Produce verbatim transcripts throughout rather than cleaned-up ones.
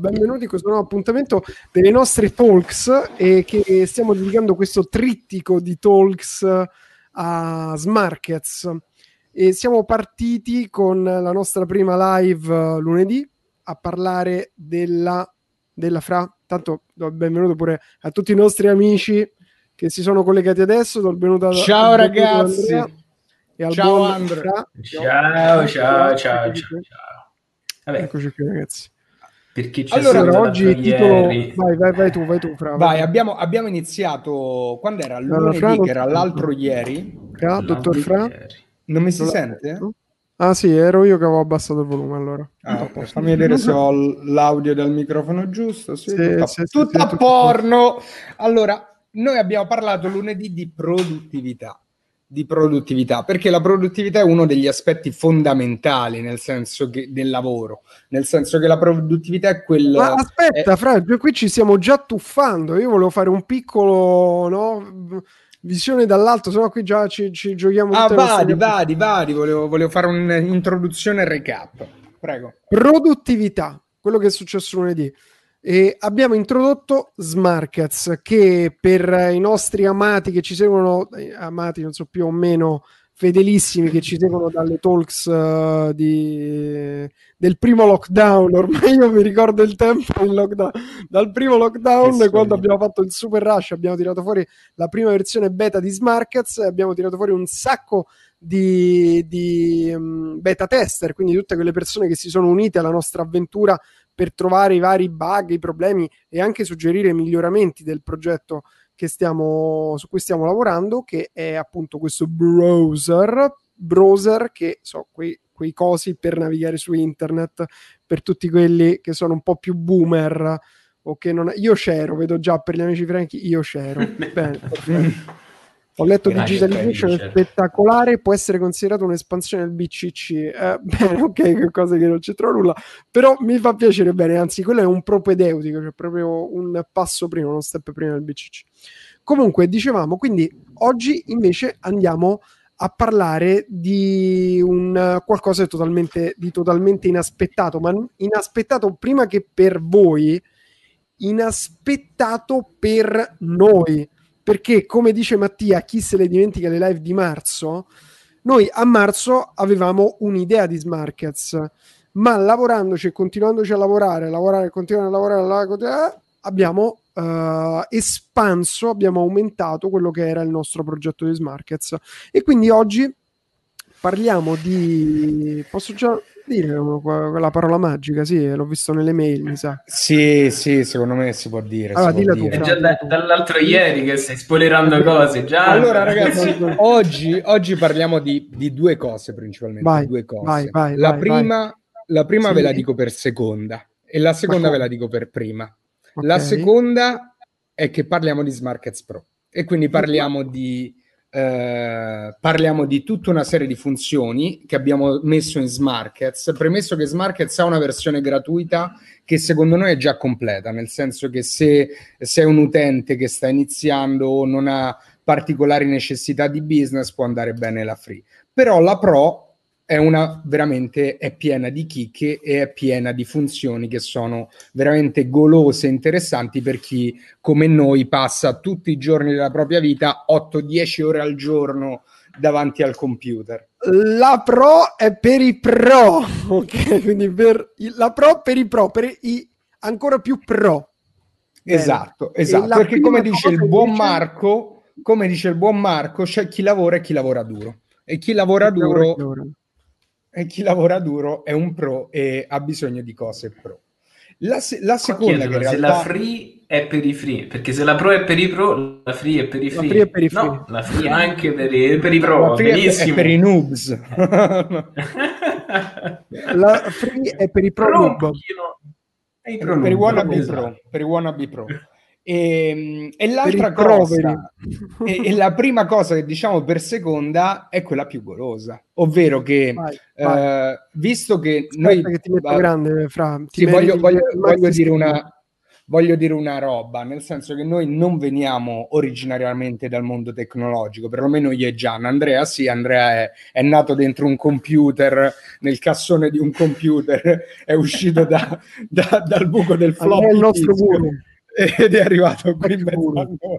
benvenuti a questo nuovo appuntamento delle nostre talks e che stiamo dedicando questo trittico di talks a Smarkets. E siamo partiti con la nostra prima live lunedì a parlare della, della fra. Tanto do il benvenuto pure a tutti i nostri amici che si sono collegati adesso. Do il benvenuto ciao al ragazzi Andrea e al ciao buon Andre. Fra. Ciao, ciao, ciao, ciao, ciao. Vabbè. Eccoci qui, ragazzi. Perché c'è allora, stato oggi il titolo... ieri... vai, vai, vai tu, vai tu, Fra. Vai, abbiamo, abbiamo iniziato quando era lunedì, Fra, che era l'altro ieri. Fra, dottor Fra. Non mi si Non sente? No? Ah sì, ero io che avevo abbassato il volume allora. Ah, fammi vedere se ho l'audio del microfono giusto. Sì, sì, tutta, sì, tutta sì, sì, porno. Allora, noi abbiamo parlato lunedì di produttività. Di produttività, perché la produttività è uno degli aspetti fondamentali nel senso che del lavoro, nel senso che la produttività è quel... Ma aspetta, è... Fra, qui ci stiamo già tuffando. Io volevo fare un piccolo, no, visione dall'alto, sennò qui già ci, ci giochiamo. Ah, vadi, nostre... vadi, vadi, volevo, volevo fare un'introduzione e recap. Prego. Produttività, quello che è successo lunedì. E abbiamo introdotto Smarkets, che per i nostri amati che ci seguono, amati non so più o meno fedelissimi, che ci seguono dalle talks uh, di, del primo lockdown, ormai io mi ricordo il tempo in lockdown, dal primo lockdown quando abbiamo fatto il super rush, abbiamo tirato fuori la prima versione beta di Smarkets, abbiamo tirato fuori un sacco di, di um, beta tester, quindi tutte quelle persone che si sono unite alla nostra avventura per trovare i vari bug, i problemi e anche suggerire miglioramenti del progetto che stiamo, su cui stiamo lavorando, che è appunto questo browser, browser che so, quei, quei cosi per navigare su internet, per tutti quelli che sono un po' più boomer o che non... Io share, vedo già per gli amici franchi, io share. Bene, perfetto. Ho letto Grazie, Digitalization è spettacolare, può essere considerato un'espansione del B C C. Eh, bene, ok, cose che non c'entrano nulla, però mi fa piacere bene, anzi quello è un propedeutico, cioè proprio un passo prima, uno step prima del B C C. Comunque, dicevamo, quindi oggi invece andiamo a parlare di un qualcosa di totalmente, di totalmente inaspettato, ma inaspettato prima che per voi, inaspettato per noi. Perché, come dice Mattia, chi se le dimentica le live di marzo, noi a marzo avevamo un'idea di Smarkets, ma lavorandoci e continuandoci a lavorare, lavorare, continuare a lavorare, lavorare abbiamo uh, espanso, abbiamo aumentato quello che era il nostro progetto di Smarkets. E quindi oggi parliamo di... Posso già dire quella parola magica? Sì, l'ho visto nelle mail, mi sa. Sì, sì, secondo me si può dire. Allora, si può tu, dire. È già da, dall'altro ieri che stai spoilerando cose. Già. Allora, ragazzi, oggi, oggi parliamo di, di due cose principalmente. Vai, due cose. Vai, vai, la, vai, prima, vai. la prima Sì. ve la dico per seconda e la seconda ve la dico per prima. Okay. La seconda è che parliamo di Smarkets Pro e quindi parliamo di... Uh, parliamo di tutta una serie di funzioni che abbiamo messo in Smarkets, premesso che Smarkets ha una versione gratuita che secondo noi è già completa, nel senso che se sei un utente che sta iniziando o non ha particolari necessità di business può andare bene la free, però la Pro è una veramente è piena di chicche e è piena di funzioni che sono veramente golose e interessanti per chi come noi passa tutti i giorni della propria vita otto dieci ore al giorno davanti al computer. La Pro è per i pro, ok? Quindi per i, la Pro per i pro, per i ancora più pro. Bene. Esatto, esatto, perché come dice il buon invece... Marco, come dice il buon Marco, c'è chi lavora e chi lavora duro. E chi lavora chi duro lavora, chi lavora. E chi lavora duro è un pro e ha bisogno di cose pro. La, se- la seconda che in realtà... Se la free è per i free, perché se la pro è per i pro, la free è per i free. La free è per i free. No, la free anche per i, per i pro, la free benissimo. È per i noobs. La free è per i pro, pro noob. Per i pro per i wannabe esatto. pro, per i wannabe pro. E, e l'altra cosa e, e la prima cosa che diciamo per seconda è quella più golosa, ovvero che vai, eh, vai. visto che Aspetta noi che ti metto uh, grande Fra ti sì, voglio, voglio, voglio dire una voglio dire una roba, nel senso che noi non veniamo originariamente dal mondo tecnologico, perlomeno io e Gian. Andrea sì, Andrea è, è nato dentro un computer, nel cassone di un computer, è uscito da, da, dal buco del Andrea è il floppy nostro disk guru. ed è arrivato qui in Ecco mezzo guru. a noi.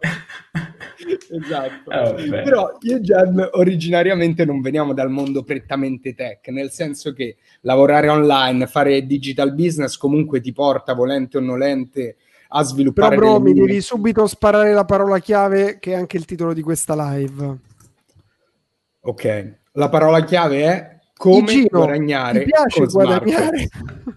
Esatto. Ah, vabbè. Però io e Gian originariamente non veniamo dal mondo prettamente tech, nel senso che lavorare online, fare digital business comunque ti porta, volente o nolente, a Però sviluppare bro, delle mi minime- devi subito sparare la parola chiave che è anche il titolo di questa live. Ok, la parola chiave è come Igino, ti guadagnare piace con guadagnare?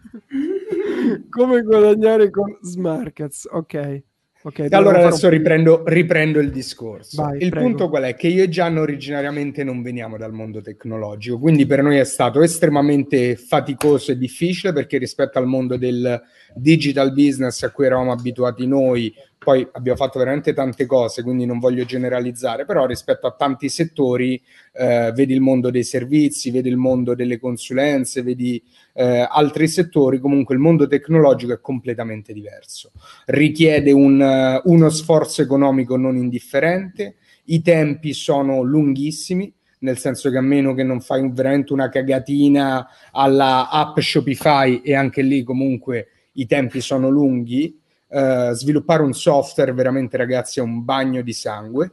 Smartcats. Come guadagnare con Smarkets? Ok, ok, E dovevo allora fare adesso un po' di- riprendo, riprendo il discorso. Vai, Il prego. punto qual è? Che io e Gian originariamente non veniamo dal mondo tecnologico, quindi per noi è stato estremamente faticoso e difficile, perché rispetto al mondo del digital business a cui eravamo abituati noi, poi abbiamo fatto veramente tante cose, quindi non voglio generalizzare, però rispetto a tanti settori, eh, vedi il mondo dei servizi, vedi il mondo delle consulenze, vedi eh, altri settori, comunque il mondo tecnologico è completamente diverso. Richiede un, uh, uno sforzo economico non indifferente, i tempi sono lunghissimi, nel senso che a meno che non fai veramente una cagatina alla app Shopify, e anche lì comunque i tempi sono lunghi, uh, sviluppare un software veramente, ragazzi, è un bagno di sangue.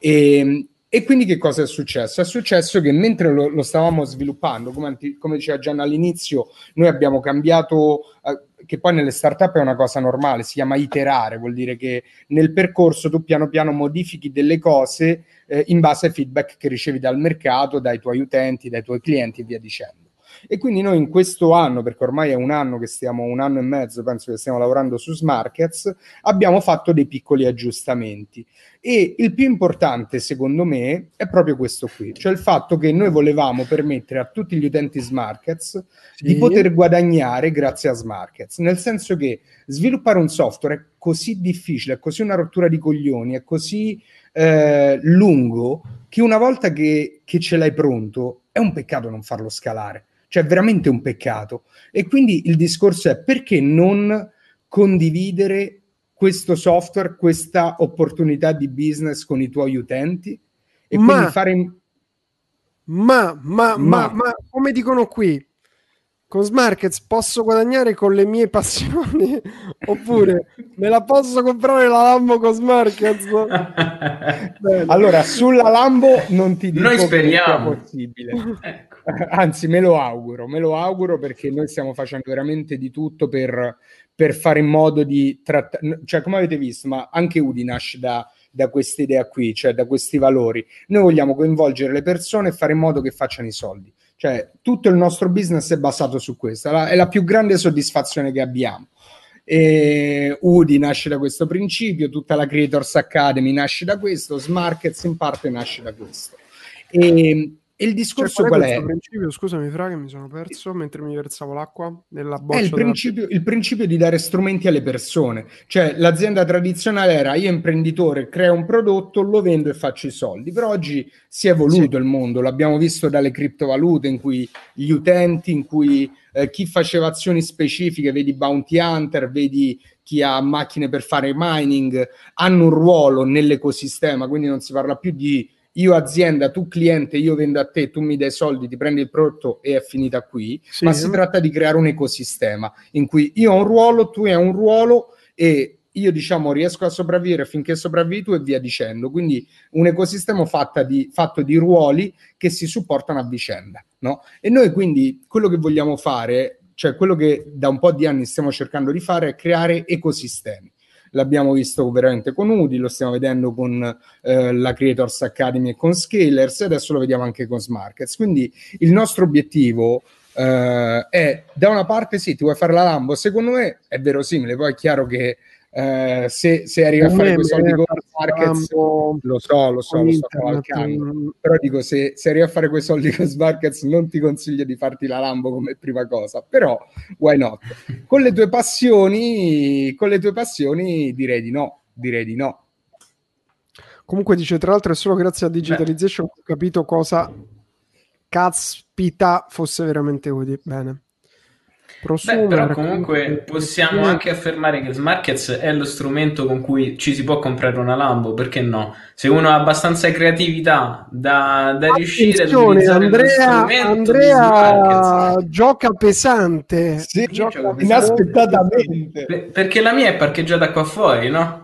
E, e quindi che cosa è successo? È successo che mentre lo, lo stavamo sviluppando, come, come diceva Gian all'inizio, noi abbiamo cambiato, eh, che poi nelle startup è una cosa normale, si chiama iterare, vuol dire che nel percorso tu piano piano modifichi delle cose eh, in base ai feedback che ricevi dal mercato, dai tuoi utenti, dai tuoi clienti e via dicendo. E quindi noi in questo anno, perché ormai è un anno che stiamo, un anno e mezzo, penso che stiamo lavorando su Smarkets, abbiamo fatto dei piccoli aggiustamenti. E il più importante, secondo me, è proprio questo qui, cioè il fatto che noi volevamo permettere a tutti gli utenti Smarkets Sì. di poter guadagnare grazie a Smarkets, nel senso che sviluppare un software è così difficile, è così una rottura di coglioni, è così eh, lungo, che una volta che, che ce l'hai pronto è un peccato non farlo scalare, cioè è veramente un peccato. E quindi il discorso è: perché non condividere questo software, questa opportunità di business con i tuoi utenti, e Ma- quindi fare in... Ma, ma, ma, Ma- ma, come dicono qui, con Smarkets posso guadagnare con le mie passioni oppure me la posso comprare la Lambo con Smarkets? Bene. Allora, sulla Lambo non ti dico Noi che sia speriamo. possibile. Ecco. Anzi, me lo auguro, me lo auguro, perché noi stiamo facendo veramente di tutto per, per fare in modo di trattare, cioè come avete visto, ma anche Udi nasce da, da questa idea qui, cioè da questi valori. Noi vogliamo coinvolgere le persone e fare in modo che facciano i soldi. Cioè, tutto il nostro business è basato su questo, è la, è la più grande soddisfazione che abbiamo. E Udi nasce da questo principio, tutta la Creators Academy nasce da questo, Smarkets in parte nasce da questo. E, e il discorso Cioè, qual qual è è? questo principio? Scusami, Fra, che mi sono perso mentre mi versavo l'acqua nella È boccia il della... principio, il principio di dare strumenti alle persone. Cioè, l'azienda tradizionale era: io imprenditore, creo un prodotto, lo vendo e faccio i soldi. Però oggi si è evoluto Sì. il mondo, l'abbiamo visto dalle criptovalute, in cui gli utenti, in cui eh, chi faceva azioni specifiche, vedi Bounty Hunter, vedi chi ha macchine per fare mining, hanno un ruolo nell'ecosistema. Quindi non si parla più di io azienda, tu cliente, io vendo a te, tu mi dai soldi, ti prendi il prodotto e è finita qui. Sì. Ma si tratta di creare un ecosistema in cui io ho un ruolo, tu hai un ruolo, e io, diciamo, riesco a sopravvivere finché sopravvivi tu e via dicendo. Quindi un ecosistema fatto di, fatto di ruoli che si supportano a vicenda, no? E noi quindi quello che vogliamo fare, cioè quello che da un po' di anni stiamo cercando di fare, è creare ecosistemi. L'abbiamo visto veramente con Udi, lo stiamo vedendo con eh, la Creators Academy e con Scalers, e adesso lo vediamo anche con Smarkets. Quindi il nostro obiettivo eh, è, da una parte, sì, ti vuoi fare la Lambo, secondo me è verosimile, poi è chiaro che eh, se, se arrivi a fare quei soldi con Smarkets, lo so, lo so, lo sto cavalcando, però dico, se, se arrivi a fare quei soldi con Smarkets non ti consiglio di farti la Lambo come prima cosa, però why not? Con le tue passioni, con le tue passioni direi di no, direi di no. Comunque dice, tra l'altro è solo grazie a Digitalization che ho capito cosa caspita fosse veramente utile. Bene. Beh, però comunque possiamo anche affermare che Smarkets è lo strumento con cui ci si può comprare una Lambo, perché no? Se uno ha abbastanza creatività da, da riuscire ad Attenzione, utilizzare lo Andrea, strumento di Andrea Smarkets. gioca pesante, Sì, gioca gioco pesante. molto pesante. inaspettatamente. Per- perché la mia è parcheggiata qua fuori, no?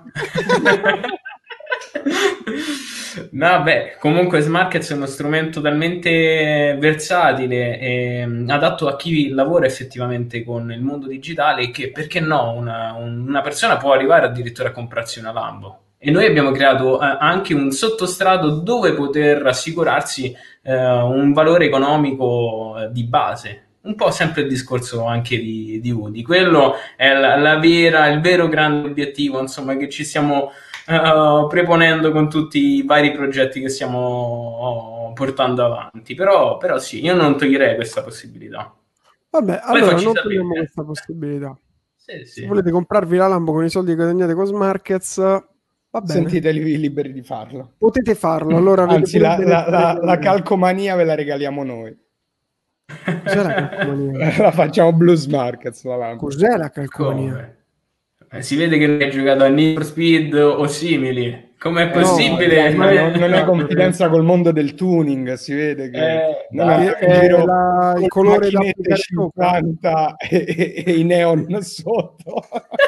No, beh, comunque Smarkets è uno strumento talmente versatile e mm, adatto a chi lavora effettivamente con il mondo digitale che, perché no, una, un- una persona può arrivare addirittura a comprarsi una Lambo. E noi abbiamo creato eh, anche un sottostrato dove poter assicurarsi eh, un valore economico eh, di base. Un po' sempre il discorso anche di, di Udi. Quello è la, la vera, il vero grande obiettivo, insomma, che ci stiamo uh, preponendo con tutti i vari progetti che stiamo uh, portando avanti. Però, però sì, io non toglierei questa possibilità. Vabbè, Poi allora facci non sapere. togliamo questa possibilità. Sì, Se sì. volete comprarvi la Lambo con i soldi che guadagnate con Smarkets, va bene, Sentitevi liberi di farlo. potete farlo. Allora avete Anzi, pure la, il la- benessere la- la economico. calcomania ve la regaliamo noi. Cos'è la calcomania? La facciamo Blues Markets, la lampo. Cos'è la calcomania? Come? Eh, si vede che non hai giocato a Need for Speed o simili. Com'è Eh, no, possibile? Gian, non, non hai confidenza col mondo del tuning, si vede che Eh, non dai. andiamo in È giro la- il con colore da macchinette applicare sopra? cinquanta e, e- e i neon sotto.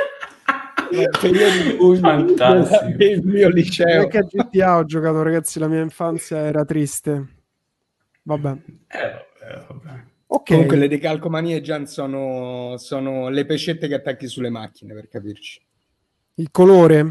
Periodi bui Fantastico. del mio liceo. Anche a G T A ho giocato, ragazzi, la mia infanzia era triste. Vabbè. Eh, vabbè, vabbè. Ok. Comunque le decalcomanie, Gian, sono, sono le pescette che attacchi sulle macchine, per capirci. Il colore?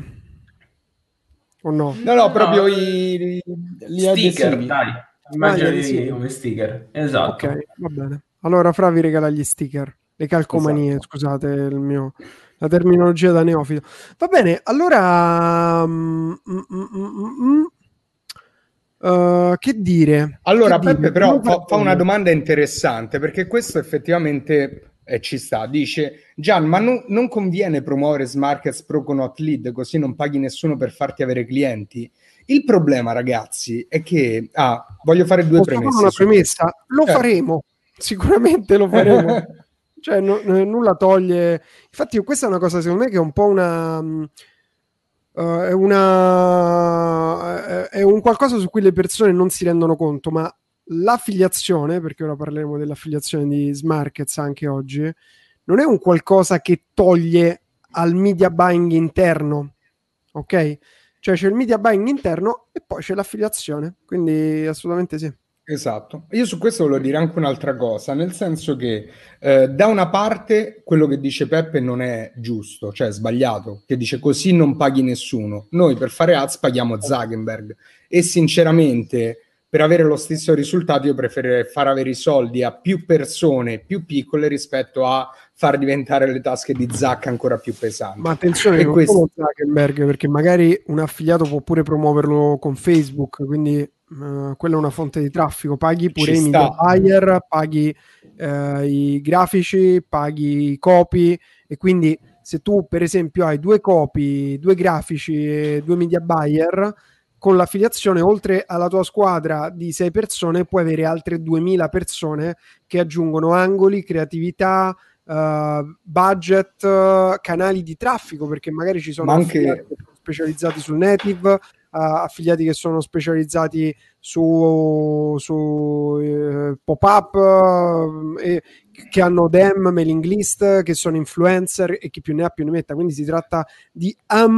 O no? No, no, proprio No, i, gli sticker, adesivi. dai. Ah, gli Immaginali adesivi. come sticker. Esatto. Ok, va bene. Allora Fra vi regala gli sticker. Le calcomanie, Esatto. scusate il mio, la terminologia da neofito. Va bene, allora... mm, mm, mm, mm, mm. Uh, che dire? Allora, Che Peppe, dire? però Non fa, fa una faremo. domanda interessante, perché questo effettivamente eh, ci sta. Dice, Gian, ma non, non conviene promuovere Smarkets Pro con Hot Lead, così non paghi nessuno per farti avere clienti? Il problema, ragazzi, è che... Ah, voglio fare due Posso fare premesse. una su premessa? questo. Lo Certo. faremo, sicuramente lo faremo. Cioè, no- no- nulla toglie. Infatti, questa è una cosa, secondo me, che è un po' una. mh, uh, è una. è- è un qualcosa su cui le persone non si rendono conto, ma l'affiliazione, perché ora parleremo dell'affiliazione di Smarkets anche oggi, non è un qualcosa che toglie al media buying interno, ok? Cioè c'è il media buying interno e poi c'è l'affiliazione, quindi assolutamente sì. Esatto. Io su questo volevo dire anche un'altra cosa, nel senso che eh, da una parte quello che dice Peppe non è giusto, cioè è sbagliato, che dice così non paghi nessuno. Noi per fare ads paghiamo Zuckerberg e sinceramente per avere lo stesso risultato io preferirei far avere i soldi a più persone più piccole rispetto a far diventare le tasche di Zuck ancora più pesanti. Ma attenzione, E che non questo- solo Zuckerberg, perché magari un affiliato può pure promuoverlo con Facebook, quindi eh, quella è una fonte di traffico. Paghi pure Ci i media sta. buyer, paghi eh, i grafici, paghi i copy, e quindi se tu per esempio hai due copy, due grafici e due media buyer, con l'affiliazione oltre alla tua squadra di sei persone puoi avere altre duemila persone che aggiungono angoli, creatività, Uh, budget, uh, canali di traffico, perché magari ci sono Ma anche- affiliati che sono specializzati sul native, uh, affiliati che sono specializzati su, su uh, pop-up, uh, e che hanno D M, mailing list, che sono influencer e chi più ne ha più ne metta. Quindi si tratta di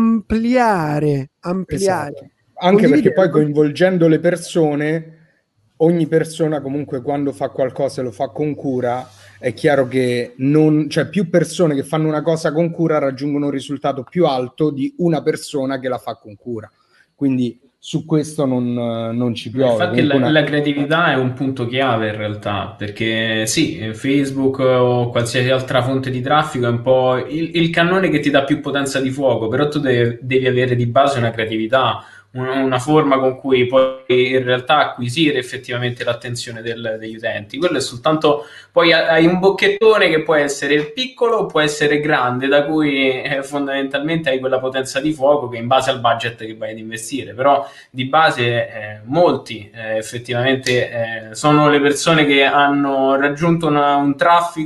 ampliare, ampliare. Esatto. Anche perché poi Condividere- coinvolgendo le persone, ogni persona comunque quando fa qualcosa e lo fa con cura, è chiaro che non, cioè più persone che fanno una cosa con cura raggiungono un risultato più alto di una persona che la fa con cura. Quindi su questo non, non ci piove. Infatti la, Comunque una- la creatività è un punto chiave in realtà, perché sì, Facebook o qualsiasi altra fonte di traffico è un po' il, il cannone che ti dà più potenza di fuoco, però tu devi, devi avere di base una creatività, una, una forma con cui puoi in realtà acquisire effettivamente l'attenzione del- degli utenti. Quello è soltanto, poi hai un bocchettone che può essere piccolo o può essere grande, da cui eh, fondamentalmente hai quella potenza di fuoco che è in base al budget che vai ad investire, però di base eh, molti eh, effettivamente eh, sono le persone che hanno raggiunto una- un traffico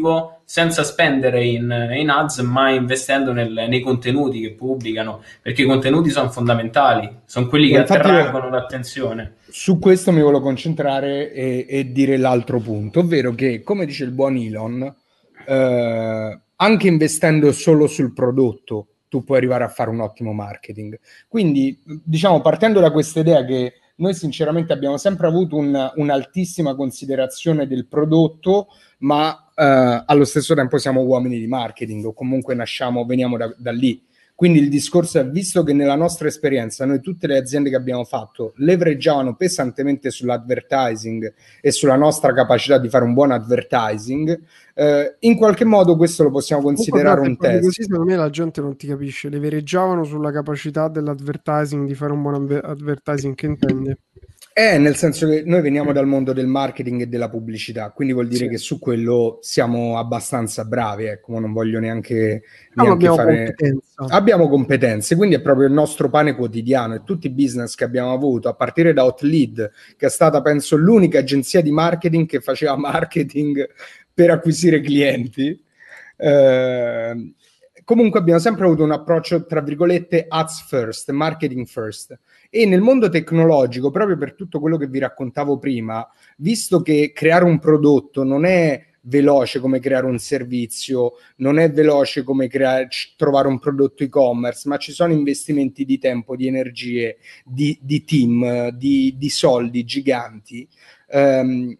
senza spendere in, in ads, ma investendo nel, nei contenuti che pubblicano, perché i contenuti sono fondamentali, sono quelli che Infatti, attraggono l'attenzione. Su questo mi volevo concentrare e, e dire l'altro punto, ovvero che, come dice il buon Elon, eh, anche investendo solo sul prodotto tu puoi arrivare a fare un ottimo marketing. Quindi, diciamo, partendo da questa idea che noi sinceramente abbiamo sempre avuto un, un'altissima considerazione del prodotto, ma eh, allo stesso tempo siamo uomini di marketing, o comunque nasciamo, veniamo da, da lì. Quindi il discorso è, visto che nella nostra esperienza noi tutte le aziende che abbiamo fatto leveraggiavano pesantemente sull'advertising e sulla nostra capacità di fare un buon advertising, eh, in qualche modo questo lo possiamo considerare un test. Così secondo me la gente non ti capisce, levereggiavano sulla capacità dell'advertising di fare un buon advertising, che intende? Eh, nel senso che noi veniamo dal mondo del marketing e della pubblicità, quindi vuol dire sì. che su quello siamo abbastanza bravi, ecco, ma non voglio neanche, no, neanche abbiamo fare... competenza. Abbiamo competenze, quindi è proprio il nostro pane quotidiano, e tutti i business che abbiamo avuto, a partire da Hotlead, che è stata, penso, l'unica agenzia di marketing che faceva marketing per acquisire clienti. Eh, comunque abbiamo sempre avuto un approccio, tra virgolette, ads first, marketing first. E nel mondo tecnologico, proprio per tutto quello che vi raccontavo prima, visto che creare un prodotto non è veloce come creare un servizio, non è veloce come creare, trovare un prodotto e-commerce, ma ci sono investimenti di tempo, di energie, di, di team, di, di soldi giganti. Um,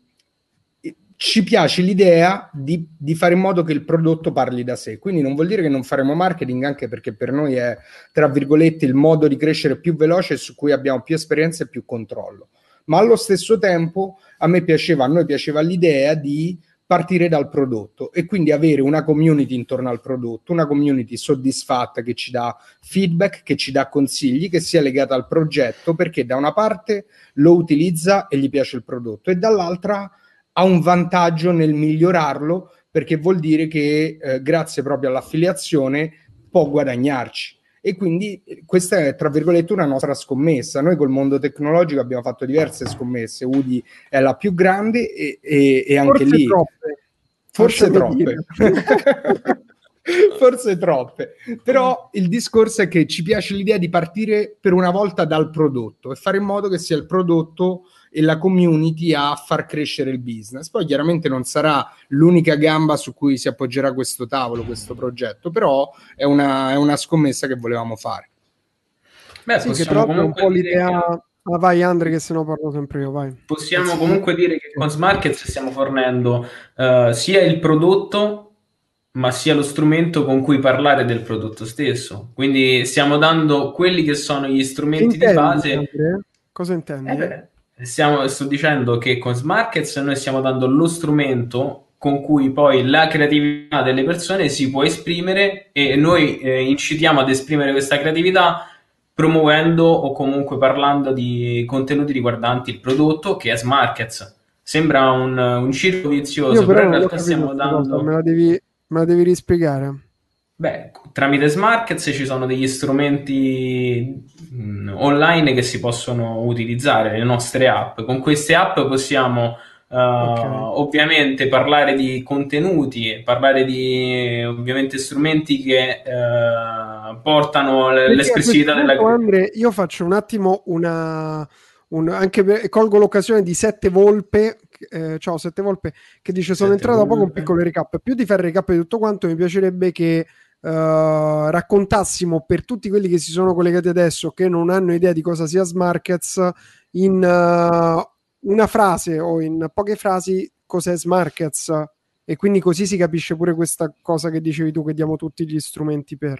ci piace l'idea di, di fare in modo che il prodotto parli da sé, quindi non vuol dire che non faremo marketing, anche perché per noi è, tra virgolette, il modo di crescere più veloce e su cui abbiamo più esperienza e più controllo, ma allo stesso tempo a me piaceva, a noi piaceva l'idea di partire dal prodotto e quindi avere una community intorno al prodotto, una community soddisfatta che ci dà feedback, che ci dà consigli, che sia legata al progetto, perché da una parte lo utilizza e gli piace il prodotto e dall'altra ha un vantaggio nel migliorarlo, perché vuol dire che eh, grazie proprio all'affiliazione può guadagnarci. E quindi questa è, tra virgolette, una nostra scommessa. Noi col mondo tecnologico abbiamo fatto diverse scommesse, Udi è la più grande e, e, e anche forse lì troppe. forse troppe forse troppe, però il discorso è che ci piace l'idea di partire per una volta dal prodotto e fare in modo che sia il prodotto e la community a far crescere il business. Poi chiaramente non sarà l'unica gamba su cui si appoggerà questo tavolo, questo progetto, però è una, è una scommessa che volevamo fare. Beh, sì, che tra l'altro è un po' l'idea... Che... Ah, vai Andre, che se no parlo sempre io, vai. Possiamo sì. comunque dire che con Smarkets stiamo fornendo uh, sia il prodotto, ma sia lo strumento con cui parlare del prodotto stesso. Quindi stiamo dando quelli che sono gli strumenti intendi, di base. Andre? Cosa intendi? Eh beh, stiamo, sto dicendo che con Smarkets noi stiamo dando lo strumento con cui poi la creatività delle persone si può esprimere e noi eh, incitiamo ad esprimere questa creatività promuovendo o comunque parlando di contenuti riguardanti il prodotto, che è Smarkets. Sembra un, un circo vizioso, Io però, però in realtà stiamo dando... Cosa, me la devi, me la devi rispiegare. Beh, tramite Smarkets ci sono degli strumenti mh, online che si possono utilizzare, le nostre app. Con queste app possiamo uh, okay. ovviamente parlare di contenuti, parlare di ovviamente strumenti che uh, portano l- l'espressività della creatività. Andre, io faccio un attimo una... Un, anche per, colgo l'occasione di Sette Volpe, eh, ciao Sette Volpe, che dice sono entrato da poco un piccolo recap. Più di fare il recap di tutto quanto, mi piacerebbe che uh, raccontassimo per tutti quelli che si sono collegati adesso, che non hanno idea di cosa sia Smarkets, in uh, una frase o in poche frasi cos'è Smarkets, e quindi così si capisce pure questa cosa che dicevi tu, che diamo tutti gli strumenti per...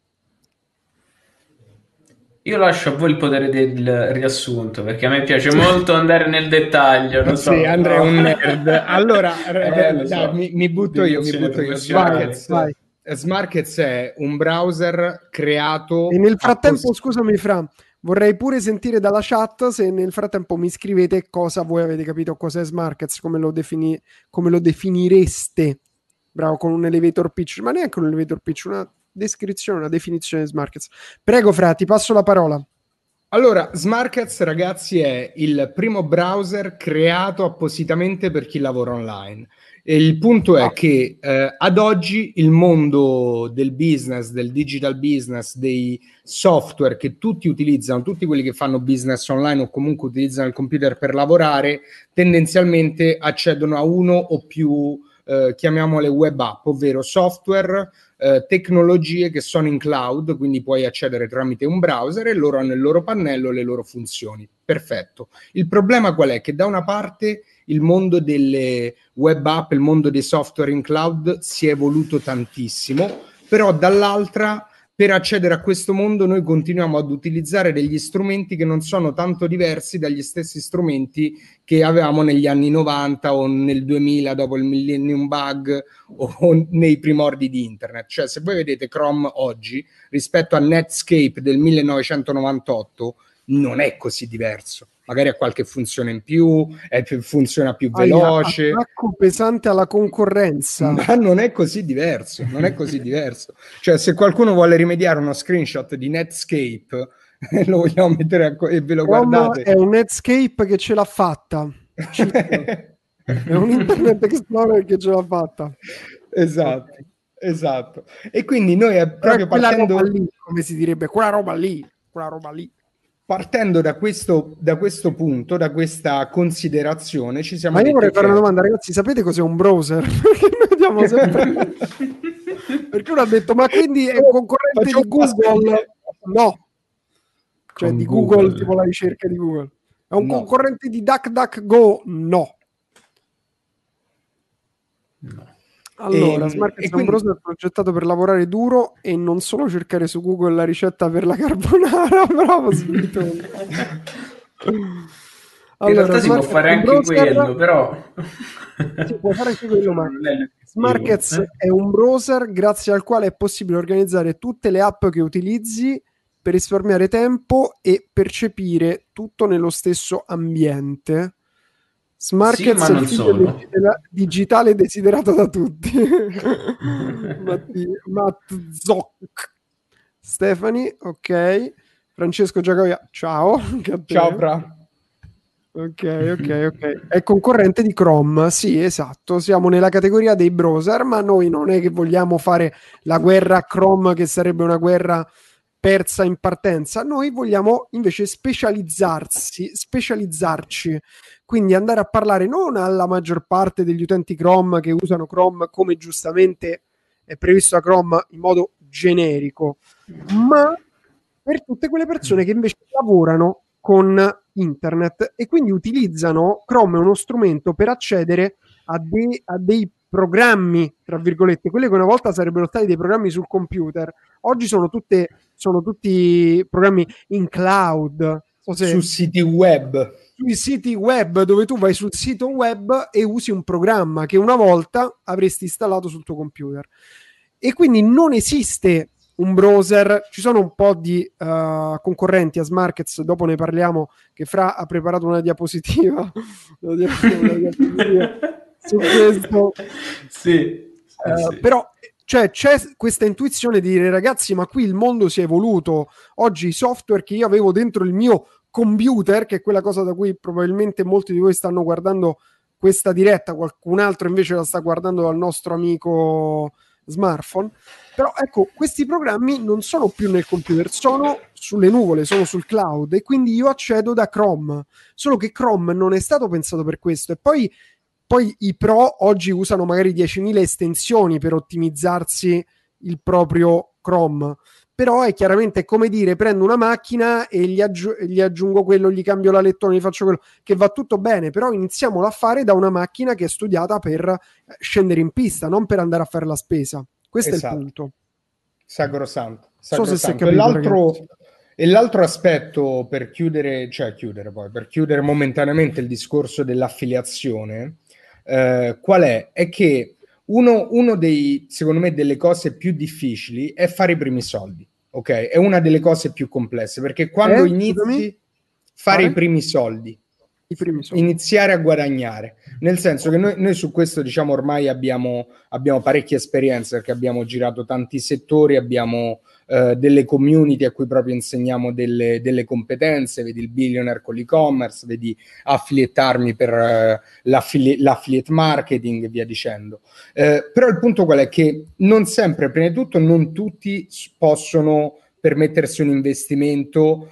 Io lascio a voi il potere del riassunto, perché a me piace molto andare nel dettaglio. Lo so, sì, Andrea no? è un nerd. Allora, eh, dai, so. mi, mi butto io, mi butto io. Smarkets, vai, vai. Smarkets è un browser creato... E nel frattempo, scusami Fra, vorrei pure sentire dalla chat se nel frattempo mi scrivete cosa voi avete capito, cos'è Smarkets, come lo, defini- come lo definireste. Bravo, con un elevator pitch, ma neanche un elevator pitch, una descrizione, una definizione di Smarkets. Prego Fra, ti passo la parola. Allora, Smarkets, ragazzi, è il primo browser creato appositamente per chi lavora online. E il punto è che eh, ad oggi il mondo del business, del digital business, dei software che tutti utilizzano, tutti quelli che fanno business online o comunque utilizzano il computer per lavorare, tendenzialmente accedono a uno o più, eh, chiamiamole web app, ovvero software, Eh, tecnologie che sono in cloud, quindi puoi accedere tramite un browser e loro hanno il loro pannello, le loro funzioni. Perfetto. Il problema qual è? Che da una parte il mondo delle web app, il mondo dei software in cloud si è evoluto tantissimo, però dall'altra per accedere a questo mondo noi continuiamo ad utilizzare degli strumenti che non sono tanto diversi dagli stessi strumenti che avevamo negli anni novanta o nel duemila dopo il Millennium Bug o nei primordi di internet. Cioè, se voi vedete Chrome oggi rispetto a Netscape del millenovecentonovantotto non è così diverso. Magari ha qualche funzione in più, è più, funziona più veloce. Attacco pesante alla concorrenza. Ma non è così diverso, non è così diverso. Cioè, se qualcuno vuole rimediare uno screenshot di Netscape, lo vogliamo mettere a co- e ve lo Chrome guardate. È un Netscape che ce l'ha fatta. È un Internet Explorer che ce l'ha fatta. Esatto, Okay. esatto. E quindi noi è proprio quella partendo... roba lì, come si direbbe, quella roba lì, quella roba lì. Partendo da questo, da questo punto, da questa considerazione, ci siamo Ma io detti, vorrei fare ok. una domanda, ragazzi, sapete cos'è un browser? Perché noi diamo sempre... Perché uno ha detto, ma quindi è un concorrente Facciamo di Google? No. Cioè Con di Google, Google. tipo la ricerca di Google. È un No. concorrente di DuckDuckGo? No. No. Allora, Ehm, Smarkets e è un quindi- browser progettato per lavorare duro e non solo cercare su Google la ricetta per la carbonara. Bravo, Svitone. In Allora, realtà si può Smarkets fare è un anche browser... quello, però... Si può fare anche quello, ma Non è l'obiettivo, Smarkets eh? è un browser grazie al quale è possibile organizzare tutte le app che utilizzi per risparmiare tempo e percepire tutto nello stesso ambiente. Smarkets Sì, ma è il non figlio solo. digitale- digitale desiderato da tutti. Matti, Matt Zoc. Stefani, ok. Francesco Giacoia, ciao. Anche a te. Ciao, Fra. Ok, ok, ok. È concorrente di Chrome, sì, esatto. Siamo nella categoria dei browser, ma noi non è che vogliamo fare la guerra a Chrome, che sarebbe una guerra persa in partenza. Noi vogliamo invece specializzarsi, specializzarci, quindi andare a parlare non alla maggior parte degli utenti Chrome che usano Chrome come giustamente è previsto da Chrome in modo generico, ma per tutte quelle persone che invece lavorano con internet e quindi utilizzano Chrome, è uno strumento per accedere a, dei, a dei programmi, tra virgolette, quelli che una volta sarebbero stati dei programmi sul computer, oggi sono, tutte, sono tutti programmi in cloud. So se, Su siti web. sui siti web, dove tu vai sul sito web e usi un programma che una volta avresti installato sul tuo computer. E quindi non esiste un browser, ci sono un po' di uh, concorrenti a Smarkets, dopo ne parliamo, che Fra ha preparato una diapositiva, una diapositiva su questo. Sì, sì, uh, sì. Però cioè, c'è questa intuizione di dire, ragazzi, ma qui il mondo si è evoluto. Oggi i software che io avevo dentro il mio computer, che è quella cosa da cui probabilmente molti di voi stanno guardando questa diretta, qualcun altro invece la sta guardando dal nostro amico smartphone. Però ecco, questi programmi non sono più nel computer, sono sulle nuvole, sono sul cloud e quindi io accedo da Chrome. Solo che Chrome non è stato pensato per questo. E poi, poi i pro oggi usano magari diecimila estensioni per ottimizzarsi il proprio Chrome. Però è chiaramente come dire, prendo una macchina e gli, aggi- gli aggiungo quello, gli cambio la lettone, gli faccio quello, che va tutto bene, però iniziamolo a fare da una macchina che è studiata per scendere in pista, non per andare a fare la spesa. Questo Esatto. è il punto. Sacrosanto. So se si è Sacrosanto. capito, e, l'altro, ragazzi. e l'altro aspetto per chiudere, cioè chiudere poi, per chiudere momentaneamente il discorso dell'affiliazione, eh, qual è? È che uno, uno dei, secondo me, delle cose più difficili è fare i primi soldi, ok? È una delle cose più complesse, perché quando Eh, inizi scusami? fare Fare? i primi soldi, I primi soldi. Iniziare a guadagnare, nel senso che noi, noi su questo diciamo ormai abbiamo, abbiamo parecchie esperienze, perché abbiamo girato tanti settori, abbiamo eh, delle community a cui proprio insegniamo delle, delle competenze, vedi il Billionaire con l'e-commerce, vedi Affiliate Army per eh, l'affili- l'affiliate marketing e via dicendo. Eh, però il punto qual è? Che non sempre, prima di tutto, non tutti possono permettersi un investimento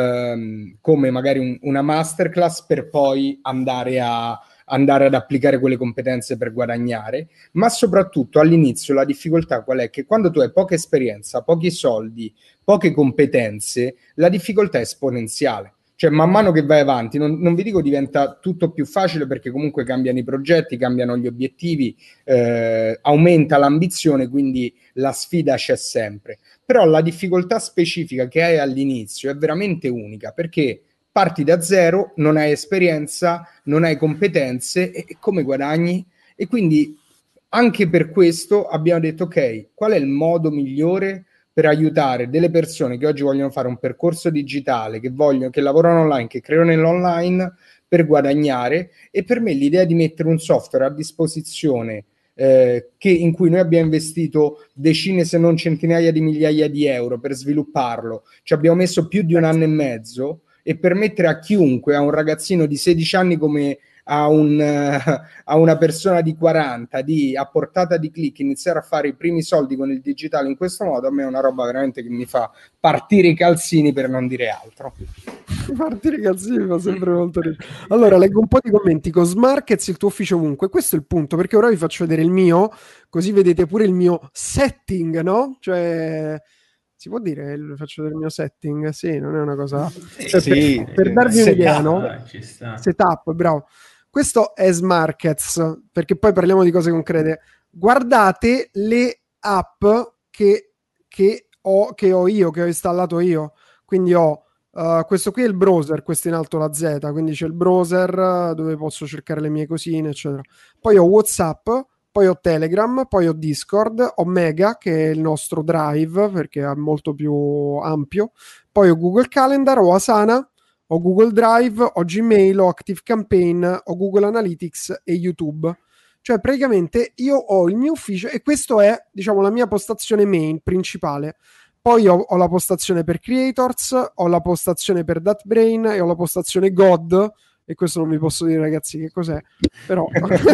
ehm, come magari un, una masterclass per poi andare a andare ad applicare quelle competenze per guadagnare, ma soprattutto all'inizio la difficoltà qual è? Che quando tu hai poca esperienza, pochi soldi, poche competenze, la difficoltà è esponenziale. Cioè, man mano che vai avanti, non, non vi dico diventa tutto più facile, perché comunque cambiano i progetti, cambiano gli obiettivi, eh, aumenta l'ambizione, quindi la sfida c'è sempre. Però la difficoltà specifica che hai all'inizio è veramente unica, perché parti da zero, non hai esperienza, non hai competenze, e, e come guadagni? E quindi anche per questo abbiamo detto, ok, qual è il modo migliore per aiutare delle persone che oggi vogliono fare un percorso digitale, che vogliono, che lavorano online, che creano nell'online per guadagnare. E per me l'idea di mettere un software a disposizione eh, che, in cui noi abbiamo investito decine se non centinaia di migliaia di euro per svilupparlo, ci abbiamo messo più di un anno e mezzo, e permettere a chiunque, a un ragazzino di sedici anni come a, un, uh, a una persona di quaranta, di a portata di click, iniziare a fare i primi soldi con il digitale in questo modo, a me è una roba veramente che mi fa partire i calzini, per non dire altro. Partire i calzini mi fa sempre molto ridere. Allora, leggo un po' di commenti. Cosmarkets, il tuo ufficio ovunque. Questo è il punto, perché ora vi faccio vedere il mio, così vedete pure il mio setting, no? Cioè... Si può dire il faccio del mio setting? Sì, non è una cosa... Sì, cioè, sì, per, per sì. darvi un'idea, Setup, no? dai, ci sta. Setup, bravo. Questo è Smarkets, perché poi parliamo di cose concrete. Guardate le app che, che, ho, che ho io, che ho installato io. Quindi ho uh, questo qui è il browser, questo in alto la Z, quindi c'è il browser dove posso cercare le mie cosine, eccetera. Poi ho WhatsApp, poi ho Telegram, poi ho Discord, ho Mega, che è il nostro Drive, perché è molto più ampio, poi ho Google Calendar, ho Asana, ho Google Drive, ho Gmail, ho ActiveCampaign, ho Google Analytics e YouTube. Cioè, praticamente io ho il mio ufficio, e questo è, diciamo, la mia postazione main, principale. Poi ho, ho la postazione per Creators, ho la postazione per ThatBrain e ho la postazione God, e questo non vi posso dire, ragazzi, che cos'è, però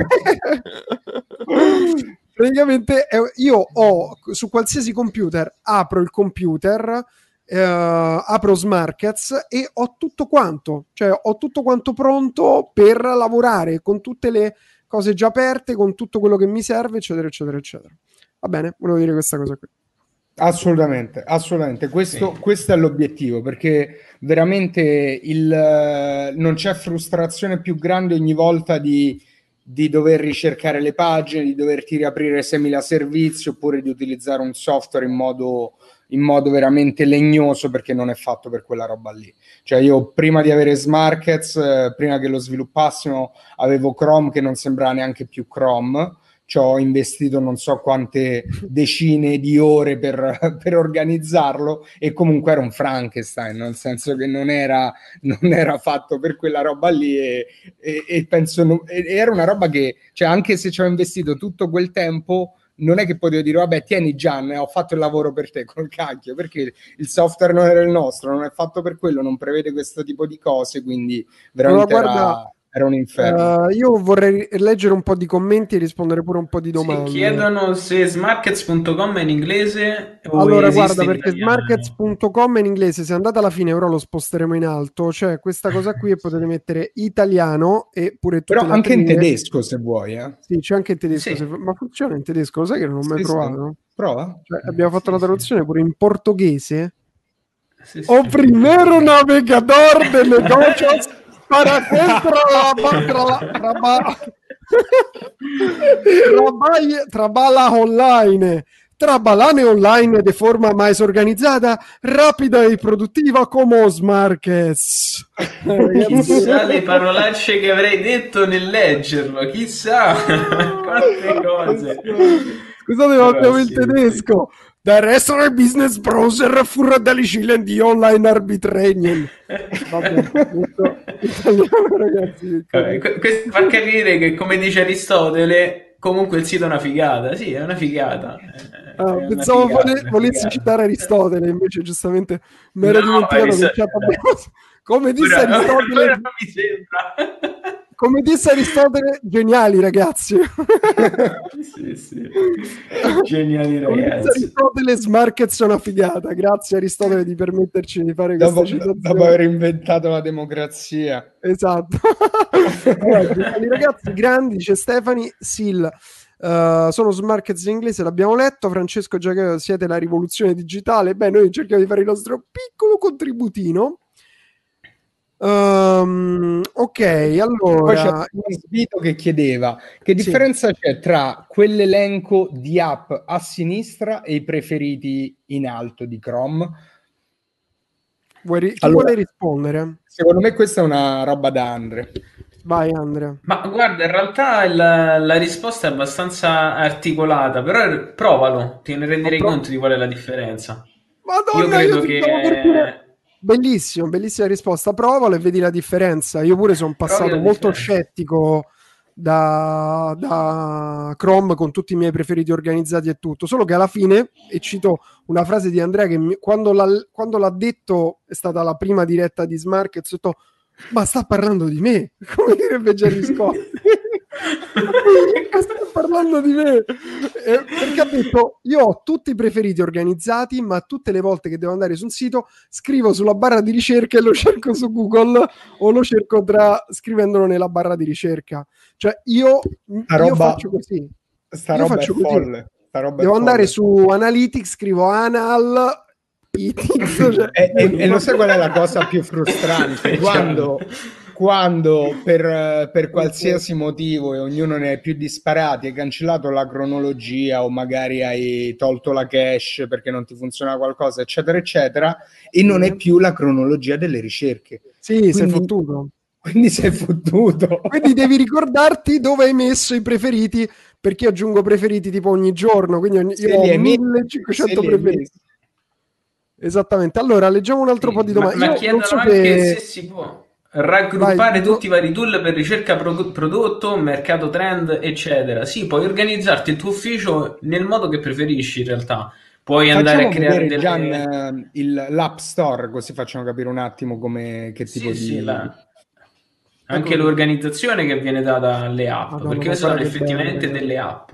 praticamente io ho su qualsiasi computer, apro il computer, eh, apro Smarkets e ho tutto quanto, cioè ho tutto quanto pronto per lavorare, con tutte le cose già aperte, con tutto quello che mi serve, eccetera eccetera eccetera. Va bene, volevo dire questa cosa qui. Assolutamente, assolutamente. Questo, Sì. questo è l'obiettivo, perché veramente il, eh, non c'è frustrazione più grande ogni volta di, di dover ricercare le pagine, di doverti riaprire seimila servizi, oppure di utilizzare un software in modo, in modo veramente legnoso, perché non è fatto per quella roba lì. Cioè, io prima di avere Smarkets, eh, prima che lo sviluppassimo, avevo Chrome che non sembrava neanche più Chrome. Ci ho investito non so quante decine di ore per, per organizzarlo, e comunque era un Frankenstein, nel senso che non era, non era fatto per quella roba lì, e, e, e penso no, e, era una roba che, cioè, anche se ci ho investito tutto quel tempo, non è che potevo dire vabbè tieni Gian, ho fatto il lavoro per te, col cacchio, perché il software non era il nostro, non è fatto per quello, non prevede questo tipo di cose, quindi veramente allora, guarda, era... Era un inferno. Uh, io vorrei leggere un po' di commenti e rispondere pure un po' di domande. Sì, chiedono se smarkets punto com è in inglese o allora, esiste guarda, in perché italiano. smarkets punto com è in inglese, se andate alla fine ora lo sposteremo in alto, c'è questa cosa qui e potete mettere italiano e pure tutte Però le anche altre in lingue. tedesco, se vuoi. Eh. Sì, c'è anche in tedesco, Sì. se... ma funziona in tedesco, lo sai che non ho mai Sì, provato? sì. Prova. Cioè, abbiamo fatto Sì, la traduzione sì. pure in portoghese. Sì, sì. O primeiro navegador de negocios para contra la trabalha online. Trabalhare online de forma mais organizzata, rapida e produttiva come Smarkets. Chissà le parolacce che avrei detto nel leggerlo, chissà quante cose. Scusate, ma abbiamo il tedesco. The restaurant business browser for the di online arbitration. Vabbè, italiano, ragazzi. Vabbè, questo fa capire che, come dice Aristotele, comunque il sito è una figata. Sì, è una figata. È ah, una pensavo figata, vole- una volessi figata. citare Aristotele, invece giustamente mi ero No, dimenticato che in Aristotele- chat abbiamo... Come disse Ora- Aristotele, ora non mi sembra. come disse Aristotele, geniali ragazzi. Sì, sì. Geniali Come disse ragazzi. Aristotele, Smarkets è una figata. Grazie Aristotele di permetterci di fare questa Dopo, citazione. dopo aver inventato la democrazia. Esatto. Allora, geniali ragazzi, grandi, dice Stefani, Sil. Uh, sono Smarkets in inglese, l'abbiamo letto. Francesco Giacomo, siete la rivoluzione digitale. Beh, noi cerchiamo di fare il nostro piccolo contributino. Um, ok, allora Poi c'è un invito che chiedeva che differenza sì. c'è tra quell'elenco di app a sinistra e i preferiti in alto di Chrome? Vuoi ri- chi allora, vuole rispondere? Secondo me questa è una roba da Andre. Vai Andrea. Ma guarda, in realtà la, la risposta è abbastanza articolata, però provalo, te ne renderei prov- conto di qual è la differenza. Madonna, io credo io che... per dire... Bellissimo, bellissima risposta. Provalo e vedi la differenza. Io pure sono passato molto differenza. scettico da, da Chrome con tutti i miei preferiti organizzati e tutto. Solo che alla fine, e cito una frase di Andrea che mi, quando, l'ha, quando l'ha detto, è stata la prima diretta di Smarkets, ho detto, ma sta parlando di me, come direbbe Gerry Scott. Sta parlando di me, eh, perché ha detto io ho tutti i preferiti organizzati, ma tutte le volte che devo andare su un sito scrivo sulla barra di ricerca e lo cerco su Google o lo cerco tra scrivendolo nella barra di ricerca. Cioè io, io roba, faccio così sta io roba faccio è così folle, sta roba devo è andare folle. su Analytics, scrivo Anal Itix, cioè, e, e, e lo sai qual è la cosa più frustrante? quando, quando per, per qualsiasi motivo, e ognuno ne ha più disparati, hai cancellato la cronologia o magari hai tolto la cache perché non ti funziona qualcosa, eccetera eccetera, e non è più la cronologia delle ricerche. Sì, quindi, sei fottuto. Quindi sei fottuto. Quindi devi ricordarti dove hai messo i preferiti, perché aggiungo preferiti tipo ogni giorno, quindi ogni, io ho millecinquecento preferiti. Esattamente. Allora, leggiamo un altro sì, po' di domande. Ma, ma io chiedono non so anche se... se si può raggruppare Vai, tutti i vari tool per ricerca pro- prodotto, mercato trend, eccetera. Sì, puoi organizzarti il tuo ufficio nel modo che preferisci in realtà. Puoi facciamo andare a creare vedere delle... Gian, il, l'app store, così facciamo capire un attimo come, che tipo sì, di... Sì, la... Anche ecco, l'organizzazione che viene data alle app, Madonna, perché queste sono effettivamente bello, delle app.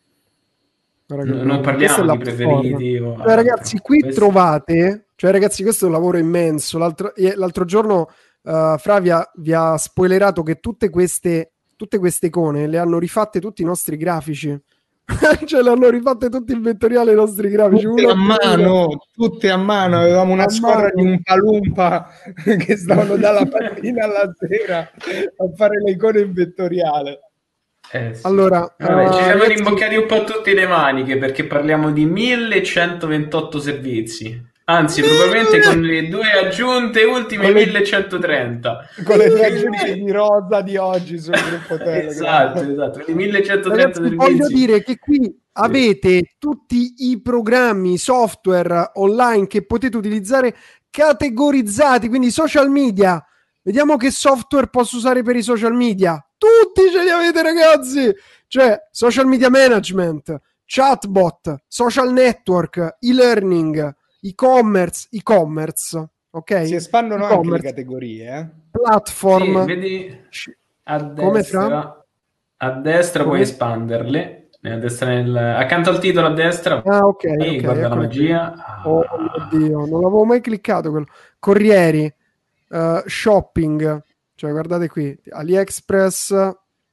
N- non parliamo di preferiti o cioè, ragazzi, qui Questo... trovate, cioè ragazzi, questo è un lavoro immenso. L'altro, l'altro giorno uh, Flavia vi ha spoilerato che tutte queste, tutte queste icone le hanno rifatte tutti i nostri grafici. Cioè le hanno rifatte tutti il vettoriale ai nostri grafici. Tutte uno a mano, tutte a mano. Avevamo una a squadra mano. di un palumpa che stavano dalla mattina alla sera a fare le icone in vettoriale. Eh sì. Allora, Vabbè, uh, ci siamo ragazzi... rimboccati un po' tutte le maniche perché parliamo di millecentoventotto servizi. Anzi, Mille... probabilmente con le due aggiunte ultime con le... millecentotrenta. Con le due aggiunte di rosa di oggi sul gruppo Telegram. Esatto, esatto. Quindi millecentotrenta ragazzi, servizi. Voglio dire che qui sì. avete tutti i programmi, software online che potete utilizzare categorizzati, quindi social media. Vediamo che software posso usare per i social media. Tutti ce li avete, ragazzi! Cioè, social media management, chatbot, social network, e-learning, e-commerce, e-commerce, ok? Si espandono e-commerce, anche le categorie, eh? Platform. Sì, vedi a destra, come fra? a destra come? puoi espanderle. A destra nel... accanto al titolo a destra. Ah, ok, e ok. Guarda la magia. Ah. Oh mio Dio, non l'avevo mai cliccato quello. Corrieri, uh, shopping, cioè guardate qui, AliExpress,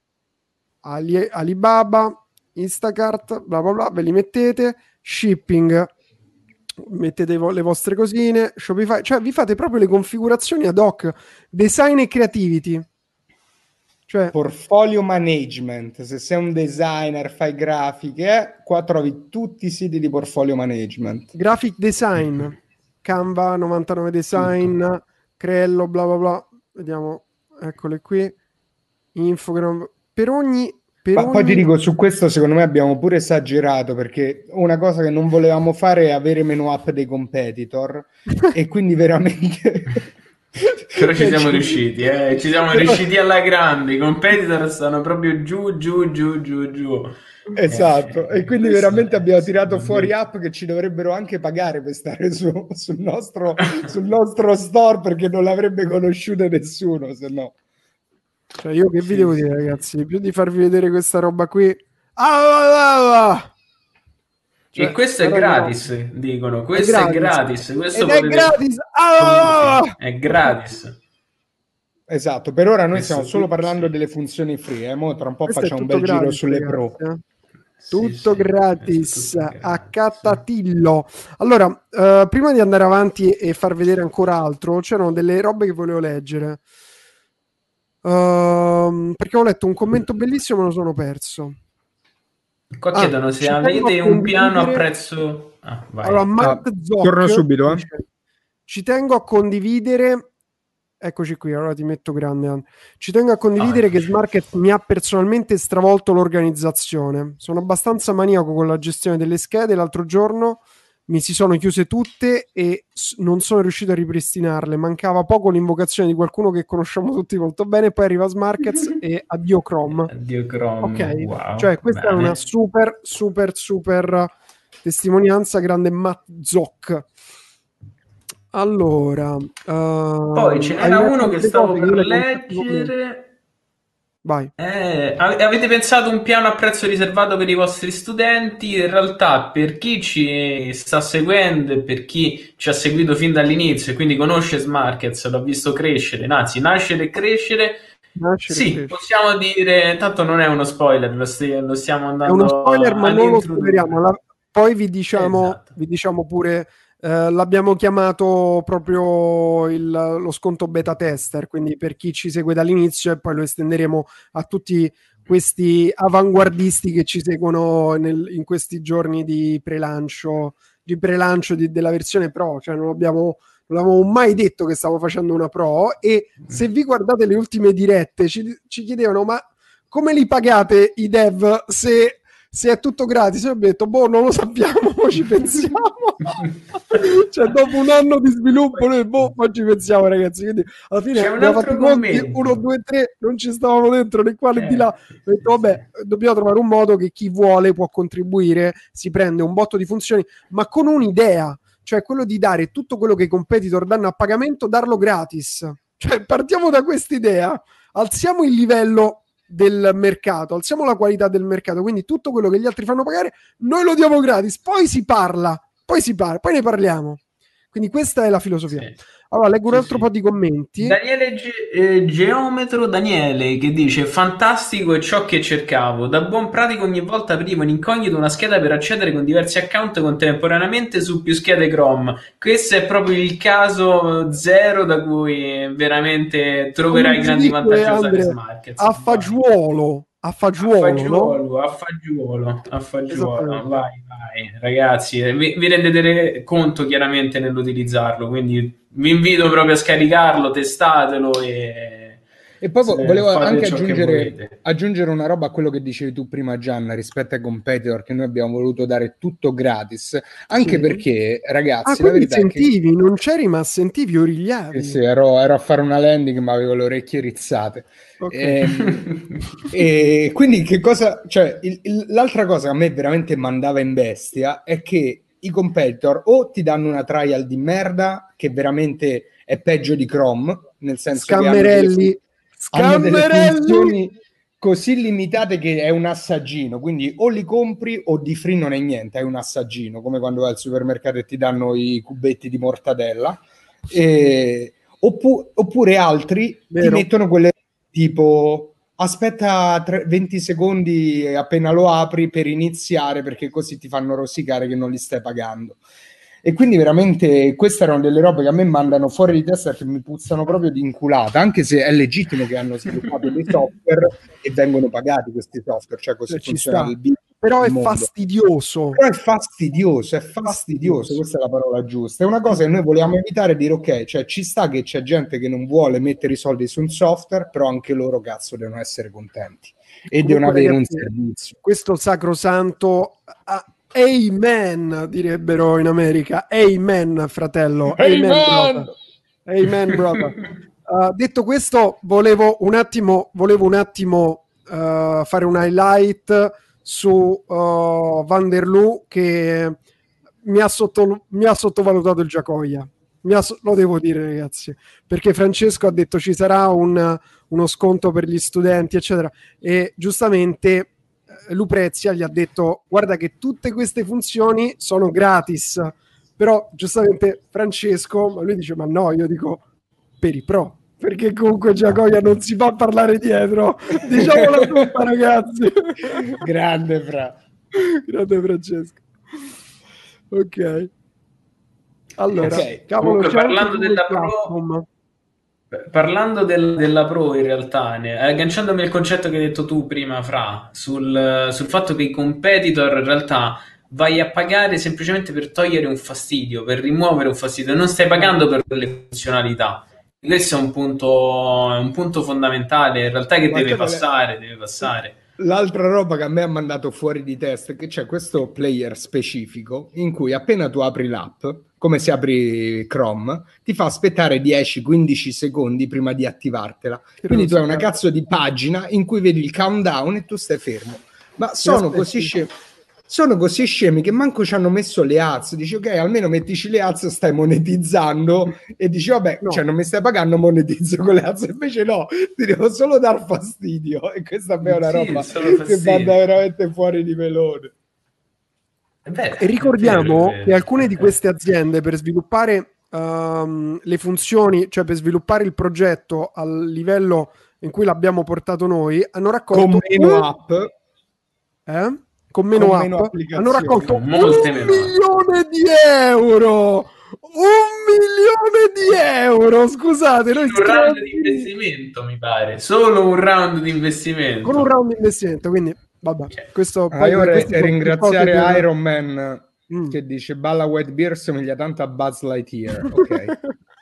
Ali- Alibaba, Instacart, bla bla bla, ve li mettete, shipping, mettete vo- le vostre cosine, Shopify, cioè vi fate proprio le configurazioni ad hoc, design e creativity. Cioè, portfolio management, se sei un designer, fai grafiche, qua trovi tutti i siti di portfolio management. Graphic design, Canva, novantanove design, tutto. Crello, bla bla bla, vediamo, eccole qui, Infogram, per ogni, per Ma ogni... poi ti dico, su questo secondo me abbiamo pure esagerato, perché una cosa che non volevamo fare è avere menu app dei competitor e quindi veramente... Però ci siamo ci... riusciti, eh? Ci siamo riusciti alla grande, i competitor stanno proprio giù, giù, giù, giù, giù. Esatto, Eh, e quindi questo veramente è, abbiamo sono tirato fuori dei- app che ci dovrebbero anche pagare per stare su, sul nostro, sul nostro store, perché non l'avrebbe conosciuta nessuno, se no. Cioè, io che vi Sì, devo sì. dire, ragazzi? Più di farvi vedere questa roba qui... Ah, ah, ah, ah. E Cioè, questo è guardate, no, gratis, dicono, è questo è gratis. gratis, questo Ed è potete... gratis! Ah, ah, Sì, ah. è gratis. Esatto, per ora noi stiamo Questo solo qui, parlando sì. delle funzioni free, eh? Mo tra un po' Questo è facciamo un tutto bel giro gratis, sulle ragazzi. pro. eh. Sì, Tutto sì, questo è gratis tutto a gratis. catatillo. Allora, eh, prima di andare avanti e far vedere ancora altro, c'erano delle robe che volevo leggere. Ehm, perché ho letto un commento bellissimo e me lo sono perso. Qua Ah, chiedono se ci tengo a avete un piano a condividere. prezzo... Ah, vai. Allora, Ah, Matt torno Zoc subito, eh? dice, ci tengo a condividere. Eccoci qui, allora ti metto grande. Ann. Ci tengo a Ah, condividere che eccoci. Smarket mi ha personalmente stravolto l'organizzazione. Sono abbastanza maniaco con la gestione delle schede. L'altro giorno mi si sono chiuse tutte e s- non sono riuscito a ripristinarle. Mancava poco l'invocazione di qualcuno che conosciamo tutti molto bene. Poi arriva Smarkets e addio Chrome. Addio Chrome, Ok, wow, cioè questa è una bene. super, super, super testimonianza. Grande Matt Zoc. Allora, Poi ehm, ce hai n'era letto uno che altre stavo cose che per io leggo un sacco di commenti. leggere. Vai. Eh, ave- avete pensato un piano a prezzo riservato per i vostri studenti? In realtà, per chi ci sta seguendo e per chi ci ha seguito fin dall'inizio e quindi conosce Smarkets, l'ha visto crescere, anzi, nascere e crescere, Nascere e sì, crescere. possiamo dire, tanto non è uno spoiler, lo, sti- lo stiamo È uno andando spoiler, a- ma ad non lo spoileriamo. introdurre. La- Poi vi diciamo, Esatto. vi diciamo pure, eh, l'abbiamo chiamato proprio il- lo sconto beta tester, quindi per chi ci segue dall'inizio e poi lo estenderemo a tutti questi avanguardisti che ci seguono nel- in questi giorni di prelancio, di prelancio di- della versione Pro, cioè non abbiamo, non avevamo mai detto che stavo facendo una Pro e se vi guardate le ultime dirette ci, ci chiedevano ma come li pagate i dev se, se è tutto gratis? E ho detto, boh, non lo sappiamo, poi ci pensiamo. Cioè, dopo un anno di sviluppo, noi, boh, poi ci pensiamo, ragazzi. Quindi, alla fine C'è un abbiamo fatto altro i conti, uno, commento. due, tre, non ci stavamo dentro né qua né di là. Eh, Ho detto, vabbè, dobbiamo trovare un modo che chi vuole può contribuire, si prende un botto di funzioni, ma con un'idea, cioè quello di dare tutto quello che i competitor danno a pagamento, darlo gratis. Cioè, partiamo da quest'idea, alziamo il livello del mercato, alziamo la qualità del mercato, quindi tutto quello che gli altri fanno pagare noi lo diamo gratis, poi si parla, poi si parla, poi ne parliamo. Quindi questa è la filosofia. sì. Allora, leggo un Sì, altro sì. po' di commenti. Daniele Ge- eh, Geometro Daniele che dice fantastico è ciò che cercavo, da buon pratico ogni volta aprivo in incognito una scheda per accedere con diversi account contemporaneamente su più schede Chrome. Questo è proprio il caso zero da cui veramente Come troverai si grandi dice, vantaggi a usare Andre, Smarkets. a Vai. fagiolo, a A fagiolo, no? fagiolo, a fagiolo, a fagiolo, Esattamente. vai, vai, ragazzi, eh, vi, vi rendete conto chiaramente nell'utilizzarlo, quindi vi invito proprio a scaricarlo, testatelo e E poi vo- se- volevo fate anche ciò che aggiungere, volete. aggiungere una roba a quello che dicevi tu prima, Gianna, rispetto ai competitor, che noi abbiamo voluto dare tutto gratis, anche Sì. perché, Ah, ragazzi, la quindi verità è che sentivi, non c'eri, ma sentivi, sì, sì, origliavi. ero, ero a fare una landing, ma avevo le orecchie rizzate. Ok. Ehm, E, quindi che cosa, cioè, il- il- l'altra cosa che a me veramente mandava in bestia è che i competitor o ti danno una trial di merda, che veramente è peggio di Chrome, nel senso che hanno delle, fu- Scammerelli, hanno delle scammerelli. funzioni così limitate che è un assaggino, quindi o li compri o di free non è niente, è un assaggino, come quando vai al supermercato e ti danno i cubetti di mortadella. E, oppu- oppure altri ti Vero? mettono quelle tipo aspetta tre- venti secondi appena lo apri per iniziare, perché così ti fanno rosicare che non li stai pagando. E quindi veramente queste erano delle robe che a me mandano fuori di testa, che mi puzzano proprio di inculata, anche se è legittimo che hanno sviluppato dei software e vengono pagati questi software, cioè così Cioè, ci funziona sta. il business però è fastidioso. Però è fastidioso, è fastidioso, questa è la parola giusta. È una cosa che noi vogliamo evitare e dire ok, cioè ci sta che c'è gente che non vuole mettere i soldi su un software, però anche loro cazzo devono essere contenti e Comunque, devono avere ragazzi, un servizio. Questo sacrosanto uh, amen, direbbero in America. Amen, fratello. Amen, Amen, brother. Amen, brother. Uh, detto questo, volevo un attimo, volevo un attimo uh, fare un highlight su uh, Van der Loo che mi ha, sotto, mi ha sottovalutato il Giacoia. Mi ha, lo devo dire, ragazzi, perché Francesco ha detto ci sarà un, uno sconto per gli studenti, eccetera, e giustamente Lucrezia gli ha detto guarda che tutte queste funzioni sono gratis, però giustamente Francesco, ma lui dice ma no, io dico per i pro, perché comunque Giacoia non si fa parlare dietro, diciamola tutta, ragazzi. Grande Fra, grande Francesco. Ok, allora okay. cavolo, Comunque, parlando della platform. Pro, parlando del, della Pro in realtà, ne, agganciandomi al concetto che hai detto tu prima, Fra, sul, sul fatto che i competitor in realtà vai a pagare semplicemente per togliere un fastidio, per rimuovere un fastidio, non stai pagando per le funzionalità. Questo è un punto, è un punto fondamentale in realtà che Ma deve che passare, deve passare. L'altra roba che a me ha mandato fuori di testa è che c'è questo player specifico in cui appena tu apri l'app, come se apri Chrome, ti fa aspettare dieci quindici secondi prima di attivartela. Quindi tu hai una cazzo di pagina in cui vedi il countdown e tu stai fermo. Ma sono così scemi, sono così scemi che manco ci hanno messo le ads. Dici ok, almeno mettici le ads, stai monetizzando, e dici vabbè, no, cioè non mi stai pagando, monetizzo con le ads. Invece no, ti devo solo dar fastidio, e questa è una Sì, roba che manda veramente fuori di melone. Beh, e ricordiamo vero, che alcune di queste aziende, per sviluppare um, le funzioni, cioè per sviluppare il progetto al livello in cui l'abbiamo portato noi, hanno raccolto con meno app, eh? con meno con app, meno hanno raccolto un Molte milione di euro. Un milione di euro, scusate, noi un round di investimento, mi pare, solo un round di investimento. Con un round di investimento, quindi vabbè, okay. questo ah, io vorrei ringraziare per... Iron Man mm. che dice Balla White Beer somiglia tanto a Buzz Lightyear. Ok.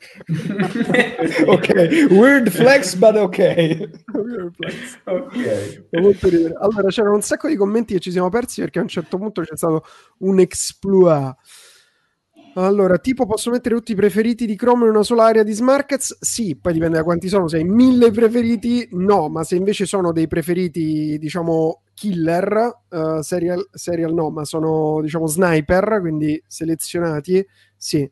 Ok, weird flex, but ok. Weird flex. Okay. Allora, c'erano un sacco di commenti che ci siamo persi perché a un certo punto c'è stato un exploit. Allora, tipo posso mettere tutti i preferiti di Chrome in una sola area di Smarkets? Sì, poi dipende da quanti sono. Se hai mille preferiti, no, ma se invece sono dei preferiti, diciamo, killer, uh, serial, serial no, ma sono, diciamo, sniper, quindi selezionati, sì.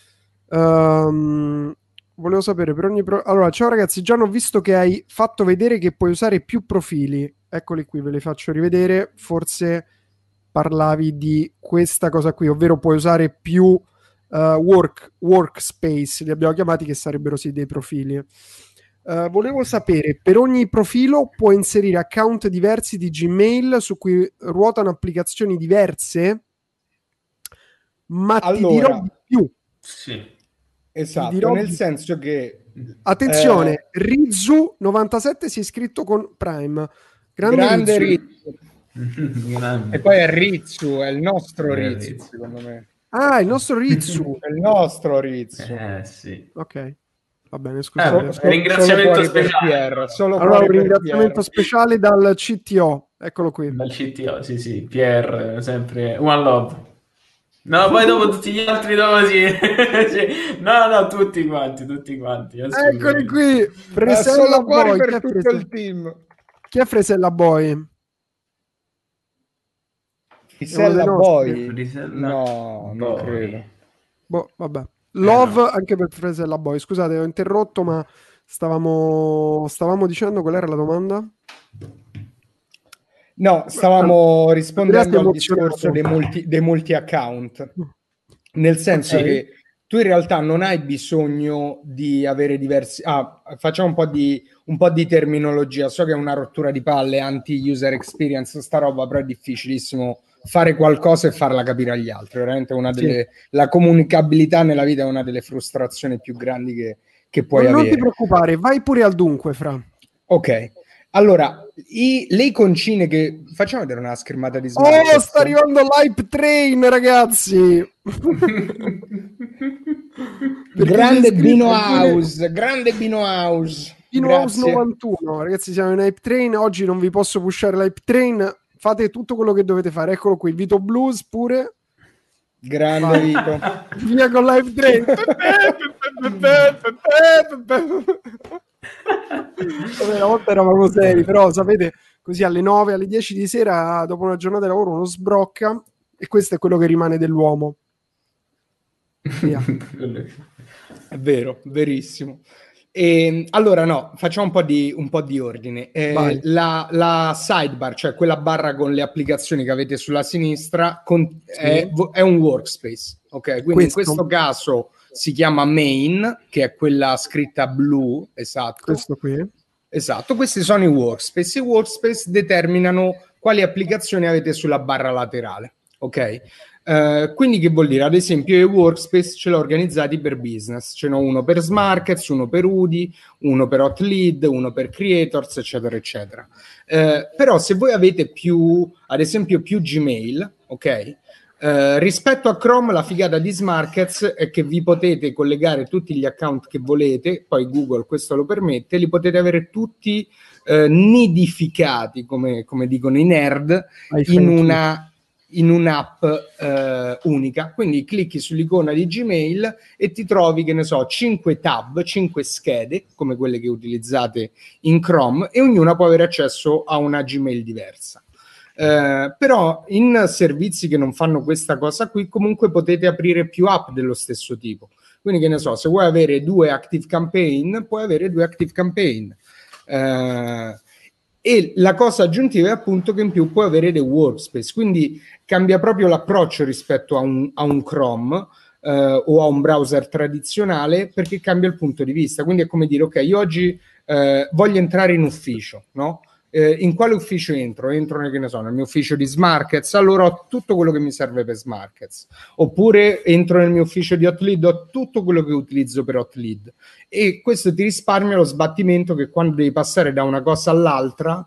Um, volevo sapere per ogni... Pro... Allora, ciao ragazzi, già ho visto che hai fatto vedere che puoi usare più profili. Eccoli qui, ve li faccio rivedere. Forse parlavi di questa cosa qui, ovvero puoi usare più... Uh, work, workspace li abbiamo chiamati, che sarebbero sì dei profili. Uh, volevo sapere, per ogni profilo puoi inserire account diversi di Gmail su cui ruotano applicazioni diverse, ma allora, ti dirò di più. Sì, esatto, nel di... senso che attenzione, eh... Rizu novantasette si è iscritto con Prime. Grande, grande Rizu. Rizu. E poi è Rizu, è il nostro Rizu, Rizu, secondo me. Ah, il nostro Rizu. È il nostro Rizu. Eh, sì. Ok. Va bene, scusate. Eh, so, ringraziamento speciale. Solo allora, un ringraziamento speciale dal C T O. Eccolo qui. Dal C T O, sì, sì. Pierre, sempre one love. No, poi dopo tutti gli altri dopo sì. No, no, tutti quanti, tutti quanti. Eccoli qui. Fresella solo Boy. Per Chi, tutto è Fresella? Il team. Chi è Fresella Boy? Frisella Boy? Frisella no, Boy. Non credo. Boh, vabbè. Love eh no. Anche per Fresella Boy. Scusate, ho interrotto, ma stavamo stavamo dicendo qual era la domanda? No, stavamo Beh, rispondendo al discorso dei multi, dei multi account. Nel senso okay. che tu in realtà non hai bisogno di avere diversi... Ah, facciamo un po' di, un po' di terminologia. So che è una rottura di palle, anti-user experience, sta roba, però è difficilissimo fare qualcosa e farla capire agli altri. Veramente una delle... Sì. La comunicabilità nella vita è una delle frustrazioni più grandi che, che puoi non, avere. Non ti preoccupare, vai pure al dunque, Fra. Ok. Allora, i, le iconcine che... Facciamo vedere una schermata di Smartcats. Oh, sta arrivando l'hype train, ragazzi! Grande Bino House, grande Bino House. Bino House novantuno, ragazzi, siamo in hype train. Oggi non vi posso pushare l'hype train. Fate tutto quello che dovete fare. Eccolo qui, Vito Blues pure. Grande Vai. Vito. Via con l'hype train. Una volta eravamo seri, però sapete, così alle nove, alle dieci di sera, dopo una giornata di lavoro, uno sbrocca e questo è quello che rimane dell'uomo. Via. È vero, verissimo. E, allora no, facciamo un po' di, un po' di ordine. Eh, la, la sidebar, cioè quella barra con le applicazioni che avete sulla sinistra, con, sì. è, è un workspace, ok? Quindi questo. In questo caso si chiama main, che è quella scritta blu, esatto. Questo qui. Esatto, questi sono i workspace. I workspace determinano quali applicazioni avete sulla barra laterale, ok? Uh, quindi che vuol dire? Ad esempio i workspace ce l'ho organizzati per business, ce n'ho uno per Smarkets, uno per Udi, uno per Hot Lead, uno per Creators, eccetera eccetera. Uh, però se voi avete più, ad esempio più Gmail, ok? Uh, rispetto a Chrome la figata di Smarkets è che vi potete collegare tutti gli account che volete, poi Google questo lo permette, li potete avere tutti uh, nidificati, come, come dicono i nerd, in una... in un'app eh, unica, quindi clicchi sull'icona di Gmail e ti trovi, che ne so, cinque tab, cinque schede, come quelle che utilizzate in Chrome, e ognuna può avere accesso a una Gmail diversa. Eh, però in servizi che non fanno questa cosa qui, comunque potete aprire più app dello stesso tipo. Quindi, che ne so, se vuoi avere due Active Campaign, puoi avere due Active Campaign. Eh, E la cosa aggiuntiva è appunto che in più puoi avere dei workspace, quindi cambia proprio l'approccio rispetto a un, a un Chrome eh, o a un browser tradizionale, perché cambia il punto di vista. Quindi è come dire, ok, io oggi eh, voglio entrare in ufficio, no? Eh, in quale ufficio entro? Entro nel, che ne so, nel mio ufficio di Smarkets, allora ho tutto quello che mi serve per Smarkets. Oppure entro nel mio ufficio di Hot Lead, ho tutto quello che utilizzo per Hot Lead. E questo ti risparmia lo sbattimento che quando devi passare da una cosa all'altra,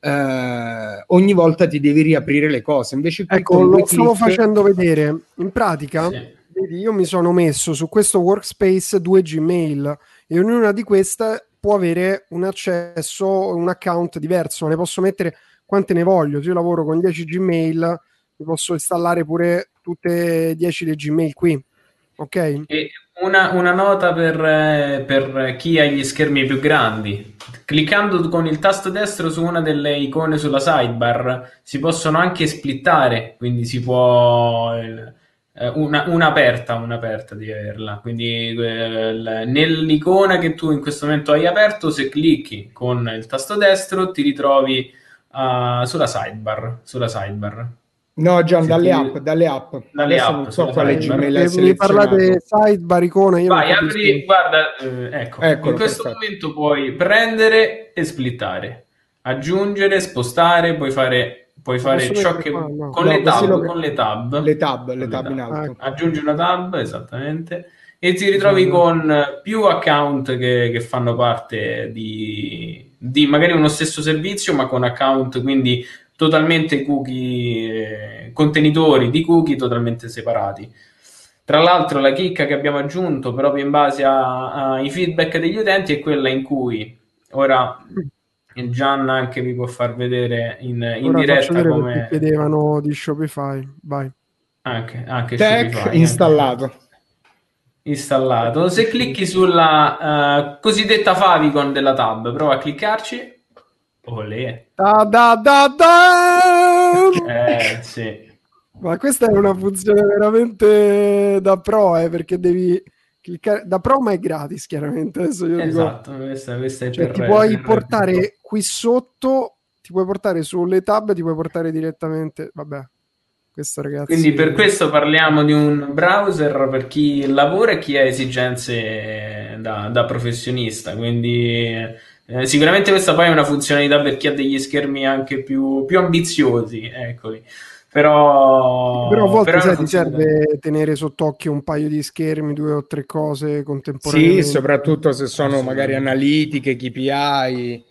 eh, ogni volta ti devi riaprire le cose. Invece qui ecco, lo stavo facendo vedere. In pratica, sì. Vedi, io mi sono messo su questo workspace due Gmail e ognuna di queste può avere un accesso, un account diverso, ne posso mettere quante ne voglio. Se io lavoro con dieci Gmail, mi posso installare pure tutte e dieci le Gmail qui, ok? E una, una nota per, eh, per chi ha gli schermi più grandi: cliccando con il tasto destro su una delle icone sulla sidebar si possono anche splittare, quindi si può... Eh, Una, un'aperta, un'aperta di averla, quindi eh, nell'icona che tu in questo momento hai aperto, se clicchi con il tasto destro ti ritrovi uh, sulla sidebar, sulla sidebar. No, Gian, dalle ti... app, dalle app. Dalle Adesso app, non so quale Gmail hai selezionato. Mi parlate sidebar, icona, io vai, apri, guarda, eh, ecco, Eccolo, in questo perfetto. momento puoi prendere e splittare, aggiungere, spostare, puoi fare puoi fare ciò che qua, no. con, no, le tab, lo... con le tab le tab le tab in alto, aggiungi una tab, esattamente, e ti ritrovi esatto. con più account che, che fanno parte di, di magari uno stesso servizio, ma con account quindi totalmente cookie, eh, contenitori di cookie totalmente separati. Tra l'altro la chicca che abbiamo aggiunto proprio in base ai feedback degli utenti è quella in cui ora Gian anche vi può far vedere in, in diretta come chiedevano di Shopify. Vai. Anche, anche Tech Shopify installato. Anche. Installato. Se clicchi sulla uh, cosiddetta favicon della tab, prova a cliccarci. Olè. Da da da da! Eh, sì. Ma questa è una funzione veramente da pro, eh, perché devi cliccare da pro, ma è gratis, chiaramente. Adesso io esatto, dico, questa, questa è cioè, per ti puoi per portare per... qui sotto, ti puoi portare sulle tab, ti puoi portare direttamente. Vabbè, questo ragazzi. Quindi per questo parliamo di un browser per chi lavora e chi ha esigenze da, da professionista. Quindi eh, sicuramente questa poi è una funzionalità per chi ha degli schermi anche più, più ambiziosi, eccoli. Però, però a volte però sai, ti serve tenere sott'occhio un paio di schermi, due o tre cose contemporaneamente. Sì, soprattutto se sono magari analitiche, K P I.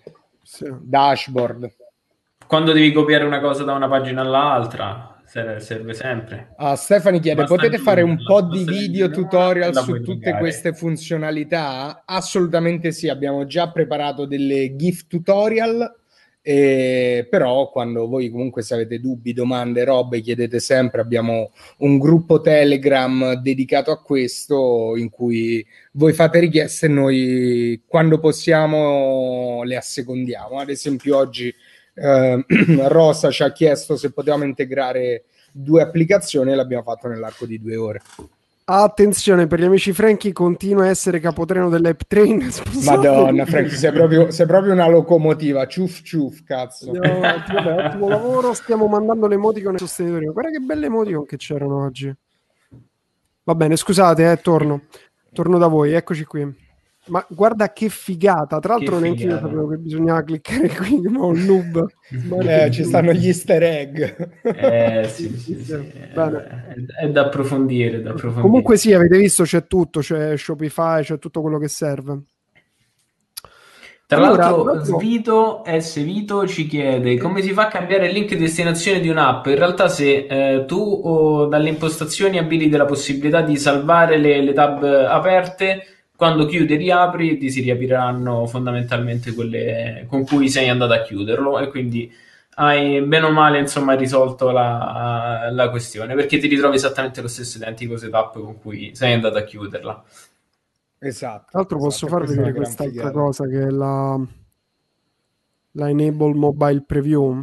Sì. Dashboard. Quando devi copiare una cosa da una pagina all'altra, serve, serve sempre. Ah, Stefani chiede, Basta potete fare un aggiungerla, po' di basta video aggiungerne una e tutorial la su puoi tutte drogare. queste funzionalità? Assolutamente sì, abbiamo già preparato delle GIF tutorial, eh, però quando voi comunque se avete dubbi, domande, robe, chiedete sempre, abbiamo un gruppo Telegram dedicato a questo in cui voi fate richieste e noi quando possiamo le assecondiamo. Ad esempio oggi eh, Rosa ci ha chiesto se potevamo integrare due applicazioni e l'abbiamo fatto nell'arco di due ore. Attenzione, per gli amici Franchi continua a essere capotreno dell'App Train. Madonna, Franchi, sei proprio, sei proprio una locomotiva. Ciuf ciuf, cazzo. Andiamo avanti. Vabbè, ottimo lavoro. Stiamo mandando le emoticon ai sostenitori. Guarda che belle emoticon che c'erano oggi. Va bene, scusate, eh, torno. Torno da voi, eccoci qui. Ma guarda che figata. Tra l'altro Che neanche io figata. sapevo che bisognava cliccare qui, ma un noob. Eh, ci stanno gli easter egg. Eh, sì, sì, sì. Bene. È, è da approfondire, da approfondire. Comunque sì, avete visto, c'è tutto, c'è Shopify, c'è tutto quello che serve. Tra Allora, l'altro, proprio- Svito S. Vito ci chiede come si fa a cambiare il link destinazione di un'app. In realtà, se eh, tu oh, dalle impostazioni abiliti la possibilità di salvare le, le tab aperte, quando chiudi e riapri, ti si riapriranno fondamentalmente quelle con cui sei andato a chiuderlo, e quindi hai bene o male insomma risolto la, la questione, perché ti ritrovi esattamente lo stesso identico setup con cui sei andato a chiuderla. Esatto. Tra l'altro posso esatto, far questa è vedere una gran quest'altra figata. cosa che è la, la Enable Mobile Preview.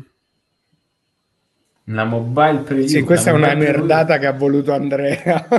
La mobile preview. Sì, questa è la una mobile nerdata preview. che ha voluto Andrea.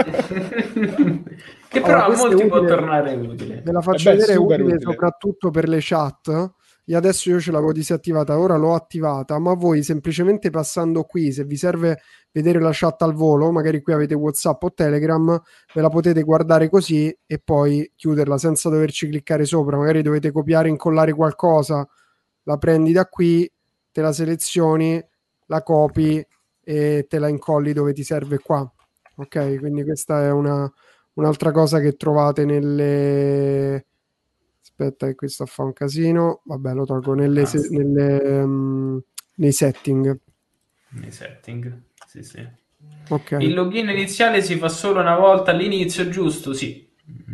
Che però Allora, a questo è molti può utile, tornare utile. ve la E faccio beh, vedere, è super utile utile. soprattutto per le chat. E adesso io ce l'avevo disattivata, ora l'ho attivata, ma voi semplicemente passando qui, se vi serve vedere la chat al volo, magari qui avete WhatsApp o Telegram, ve la potete guardare così e poi chiuderla senza doverci cliccare sopra. Magari dovete copiare, incollare qualcosa, la prendi da qui, te la selezioni, la copi e te la incolli dove ti serve qua. Ok, quindi questa è una un'altra cosa che trovate nelle... Aspetta che questo fa un casino. Vabbè, lo tolgo nelle, se... nelle, um, nei setting. Nei setting, sì, sì. Ok. Il login iniziale si fa solo una volta all'inizio, giusto? Sì.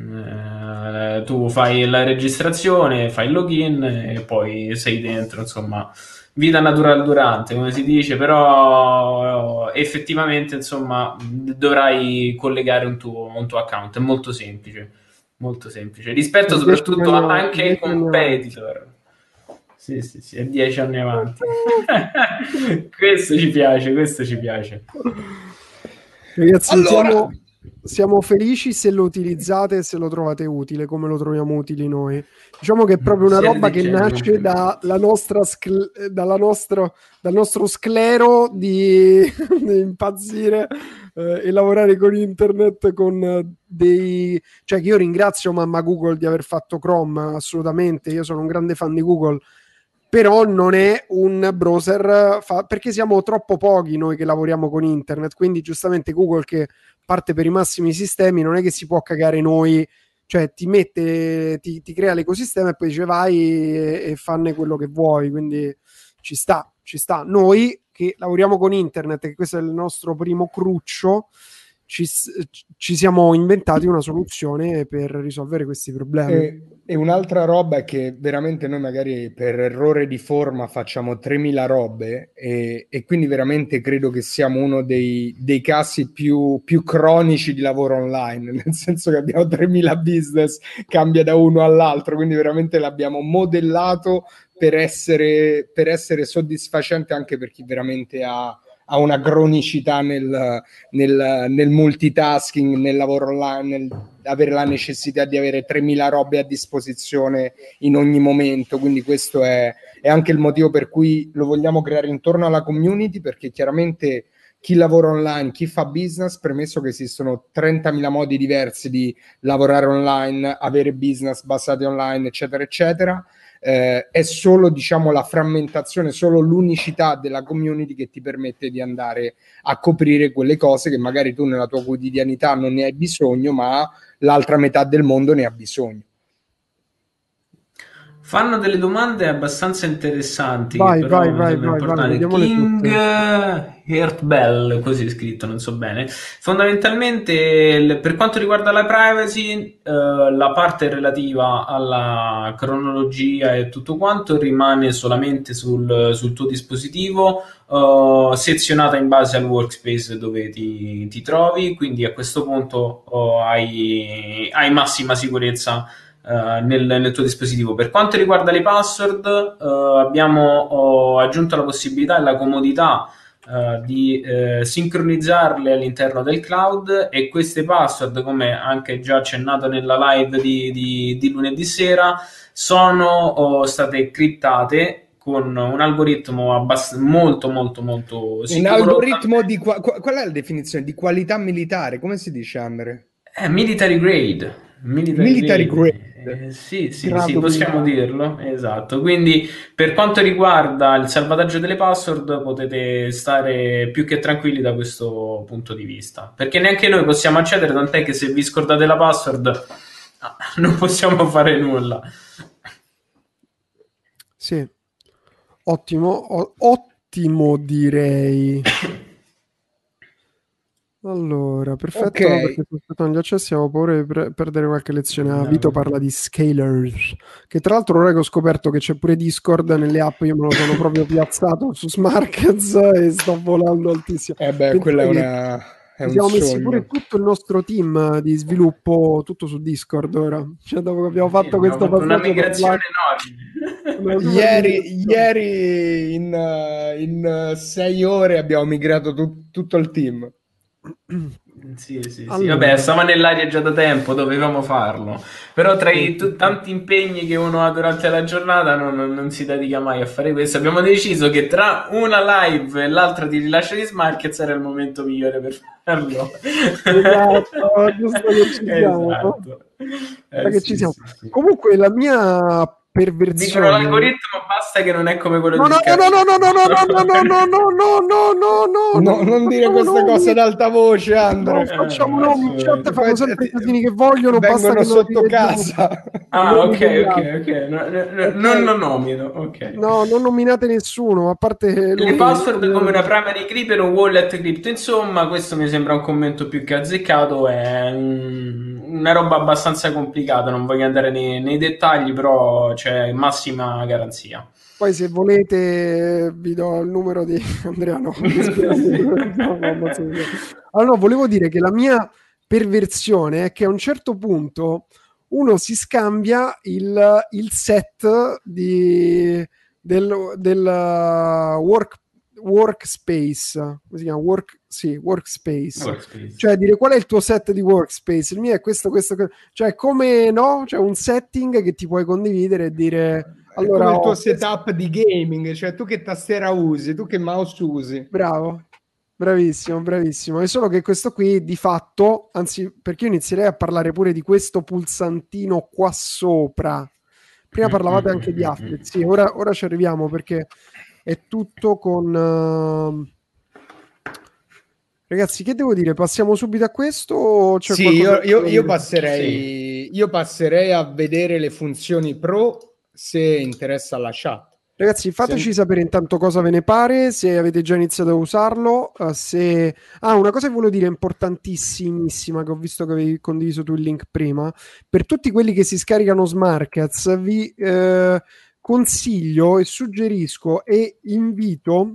Eh, tu fai la registrazione, fai il login e poi sei dentro, insomma, vita natural durante, come si dice, però effettivamente, insomma, dovrai collegare un tuo, un tuo account, è molto semplice, molto semplice, rispetto Cioè, dieci soprattutto anni a- avanti, anche ai dieci anni avanti. competitor. Sì, sì, sì, è dieci anni avanti. Questo ci piace, questo ci piace. Ragazzi, Allora, siamo, siamo felici se lo utilizzate e se lo trovate utile, come lo troviamo utili noi. Diciamo che è proprio una Siete roba dei che geni. nasce dalla nostra scl- dalla nostro, dal nostro sclero di, di impazzire eh, e lavorare con internet con eh, dei... Cioè che io ringrazio mamma Google di aver fatto Chrome, assolutamente, io sono un grande fan di Google, però non è un browser fa... perché siamo troppo pochi noi che lavoriamo con internet, quindi giustamente Google, che parte per i massimi sistemi, non è che si può cagare noi, cioè ti mette, ti, ti crea l'ecosistema e poi dice vai e, e fanne quello che vuoi, quindi ci sta, ci sta. Noi che lavoriamo con internet, che questo è il nostro primo cruccio, ci, ci siamo inventati una soluzione per risolvere questi problemi. E, e un'altra roba è che veramente noi magari per errore di forma facciamo tremila robe e, e quindi veramente credo che siamo uno dei, dei casi più, più cronici di lavoro online, nel senso che abbiamo tremila business, cambia da uno all'altro, quindi veramente l'abbiamo modellato per essere, per essere soddisfacente anche per chi veramente ha, ha una cronicità nel, nel, nel multitasking, nel lavoro online, nel avere la necessità di avere tremila robe a disposizione in ogni momento. Quindi questo è, è anche il motivo per cui lo vogliamo creare intorno alla community, perché chiaramente chi lavora online, chi fa business, premesso che esistono trentamila modi diversi di lavorare online, avere business basati online, eccetera, eccetera, eh, è solo, diciamo, la frammentazione, solo l'unicità della community che ti permette di andare a coprire quelle cose che magari tu nella tua quotidianità non ne hai bisogno, ma l'altra metà del mondo ne ha bisogno. Fanno delle domande abbastanza interessanti Vai, che però vai, mi vai, sembra vai, vai, importante. vediamole King tutte. Heartbell, così è scritto, non so bene. Fondamentalmente, il- per quanto riguarda la privacy, eh, la parte relativa alla cronologia e tutto quanto rimane solamente sul, sul tuo dispositivo, eh, sezionata in base al workspace dove ti, ti trovi. Quindi a questo punto oh, hai, hai massima sicurezza Uh, nel, nel tuo dispositivo. Per quanto riguarda le password, uh, abbiamo oh, aggiunto la possibilità e la comodità uh, di uh, sincronizzarle all'interno del cloud, e queste password, come anche già accennato nella live di, di, di lunedì sera, sono oh, state criptate con un algoritmo abbast- molto molto molto Un sicuro. algoritmo di... Qua- qual è la definizione? Di qualità militare? Come si dice, Andre? Eh, military grade. Military Military grade. grade. Eh, sì, sì, sì, Grado possiamo militare. dirlo, esatto. Quindi per quanto riguarda il salvataggio delle password, potete stare più che tranquilli da questo punto di vista, perché neanche noi possiamo accedere, tant'è che se vi scordate la password ah, non possiamo fare nulla. Sì, ottimo, o- ottimo direi. Allora, Ok, perfetto, no, perché sto aspettando gli accessi, avevo paura di pre- perdere qualche lezione. Ah, Vito parla di scalers, che tra l'altro ora che ho scoperto che c'è pure Discord nelle app, io me lo sono proprio piazzato su Smarkets e sto volando altissimo. eh beh, quella è, Pensate che una... è ci un siamo messi pure sogno. tutto il nostro team di sviluppo, tutto su Discord ora. Cioè, dopo che abbiamo Sì, fatto abbiamo questo fatto una passaggio da migrazione Slack, una enorme. super Ieri, migrazione. ieri in, eh, in, eh, sei ore abbiamo migrato tu- tutto il team. Sì, sì, sì, vabbè, Allora, stava nell'aria già da tempo, dovevamo farlo. Però tra sì, i sì, tu- sì. tanti impegni che uno ha durante la giornata non, non- non si dedica mai a fare questo. Abbiamo deciso che tra una live e l'altra di rilascio di Smarkets era il momento migliore per farlo. Esatto, giusto che ci siamo, no? Esatto. Guarda Eh, che ci sì, siamo. sì, sì. Comunque la mia Dicono perversione. l'algoritmo basta che non è come quello No, di no, no, no, no, Skype. no, no, no, no, no, no, no, no, no, no, No, non non dire facciamo questa cosa nomi. ad alta voce, Non Andre. Eh, facciamo no, nomi, in chat Che assolutamente. fanno poi ti- sempre i ti- casini che vogliono, basta vengono che non li sotto leggiamo casa. Ah, noi ok, ok, degli ok. No, no, no, non Ok? lo nomino, ok. No, non nominate nessuno, a parte Le lui. password come una primary key per un wallet crypto, insomma, questo mi sembra un commento più che azzeccato, è un- una roba abbastanza complicata, non voglio andare nei, nei dettagli, però c'è massima garanzia. Poi se volete vi do il numero di Andrea, no, mi spiegate quello che stiamo ammazzando. Allora, no, volevo dire che la mia perversione è che a un certo punto uno si scambia il, il set di, del, del uh, work, workspace, come si chiama? Work, sì, workspace. Workspace. Cioè dire qual è il tuo set di workspace? Il mio è questo, questo, questo. Cioè come no? C'è un setting che ti puoi condividere e dire È come allora il tuo ho questo. setup di gaming, cioè tu che tastiera usi, tu che mouse usi. Bravo, bravissimo, bravissimo. È solo che questo qui di fatto, anzi, perché io inizierei a parlare pure di questo pulsantino qua sopra. Prima Mm, parlavate mm, anche di mm, Afflet, mm. sì, ora, ora ci arriviamo perché è tutto con... uh, Ragazzi, che devo dire? Passiamo subito a questo o c'è Sì, io, qualcos'altro io- da io dire? Sì. passerei, io passerei a vedere le funzioni pro se interessa la chat. Ragazzi, Se- fateci sapere intanto cosa ve ne pare, se avete già iniziato a usarlo, eh, se... Ah, una cosa che volevo dire importantissimissima, che ho visto che avevi condiviso tu il link prima, per tutti quelli che si scaricano Smarkets, vi eh, consiglio e suggerisco e invito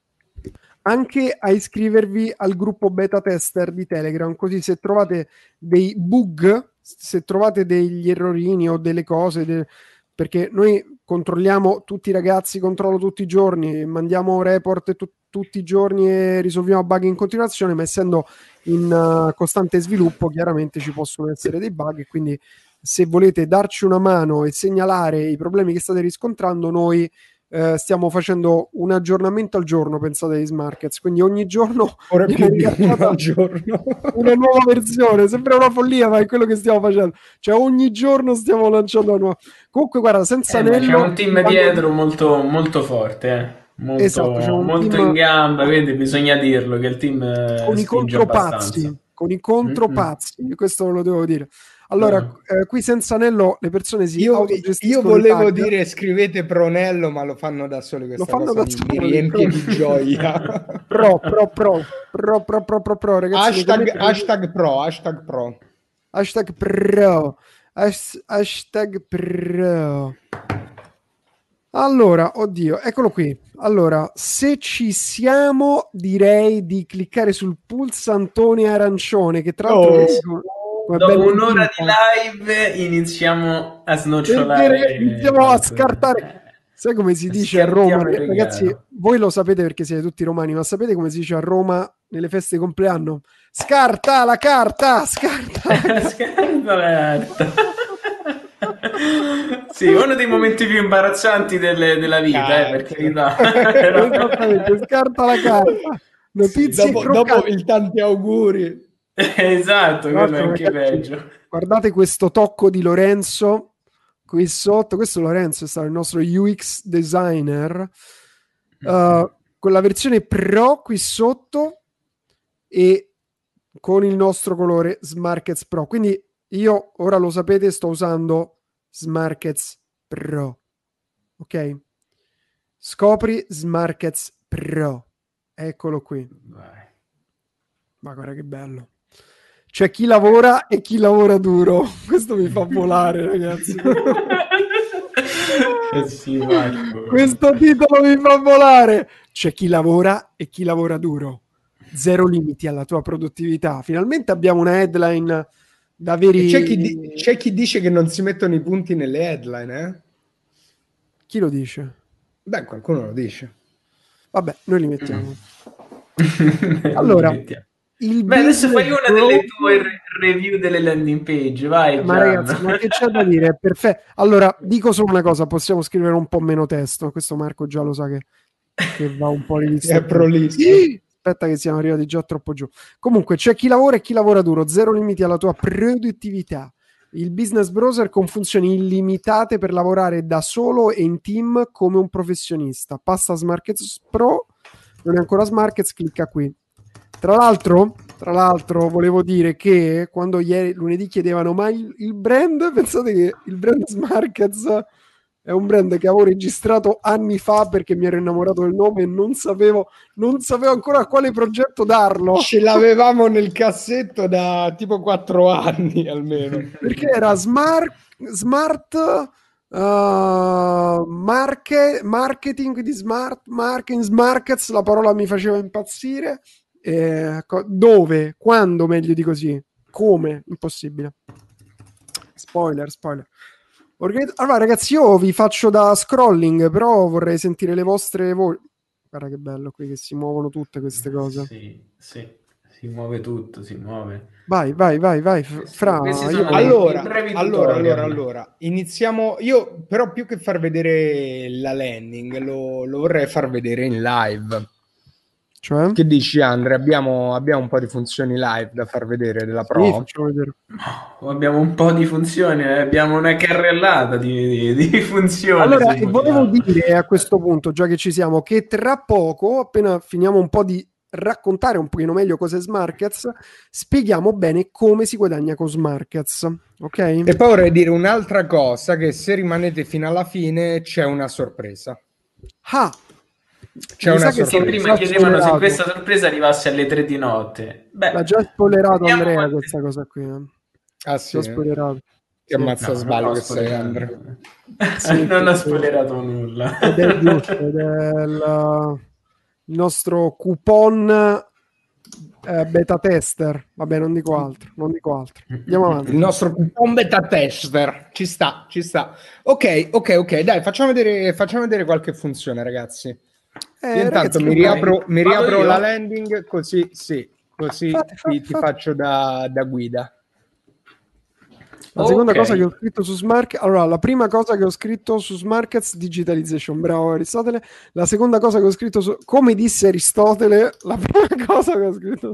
anche a iscrivervi al gruppo beta tester di Telegram, così se trovate dei bug, se trovate degli errorini o delle cose, de- perché noi controlliamo tutti i ragazzi, controllo tutti i giorni, mandiamo report tu- tutti i giorni e risolviamo bug in continuazione, ma essendo in uh, costante sviluppo chiaramente ci possono essere dei bug e quindi se volete darci una mano e segnalare i problemi che state riscontrando, noi eh, stiamo facendo un aggiornamento al giorno, pensate ai Smarkets, quindi ogni giorno Ora viene più di uno rilasciata al giorno. una nuova versione. Sembra una follia, ma è quello che stiamo facendo. Cioè, ogni giorno stiamo lanciando una nuova. Comunque, guarda, senza Eh, ma c'è anello un vi team vanno di... dietro molto, molto forte, eh. Molto, Esatto, c'è un molto in team gamba, vedi, bisogna dirlo che il team eh, con i spinge abbastanza. contropazzi, con i Mm-mm. contropazzi, questo lo devo dire. Allora, No. eh, qui senza anello le persone si Io, autogestiscono io i volevo tag. dire scrivete Pronello, ma lo fanno da soli. Lo Questa fanno cosa da mi, mi soli, riempie pro. di gioia. Pro, pro, pro, pro, pro, pro, pro, pro, ragazzi, nei Hashtag, commenti- hashtag pro, hashtag pro. hashtag pro, Hash- hashtag pro. Allora, oddio, eccolo qui. Allora, se ci siamo, direi di cliccare sul pulsantone arancione, che tra l'altro Oh. vedi come- come è Dopo bello un'ora di indito. live iniziamo a Perché snocciolare. iniziamo a qualcosa. scartare. Sai come si dice a Schiantiamo Roma? il Ragazzi, regalo. voi lo sapete perché siete tutti romani, ma sapete come si dice a Roma nelle feste di compleanno? Scarta la carta! Scarta la carta! Scarta aperta. Sì, uno dei momenti più imbarazzanti delle- della vita, eh, per carità. Esattamente, scarta la carta. Notizie Dopo, croccanti. dopo il tanti auguri. Esatto, Tra quello è l'altro, anche ragazzi, peggio. guardate questo tocco di Lorenzo qui sotto. Questo Lorenzo è stato il nostro U X designer uh, con la versione Pro qui sotto e con il nostro colore Smarkets Pro. Quindi io ora lo sapete, sto usando Smarkets Pro. Ok? Scopri Smarkets Pro. Eccolo qui. Vai. Ma guarda che bello. C'è chi lavora e chi lavora duro. Questo mi fa volare, ragazzi. Eh sì, Marco. Questo titolo mi fa volare. C'è chi lavora e chi lavora duro. Zero limiti alla tua produttività. Finalmente abbiamo una headline da veri... E c'è chi, di- c'è chi dice che non si mettono i punti nelle headline, eh? Chi lo dice? Beh, qualcuno lo dice. Vabbè, noi li mettiamo. Allora, il beh, adesso fai business una delle growth- tue re- review delle landing page, vai. Ma Gian. ragazzi, ma che c'è da dire? È perfetto. Allora, dico solo una cosa, possiamo scrivere un po' meno testo. Questo Marco già lo sa che, che va un po' rivisto. È prolisso. Aspetta che siamo arrivati già troppo giù. Comunque, c'è chi lavora e chi lavora duro. Zero limiti alla tua produttività. Il business browser con funzioni illimitate per lavorare da solo e in team come un professionista. Passa a Smarkets Pro. Non è ancora Smarkets, clicca qui. Tra l'altro, tra l'altro, volevo dire che quando ieri, lunedì, chiedevano ma il, il brand, pensate che il brand Smarkets è un brand che avevo registrato anni fa perché mi ero innamorato del nome e non sapevo, non sapevo ancora a quale progetto darlo. Ce l'avevamo nel cassetto da tipo quattro anni almeno. Perché era smart, smart uh, market, marketing di smart, marketing, Smarkets, la parola mi faceva impazzire. Eh, dove? Quando? Meglio di così. Come? Impossibile. Spoiler, spoiler. Organi- allora, ragazzi, io vi faccio da scrolling, però vorrei sentire le vostre voci. Guarda che bello qui che si muovono tutte queste cose. Sì, sì, si muove tutto, si muove. Vai, vai, vai, vai. Fra, Questi io... sono dei- Allora, dei brevi allora, tutorial. allora, allora, iniziamo. Io però più che far vedere la landing, lo, lo vorrei far vedere in live. Cioè? Che dici, Andre? Abbiamo, abbiamo un po' di funzioni live da far vedere della Pro? Sì, facciamo vedere. Abbiamo un po' di funzioni, eh, abbiamo una carrellata di, di, di funzioni. Allora, sul e volevo modello. dire a questo punto, già che ci siamo, che tra poco, appena finiamo un po' di raccontare un pochino meglio cos'è Smarkets, spieghiamo bene come si guadagna con Smarkets, ok? E poi vorrei dire un'altra cosa, che se rimanete fino alla fine c'è una sorpresa. Ah! C'è Mi una sa che sorpresa. Che prima già chiedevano se spoilerato. questa sorpresa arrivasse alle tre di notte. Beh, L'ha già spoilerato vediamo Andrea quante- questa cosa qui. Eh. Ah sì? Già spoilerato. Che Sì. ammazza No, sballo non ho che sei, spoilerato. Andre. Sì, non sì, ho sì. spoilerato nulla. Ed è giusto, ed è il, il nostro coupon eh, beta tester. Vabbè, non dico altro, non dico altro. Andiamo avanti. Il nostro coupon beta tester. Ci sta, ci sta. Ok, ok, ok. Dai, facciamo vedere, facciamo vedere qualche funzione, ragazzi. Eh, Io intanto ragazzi, mi che riapro, vai. mi Vado riapro io? la landing, così sì, così Fate, fate, ti, ti fate. faccio da, da guida. La seconda Ok. cosa che ho scritto su Smart, allora la prima cosa che ho scritto su Smarkets, digitalization, bravo Aristotele. La seconda cosa che ho scritto su, come disse Aristotele, la prima cosa che ho scritto,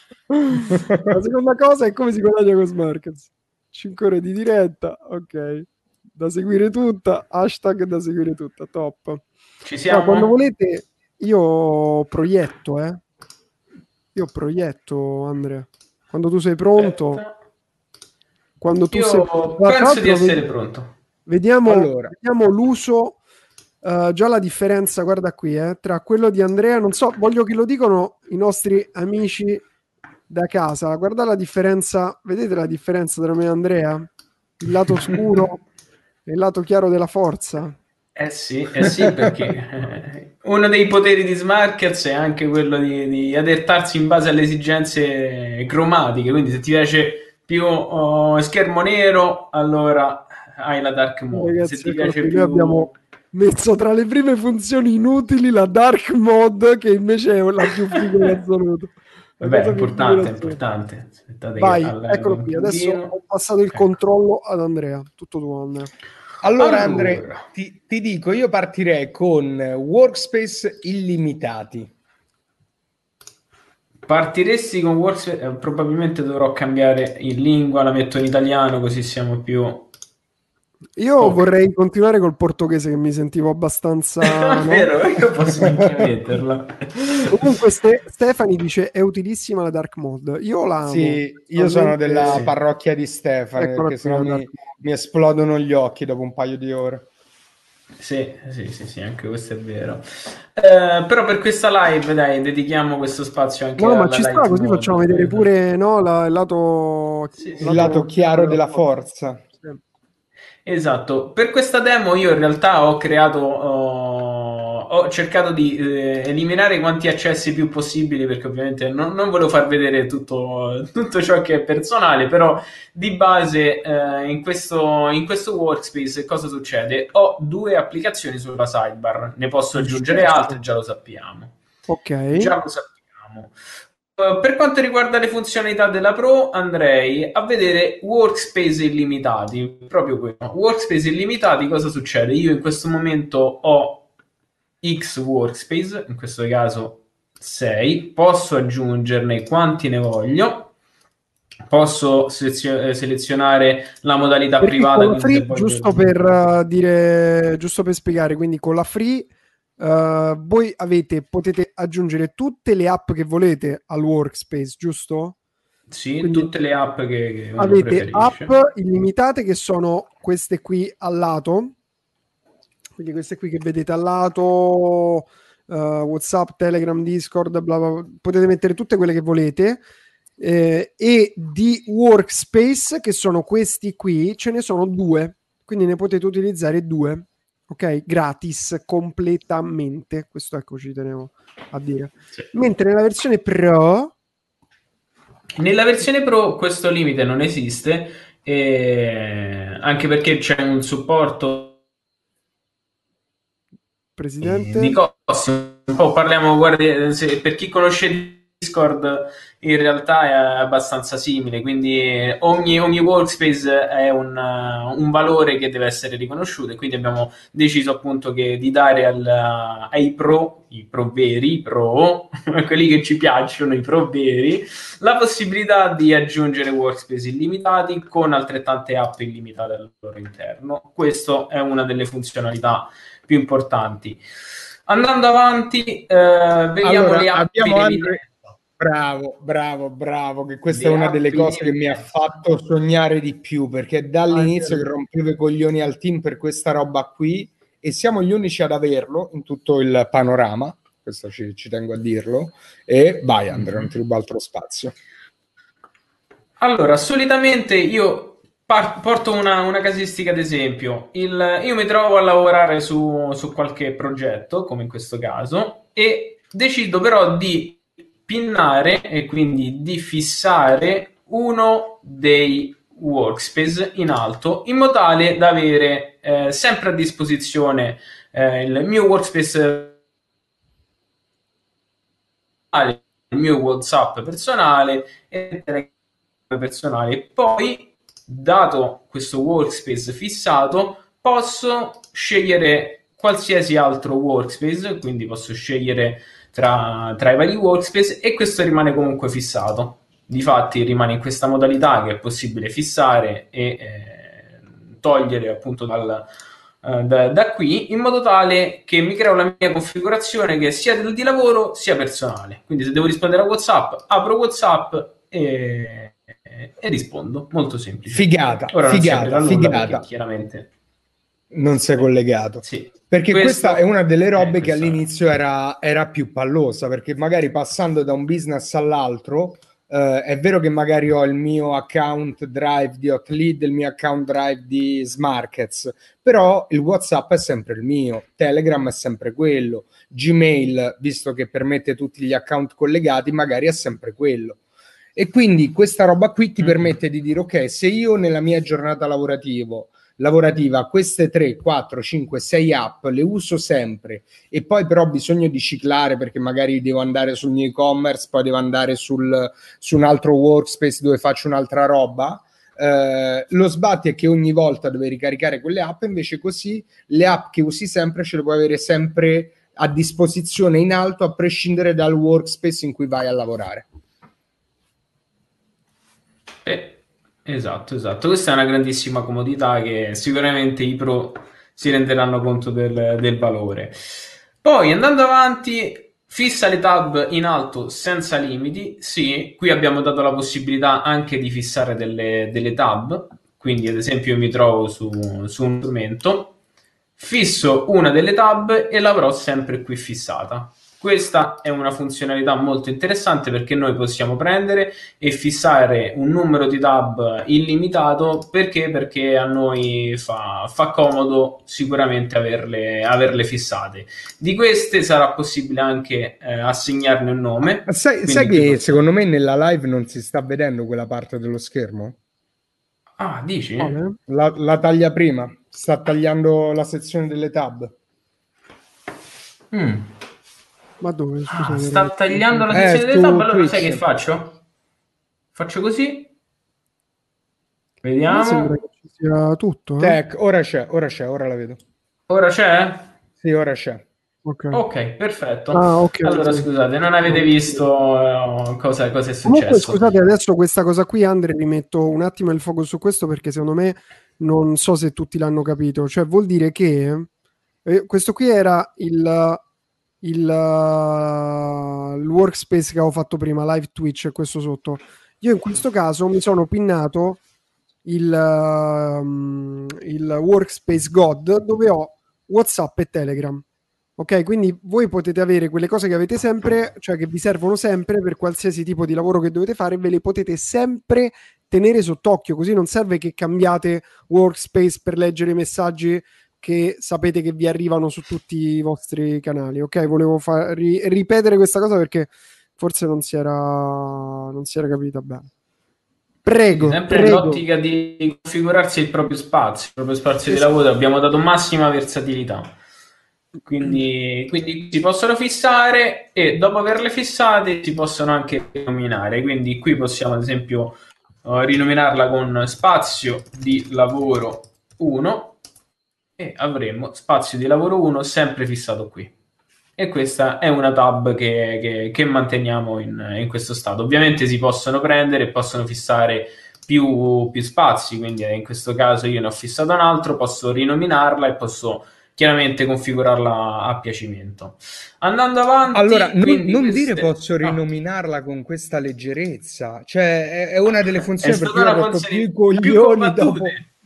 la seconda cosa è come si guadagna con Smarkets. cinque ore di diretta, ok, da seguire tutta, hashtag da seguire tutta, top. Ci Allora, siamo? quando volete, io proietto, eh. Io proietto, Andrea. Quando tu sei pronto, Aspetta. quando tu Io sei... penso di essere pronto. Vediamo, allora. vediamo l'uso, uh, già la differenza, guarda qui, eh, tra quello di Andrea, non so, voglio che lo dicano i nostri amici da casa. Guarda la differenza, vedete la differenza tra me e Andrea? Il lato scuro e il lato chiaro della forza. Eh sì, eh sì, perché eh, uno dei poteri di Smarkers è anche quello di, di adattarsi in base alle esigenze cromatiche, quindi se ti piace più oh, schermo nero, allora hai la dark mode. Ragazzi, Se ti eccolo piace qui, più... noi abbiamo messo tra le prime funzioni inutili la dark mode, che invece è la più figa in assoluto. La Vabbè, è cosa più figa in importante, è assoluto. importante. Aspettate Vai, che allego eccolo un qui, adesso pochino. ho passato il Ecco. controllo ad Andrea, tutto tuo Andrea. Allora, Allora. Andrea, ti, ti dico, io partirei con workspace illimitati. Partiresti con workspace? Eh, probabilmente dovrò cambiare in lingua, la metto in italiano così siamo più... Io Ok. vorrei continuare col portoghese, che mi sentivo abbastanza... no? Vero, io posso anche metterla. Comunque Ste- Stefani dice è utilissima la dark mode. Io la amo. Sì, io sono della Sì. parrocchia di Stefano, Eccola perché qui, sennò la mi, dark mode. mi esplodono gli occhi dopo un paio di ore. Sì, sì, sì, sì, anche questo è vero. Eh, però per questa live, dai, dedichiamo questo spazio anche No, ma alla ci sta, light così mode. facciamo vedere pure no, la- il lato, Sì, Il sì. lato chiaro della forza. Sì. Esatto, per questa demo io in realtà ho creato, ho, ho cercato di eh, eliminare quanti accessi più possibili perché ovviamente non, non volevo far vedere tutto, tutto ciò che è personale, però di base eh, in questo, in questo workspace cosa succede? Ho due applicazioni sulla sidebar, ne posso aggiungere altre, già lo sappiamo. Ok. Già lo sappiamo. Uh, per quanto riguarda le funzionalità della Pro, andrei a vedere workspace illimitati. Proprio quello. Workspace illimitati, cosa succede? Io in questo momento ho X workspace, in questo caso sei, posso aggiungerne quanti ne voglio. Posso selezio- selezionare la modalità Perché privata, con la quindi se free, voglio... giusto per uh, dire, giusto per spiegare, quindi con la free uh, voi avete, potete aggiungere tutte le app che volete al workspace, giusto? Sì, Quindi tutte le app che, che uno avete preferisce. app illimitate che sono queste qui al lato, quindi queste qui che vedete al lato, uh, WhatsApp, Telegram, Discord, bla bla bla. Potete mettere tutte quelle che volete. Eh, e di workspace, che sono questi qui, ce ne sono due, quindi ne potete utilizzare due, ok? Gratis completamente. Questo, ecco, ci tenevo a dire. Sì. Mentre nella versione Pro, nella versione Pro questo limite non esiste, eh, anche perché c'è un supporto presidente, di costi. Un po' parliamo, guardi, se, per chi conosce Discord, in realtà è abbastanza simile, quindi ogni, ogni workspace è un, un valore che deve essere riconosciuto, e quindi abbiamo deciso appunto che di dare al, ai pro, i pro veri, i pro, quelli che ci piacciono, i pro veri, la possibilità di aggiungere workspace illimitati con altrettante app illimitate al loro interno. Questa è una delle funzionalità più importanti. Andando avanti, eh, vediamo Allora, le app abbiamo in anche... evidenza. Bravo, bravo, bravo, che questa Le è una app delle in cose che mi ha evidenza. fatto sognare di più, perché dall'inizio che rompevo i coglioni al team per questa roba qui, e siamo gli unici ad averlo in tutto il panorama, questo ci, ci tengo a dirlo, e vai Andrea, non ti rubo altro spazio. Allora, solitamente io par- porto una, una casistica ad esempio. Il, io mi trovo a lavorare su, su qualche progetto, come in questo caso, e decido però di pinnare e quindi di fissare uno dei workspace in alto in modo tale da avere eh, sempre a disposizione eh, il mio workspace, il mio WhatsApp personale e personale. E poi, dato questo workspace fissato, posso scegliere qualsiasi altro workspace, quindi posso scegliere tra, tra i vari workspace, e questo rimane comunque fissato. Difatti rimane in questa modalità che è possibile fissare e eh, togliere appunto dal, eh, da, da qui, in modo tale che mi creo la mia configurazione che è sia del di lavoro sia personale. Quindi se devo rispondere a WhatsApp, apro WhatsApp e e, e rispondo, molto semplice. Figata, Ora figata, non si figata. perché chiaramente non sei collegato. Sì. Perché Questo, questa è una delle robe eh, che all'inizio era, era più pallosa, perché magari passando da un business all'altro, eh, è vero che magari ho il mio account Drive di Hotlead, il mio account Drive di Smarkets, però il WhatsApp è sempre il mio, Telegram è sempre quello, Gmail, visto che permette tutti gli account collegati, magari è sempre quello. E quindi questa roba qui ti mm-hmm. permette di dire, ok, se io nella mia giornata lavorativa lavorativa queste tre, quattro, cinque, sei app le uso sempre e poi però ho bisogno di ciclare perché magari devo andare sul mio e-commerce, poi devo andare sul, su un altro workspace dove faccio un'altra roba, eh, lo sbatti è che ogni volta devi ricaricare quelle app, invece così le app che usi sempre ce le puoi avere sempre a disposizione in alto a prescindere dal workspace in cui vai a lavorare. Eh. Esatto, esatto. Questa è una grandissima comodità che sicuramente i pro si renderanno conto del, del valore. Poi andando avanti, fissa le tab in alto senza limiti. Sì, qui abbiamo dato la possibilità anche di fissare delle, delle tab. Quindi ad esempio io mi trovo su, su un strumento, fisso una delle tab e l'avrò sempre qui fissata. Questa è una funzionalità molto interessante perché noi possiamo prendere e fissare un numero di tab illimitato. Perché? Perché a noi fa, fa comodo sicuramente averle, averle fissate. Di queste sarà possibile anche eh, assegnarne un nome. Sai, sai che possiamo... secondo me nella live non si sta vedendo quella parte dello schermo? Ah, dici? La, la taglia prima, sta tagliando la sezione delle tab. Mm. Ma dove? Scusate, ah, sta tagliando la sezione eh, delle tab, allora Twitch. Sai che faccio? Faccio così. Vediamo. Mi sembra che ci sia tutto. Eh? Tech, ora c'è, ora c'è, ora la vedo. Ora c'è? Sì, ora c'è. Ok, okay, perfetto. Ah, okay, allora sì. scusate, non avete visto uh, cosa, cosa è successo. Comunque, scusate, adesso questa cosa qui, Andre, rimetto un attimo il focus su questo perché secondo me non so se tutti l'hanno capito. Cioè, vuol dire che eh, questo qui era il... Il, uh, il workspace che avevo fatto prima, live Twitch, e questo sotto. Io in questo caso mi sono pinnato il, uh, il workspace God dove ho WhatsApp e Telegram. Ok, quindi voi potete avere quelle cose che avete sempre, cioè che vi servono sempre per qualsiasi tipo di lavoro che dovete fare, ve le potete sempre tenere sott'occhio, così non serve che cambiate workspace per leggere i messaggi che sapete che vi arrivano su tutti i vostri canali. Ok, volevo fa- ri- ripetere questa cosa perché forse non si era non si era capita bene. Prego, sì, sempre prego. nell'ottica di configurarsi il proprio spazio, il proprio spazio esatto. di lavoro, abbiamo dato massima versatilità. Quindi, quindi si possono fissare e dopo averle fissate si possono anche rinominare. Quindi qui possiamo ad esempio uh, rinominarla con spazio di lavoro uno e avremo spazio di lavoro uno sempre fissato qui. E questa è una tab che, che, che manteniamo in, in questo stato. Ovviamente si possono prendere e possono fissare più, più spazi, quindi in questo caso io ne ho fissato un altro, posso rinominarla e posso chiaramente configurarla a piacimento. Andando avanti, allora non, non queste... dire posso rinominarla ah. con questa leggerezza, cioè è, è una delle funzioni per cui ho rotto più i coglioni dopo.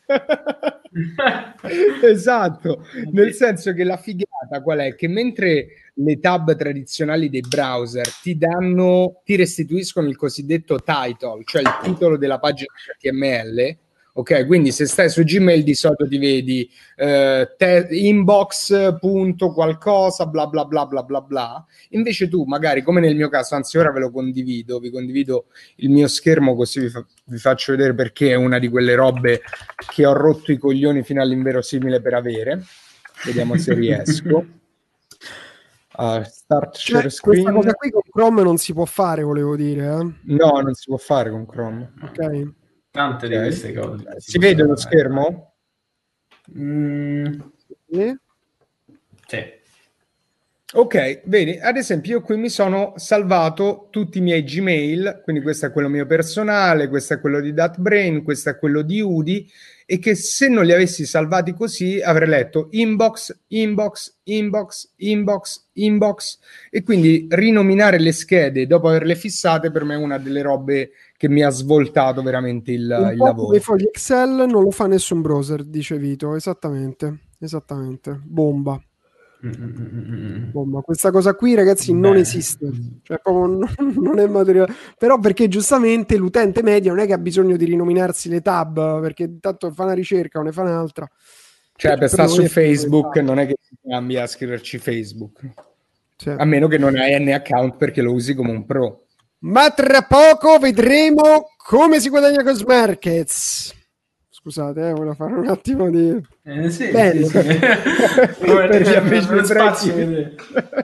Esatto, nel senso che la figata qual è? Che mentre le tab tradizionali dei browser ti danno, ti restituiscono il cosiddetto title, cioè il titolo della pagina H T M L. Ok, quindi se stai su Gmail di solito ti vedi eh, te, inbox punto qualcosa bla bla bla bla bla bla. Invece tu magari, come nel mio caso, anzi ora ve lo condivido, vi condivido il mio schermo così vi, fa, vi faccio vedere perché è una di quelle robe che ho rotto i coglioni fino all'inverosimile per avere. Vediamo se riesco. Uh, start cioè, share screen. Questa cosa qui con Chrome non si può fare, volevo dire. Eh? No, non si può fare con Chrome. Ok. Tante okay. di queste cose. Si, si vede lo schermo? Mm. Sì. Sì. Ok, vedi, ad esempio io qui mi sono salvato tutti i miei Gmail, quindi questo è quello mio personale, questo è quello di DatBrain, questo è quello di Udi, e che se non li avessi salvati così avrei letto inbox, inbox, inbox, inbox, inbox, e quindi rinominare le schede dopo averle fissate per me è una delle robe che mi ha svoltato veramente il, Un il po' lavoro. come i fogli Excel non lo fa nessun browser, dice Vito, esattamente, esattamente, bomba. Bomba. Questa cosa qui, ragazzi, Beh. non esiste, cioè proprio non, non è materiale, però perché giustamente l'utente medio non è che ha bisogno di rinominarsi le tab, perché intanto fa una ricerca o ne fa un'altra. Cioè, per Per stare noi su è Facebook fondamentale. non è che si cambia a scriverci Facebook, Cioè. a meno che non hai N account perché lo usi come un pro. Ma tra poco vedremo come si guadagna con Smarkets. Scusate, eh, volevo fare un attimo di... Eh, sì, Bene. sì, sì. Per gli amici Uno spazio, ebrei.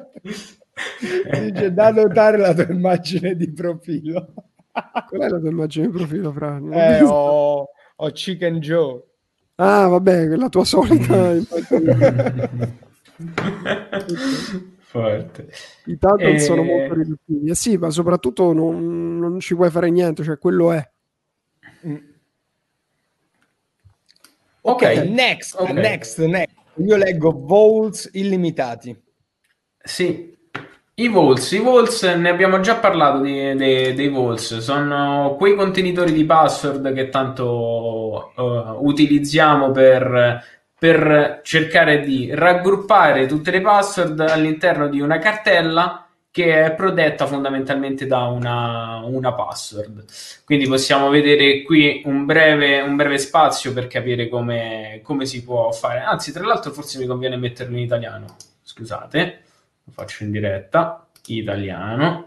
Dice da notare la tua immagine di profilo. Qual è la tua immagine di profilo, Fra? Non l'ho Eh, vista. ho, ho Chicken Joe. Ah, vabbè, la tua solita immagine. Forte. I title E... sono molto riduttivi. Eh sì, ma soprattutto non, non ci puoi fare niente, cioè quello è. Mm. Ok, Ok, next, ok. next, next. Io leggo Vaults illimitati. Sì, i Vaults, i Vaults ne abbiamo già parlato di- dei, dei Vaults, sono quei contenitori di password che tanto eh, utilizziamo per, per cercare di raggruppare tutte le password all'interno di una cartella che è protetta fondamentalmente da una, una password. Quindi possiamo vedere qui un breve, un breve spazio per capire come, come si può fare. Anzi, tra l'altro forse mi conviene metterlo in italiano, scusate. Lo faccio in diretta, italiano.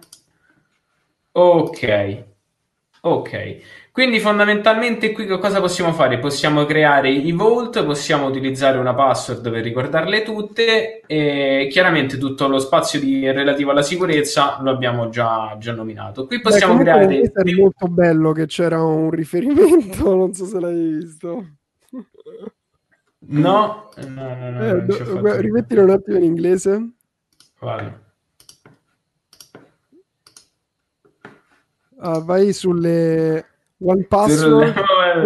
Ok, ok. Quindi fondamentalmente qui che cosa possiamo fare? Possiamo creare i vault, possiamo utilizzare una password per ricordarle tutte e chiaramente tutto lo spazio di, relativo alla sicurezza lo abbiamo già, già nominato. Qui Beh, possiamo comunque creare... questo è molto bello che c'era un riferimento, non so se l'hai visto. No, no, no, no, Eh, non ci ho do, fatto rimettilo un attimo in inglese. Vale. Uh, vai sulle One Password.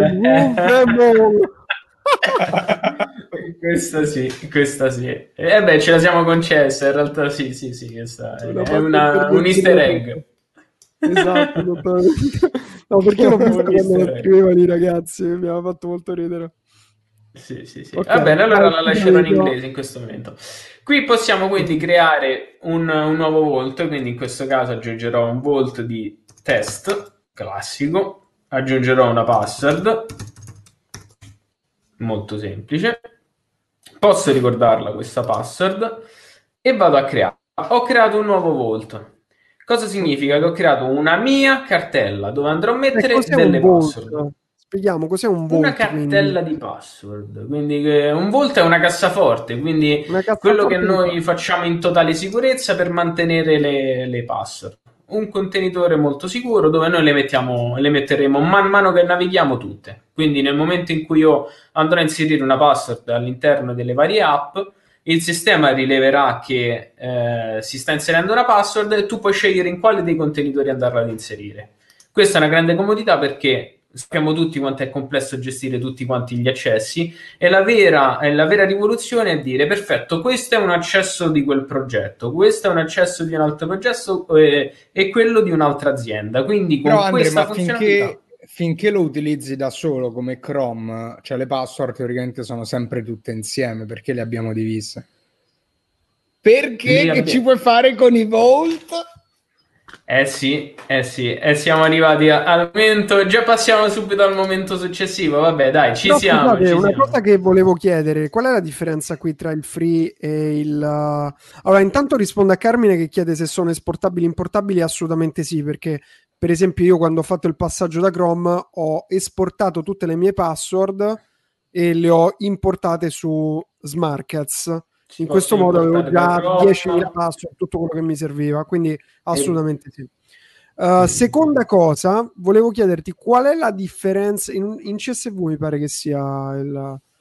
Questa sì, questa sì. E eh beh, ce la siamo concessa, in realtà sì, sì, sì, questa è, Una è una, un easter egg. Esatto, totalmente. No, perché l'ho visto quando lo scrivevano i ragazzi, mi aveva fatto molto ridere. Sì, sì, sì. Okay, Va bene, allora vai, la lascerò in Vito. inglese in questo momento. Qui possiamo quindi creare un, un nuovo vault, quindi in questo caso aggiungerò un vault di test classico, aggiungerò una password molto semplice, posso ricordarla questa password e vado a creare. Ho creato un nuovo vault. Cosa significa? Che ho creato una mia cartella dove andrò a Eh, mettere cos'è delle un vault? password. Spieghiamo cos'è un Una vault, quindi. cartella di password, quindi eh, un vault è una cassaforte, quindi Una quello che cassaforte di noi password. facciamo in totale sicurezza per mantenere le, le password. Un contenitore molto sicuro dove noi le mettiamo, le metteremo man mano che navighiamo tutte. Quindi nel momento in cui io andrò a inserire una password all'interno delle varie app, il sistema rileverà che eh, si sta inserendo una password e tu puoi scegliere in quale dei contenitori andarla ad inserire. Questa è una grande comodità perché sappiamo tutti quanto è complesso gestire tutti quanti gli accessi e la vera, la vera rivoluzione è dire perfetto, questo è un accesso di quel progetto, questo è un accesso di un altro progetto e, e quello di un'altra azienda. Quindi con Però Andre, questa ma funzionalità... finché, finché lo utilizzi da solo come Chrome, cioè le password teoricamente sono sempre tutte insieme, perché le abbiamo divise? Perché Li che ci abbia- puoi fare con i Vault? Eh sì, eh sì, e siamo arrivati a- al momento, già passiamo subito al momento successivo, vabbè dai, ci Però siamo, scusate, ci una siamo. cosa che volevo chiedere, qual è la differenza qui tra il free e il... uh, Allora, intanto rispondo a Carmine che chiede se sono esportabili o importabili, assolutamente sì, perché per esempio io quando ho fatto il passaggio da Chrome ho esportato tutte le mie password e le ho importate su Smarkets. Si In questo possono modo avevo importare da già diecimila Chrome password, tutto quello che mi serviva, quindi e... assolutamente sì. Uh, seconda cosa, volevo chiederti qual è la differenza in, in C S V, mi pare che sia il,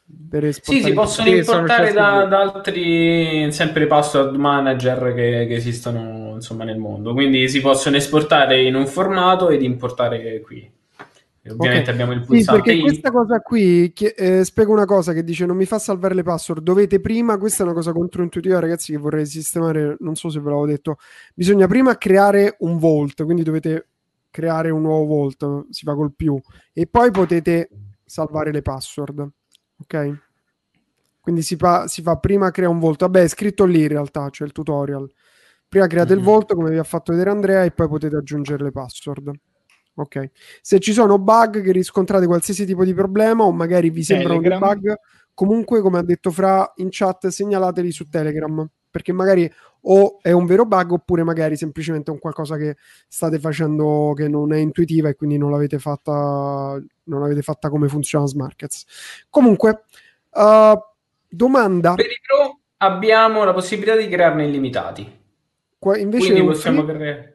per sì, si possono Sì, importare sono da, certi- da altri sempre password manager che, che esistono insomma nel mondo, quindi si possono esportare in un formato ed importare qui. E ovviamente Ok, abbiamo il sì, pulsante perché questa import. cosa qui, che, eh, spiego una cosa che dice non mi fa salvare le password, dovete prima, questa è una cosa controintuitiva ragazzi che vorrei sistemare, non so se ve l'avevo detto, bisogna prima creare un vault, quindi dovete creare un nuovo vault, si fa col più, e poi potete salvare le password, ok? Quindi si fa, si fa prima crea un vault, vabbè è scritto lì in realtà, c'è il tutorial, prima create il Mhm. vault come vi ha fatto vedere Andrea e poi potete aggiungere le password. Ok. Se ci sono bug che riscontrate qualsiasi tipo di problema o magari vi sembrano dei Telegram. bug, comunque, come ha detto Fra in chat, segnalateli su Telegram, perché magari o è un vero bug oppure magari semplicemente è un qualcosa che state facendo che non è intuitiva e quindi non l'avete fatta, non l'avete fatta come funziona Smarkets. Comunque, uh, domanda. Per i pro abbiamo la possibilità di crearne illimitati, Qua- invece quindi un possiamo free creare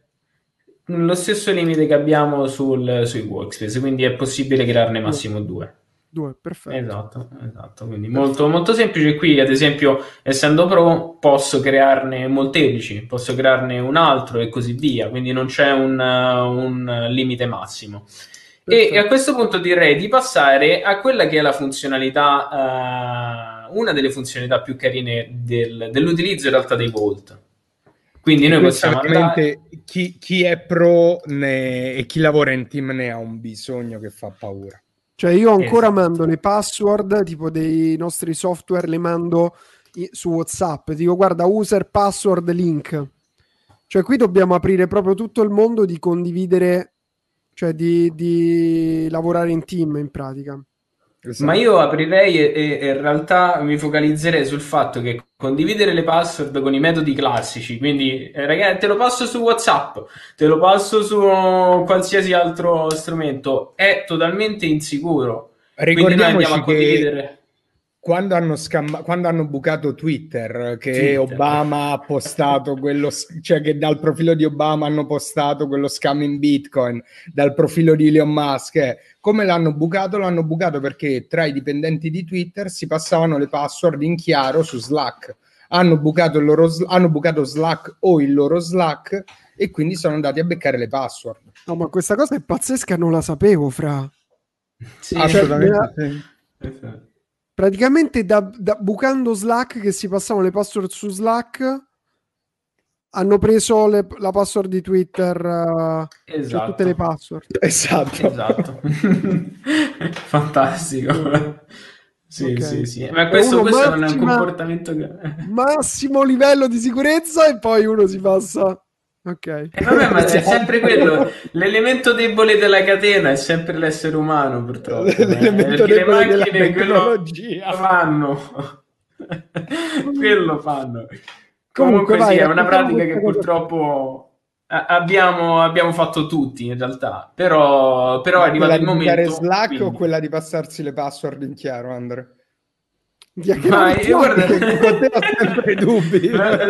lo stesso limite che abbiamo sul, sui workspace, quindi è possibile crearne due, massimo due. due, perfetto. Esatto, esatto, quindi molto, Perfetto. molto semplice. Qui, ad esempio, essendo pro, posso crearne molteplici, posso crearne un altro e così via, quindi non c'è un, uh, un limite massimo. E, e a Perfetto. questo punto direi di passare a quella che è la funzionalità, uh, una delle funzionalità più carine del- dell'utilizzo in realtà dei Vault. Quindi E noi questo possiamo andare. veramente chi, chi è pro ne- e chi lavora in team ne ha un bisogno che fa paura. Cioè io ancora mando Esatto. le password tipo dei nostri software, le mando i- su WhatsApp, dico guarda user password link. Cioè qui dobbiamo aprire proprio tutto il mondo di condividere, cioè di, di lavorare in team in pratica. Ma Esatto. io aprirei e, e- e in realtà mi focalizzerei sul fatto che condividere le password con i metodi classici, quindi eh, ragazzi, te lo passo su WhatsApp, te lo passo su qualsiasi altro strumento, è totalmente insicuro. Quindi noi andiamo a Ricordiamoci che condividere quando hanno, scam- quando hanno bucato Twitter, che Twitter. Obama ha postato quello, s- cioè che dal profilo di Obama hanno postato quello scam in Bitcoin, dal profilo di Elon Musk, eh, come l'hanno bucato? L'hanno bucato perché tra i dipendenti di Twitter si passavano le password in chiaro su Slack. Hanno bucato, il loro, hanno bucato Slack o il loro Slack e quindi sono andati a beccare le password. No, ma questa cosa è pazzesca, non la sapevo, Fra. Sì. Cioè, me Assolutamente la- sì. praticamente da, da- bucando Slack, che si passavano le password su Slack, hanno preso le- la password di Twitter, eh, cioè tutte le Esatto, password. Esatto. esatto. Fantastico. Sì, Ok. sì, sì. Ma È questo, uno questo non è un massima, comportamento che... massimo livello di sicurezza e poi uno si passa. Ok. E vabbè, ma è sempre quello. Esatto. L'elemento debole della catena è sempre l'essere umano, purtroppo. eh, L'elemento Perché le debole della macchine quello tecnologia. fanno. Quello fanno. Comunque, Comunque sì, vai, è una raccontiamo pratica che questa cosa qui. purtroppo a- abbiamo, abbiamo fatto tutti in realtà. Però, però è Ma arrivato quella il di bucare momento, Slack o quindi. quella di passarsi le password in chiaro, Andre? Di hackerare Ma io guarda, Perché con te ho sempre dubbi.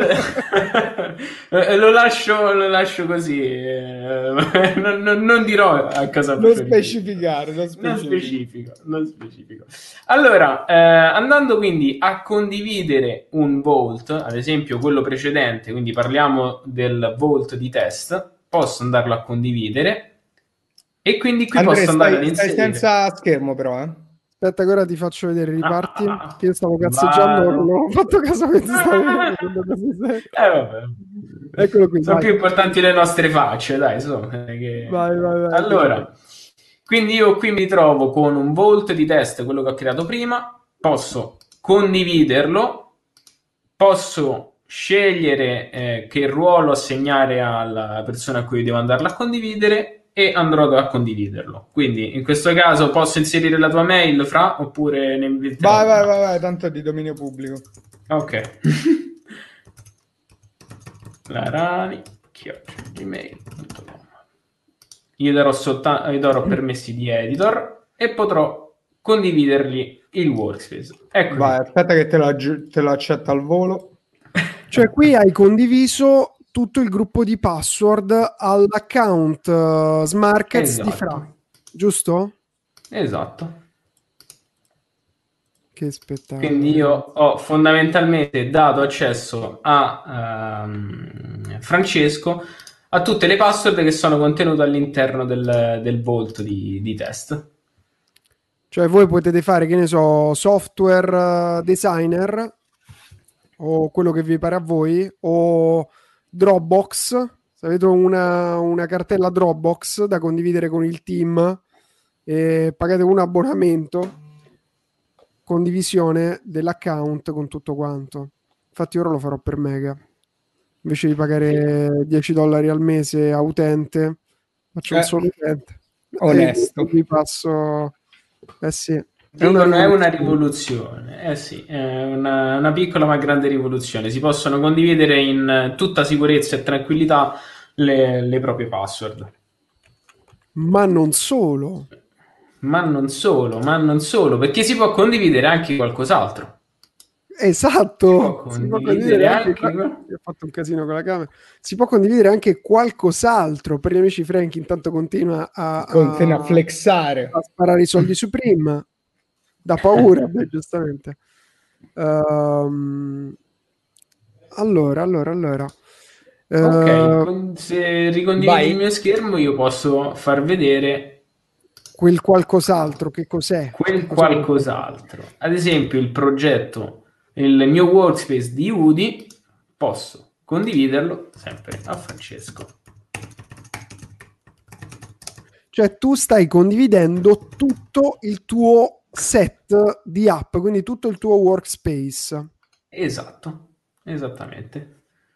lo lascio, lo lascio così, eh, non, non- non dirò a cosa ho Non preferito. specificare, non Non specificare. specifico, non specifico. Allora, eh, andando quindi a condividere un vault, ad esempio quello precedente, quindi parliamo del vault di test, posso andarlo a condividere e quindi qui Andre, posso andare ad stai, stai inserire. senza schermo però, eh? Aspetta, che ora ti faccio vedere, Ah, ah, riparti. ah, Che io stavo cazzeggiando, non vado. ho fatto caso che ti stavi Ah, vedendo così serio. eh, vabbè. Eccolo qui, Sono vai. più importanti le nostre facce, dai, insomma, che- Vai, vai, vai, eccoci qui. Allora, quindi io qui mi trovo con un vault di test, quello che ho creato prima, posso condividerlo, posso scegliere eh, che ruolo assegnare alla persona a cui devo andarla a condividere e andrò a condividerlo. Quindi in questo caso posso inserire la tua mail, Fra, oppure ne Vai, inventerò vai, una. vai, vai, tanto è di dominio pubblico. Ok. Larani, gmail punto com. Io darò, soltanto, io darò permessi di editor e potrò condividergli il workspace. Eccoli Vai, qui. aspetta che te lo, aggi- te lo accetto al volo. Cioè, qui hai condiviso tutto il gruppo di password all'account uh, Smarkets di Fra, Esatto, giusto? esatto. Che spettacolo. Quindi io ho fondamentalmente dato accesso a um, Francesco a tutte le password che sono contenute all'interno del, del vault di, di test. Cioè voi potete fare, che ne so, software designer o quello che vi pare a voi, o Dropbox, se avete una, una cartella Dropbox da condividere con il team e pagate un abbonamento, condivisione dell'account con tutto quanto. Infatti ora lo farò per Mega, invece di pagare dieci dollari al mese a utente faccio eh, un solo utente onesto e vi passo. Eh sì, è una, è una rivoluzione, eh sì, è una, una piccola ma grande rivoluzione. Si possono condividere in tutta sicurezza e tranquillità le, le proprie password. Ma non solo. Ma non solo, ma non solo, perché si può condividere anche qualcos'altro. Esatto, si può condividere, si può condividere anche, anche... Ho fatto un casino con la camera. Si può condividere anche qualcos'altro. Per gli amici Frank intanto continua a, continua a, a flexare, a sparare i soldi su Prim, da paura, beh, giustamente. Um, allora, allora, allora. Ok, uh, se ricondividi vai. Il mio schermo io posso far vedere quel qualcos'altro. Che cos'è? Quel qualcos'altro. Ad esempio il progetto, il mio workspace di Udi, posso condividerlo sempre a Francesco. Cioè tu stai condividendo tutto il tuo set di app, quindi tutto il tuo workspace. Esatto, esattamente.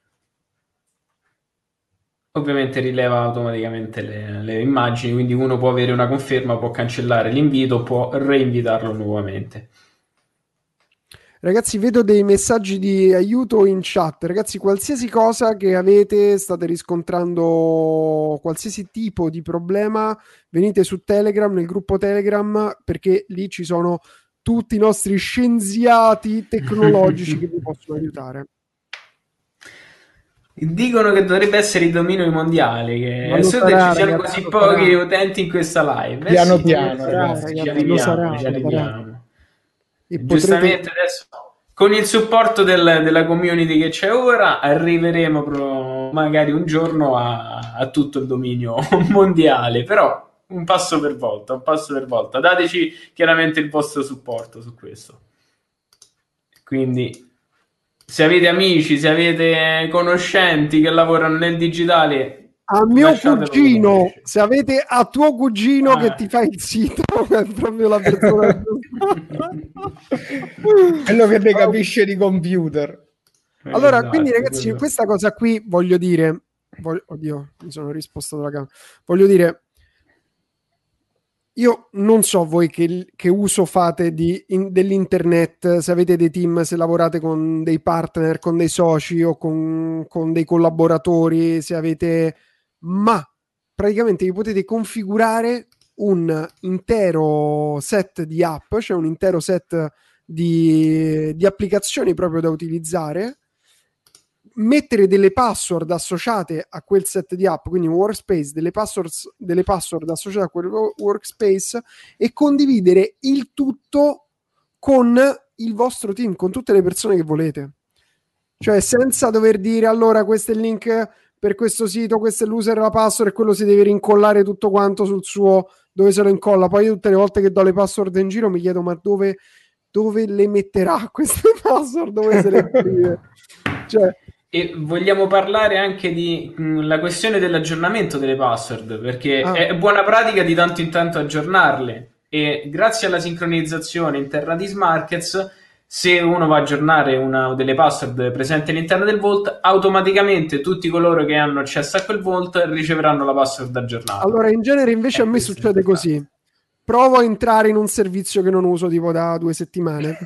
Ovviamente rileva automaticamente le, le immagini, quindi uno può avere una conferma, può cancellare l'invito, può reinvitarlo nuovamente. Ragazzi, vedo dei messaggi di aiuto in chat. Ragazzi, qualsiasi cosa che avete, state riscontrando qualsiasi tipo di problema, venite su Telegram, nel gruppo Telegram, perché lì ci sono tutti i nostri scienziati tecnologici che vi possono aiutare. Dicono che dovrebbe essere il dominio mondiale, che è assurdo che ci siano così pochi sarà. utenti in questa live. Eh piano sì, piano, sarà, ragazzi, ragazzi, ci lo arriviamo, sarà, ci arriviamo. E Giustamente potrete... adesso, con il supporto del, della community che c'è ora, arriveremo pro, magari un giorno a, a tutto il dominio mondiale, però un passo per volta, un passo per volta. Dateci chiaramente il vostro supporto su questo. Quindi... se avete amici, se avete conoscenti che lavorano nel digitale, a mio cugino, se avete a tuo cugino ah. che ti fa il sito, è proprio la persona quello che ne capisce di computer. Allora, esatto, quindi ragazzi, quello. Questa cosa qui voglio dire, voglio, oddio, mi sono rispostato dalla camera. Voglio dire, io non so voi che, che uso fate di, in, dell'internet, se avete dei team, se lavorate con dei partner, con dei soci o con, con dei collaboratori, se avete... ma praticamente vi potete configurare un intero set di app, cioè un intero set di, di applicazioni proprio da utilizzare, mettere delle password associate a quel set di app, quindi un workspace, delle password, delle password associate a quel workspace e condividere il tutto con il vostro team, con tutte le persone che volete. Cioè senza dover dire allora questo è il link per questo sito, questo è l'user, la password e quello si deve rincollare tutto quanto sul suo, dove se lo incolla. Poi io tutte le volte che do le password in giro mi chiedo ma dove, dove le metterà queste password, dove se le scrive? Cioè e vogliamo parlare anche di mh, la questione dell'aggiornamento delle password, perché ah. è buona pratica di tanto in tanto aggiornarle, e grazie alla sincronizzazione interna di Smarkets, se uno va a aggiornare una delle password presenti all'interno del Vault, automaticamente tutti coloro che hanno accesso a quel Vault riceveranno la password aggiornata. Allora, in genere invece eh, a me succede così. Provo a entrare in un servizio che non uso tipo da due settimane.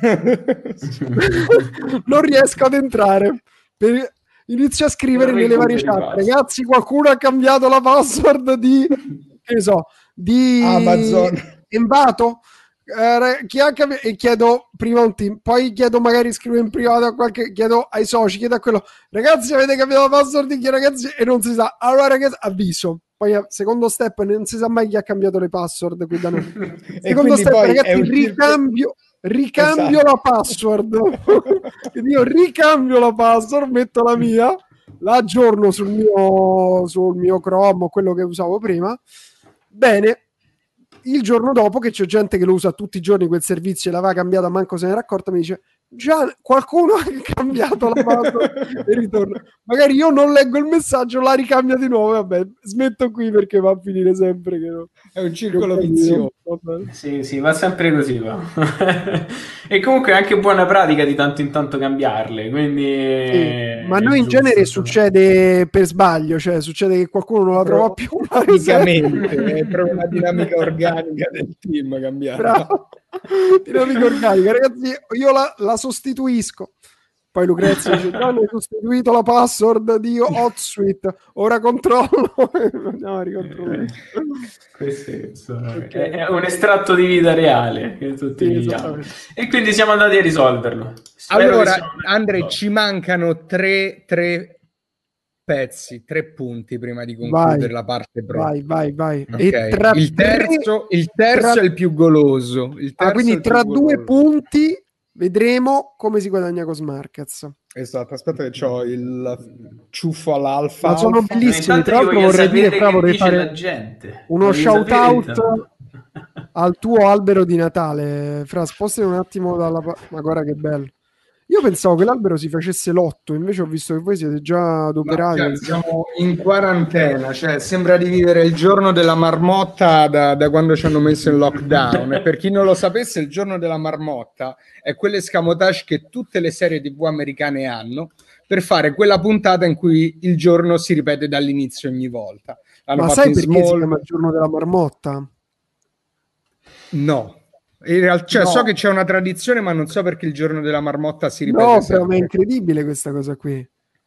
Non riesco ad entrare. Per... Inizio a scrivere nelle varie chat. Ragazzi, qualcuno ha cambiato la password di che ne so, di Amazon. Envato? Eh, chi ha cambi- e chiedo prima un team, poi chiedo, magari scrivo in privato a qualche, chiedo ai soci, chiedo a quello, ragazzi avete cambiato la password di chi, ragazzi, e non si sa. Allora ragazzi, avviso. Poi secondo step non si sa mai chi ha cambiato le password qui da noi. Secondo step, ragazzi, ricambio ricambio Esatto. la password. Quindi io ricambio la password, metto la mia, la aggiorno sul mio, sul mio Chrome o quello che usavo prima. Bene, il giorno dopo, che c'è gente che lo usa tutti i giorni quel servizio e l'aveva cambiata, manco se n'era accorta, mi dice: già qualcuno ha cambiato la password e ritorna. Magari io non leggo il messaggio, la ricambia di nuovo. Vabbè, smetto qui perché va a finire sempre che no. È un circolo Che- vizioso. vabbè. Sì, sì, va sempre così, va. E comunque è anche buona pratica di tanto in tanto cambiarle, quindi Sì, ma è noi in giusto, genere insomma. succede per sbaglio, cioè succede che qualcuno non la trova più. Praticamente, è proprio una dinamica organica del team cambiata. Bravo. Dinamica organica, ragazzi, io la, la sostituisco. Poi Lucrezia dice: già hai sostituito la password di HotSuite, ora controllo. Andiamo a ricontrollare. Questo è, insomma, Ok. è- è un estratto di vita reale che tutti Sì, viviamo. esattamente. E quindi siamo andati a risolverlo. Spero che Allora, siamo andati a Andre, risolverlo. ci mancano tre, tre pezzi, tre punti prima di concludere Vai, la parte pro. vai, vai, vai. Ok. E tra Il terzo, tre- il terzo tra- è il più goloso. Il terzo Ah, quindi è il tra più due goloso. punti vedremo come si guadagna con Smarkets. Esatto, aspetta che ho il ciuffo all'alfa. Ma sono alfa. Ma bellissimi. intanto Tra io l'altro voglio vorrei dire, sapere fra che vorrei dice la fare gente. uno Voglio shout sapere out intanto. al tuo albero di Natale. Fra, spostati un attimo dalla pa- ma guarda che bello. Io pensavo che l'albero si facesse l'otto, invece ho visto che voi siete già Ma, adoperati. cioè, siamo in quarantena, cioè sembra di vivere il giorno della marmotta da, da quando ci hanno messo in lockdown. E per chi non lo sapesse, il giorno della marmotta è quell'escamotage che tutte le serie tivù americane hanno per fare quella puntata in cui il giorno si ripete dall'inizio ogni volta. L'hanno Ma fatto sai in perché si Small. chiama il giorno della marmotta? No. In realtà, cioè, No. so che c'è una tradizione, ma non so perché il giorno della marmotta si ripete No, però ma è sempre. incredibile questa cosa qui.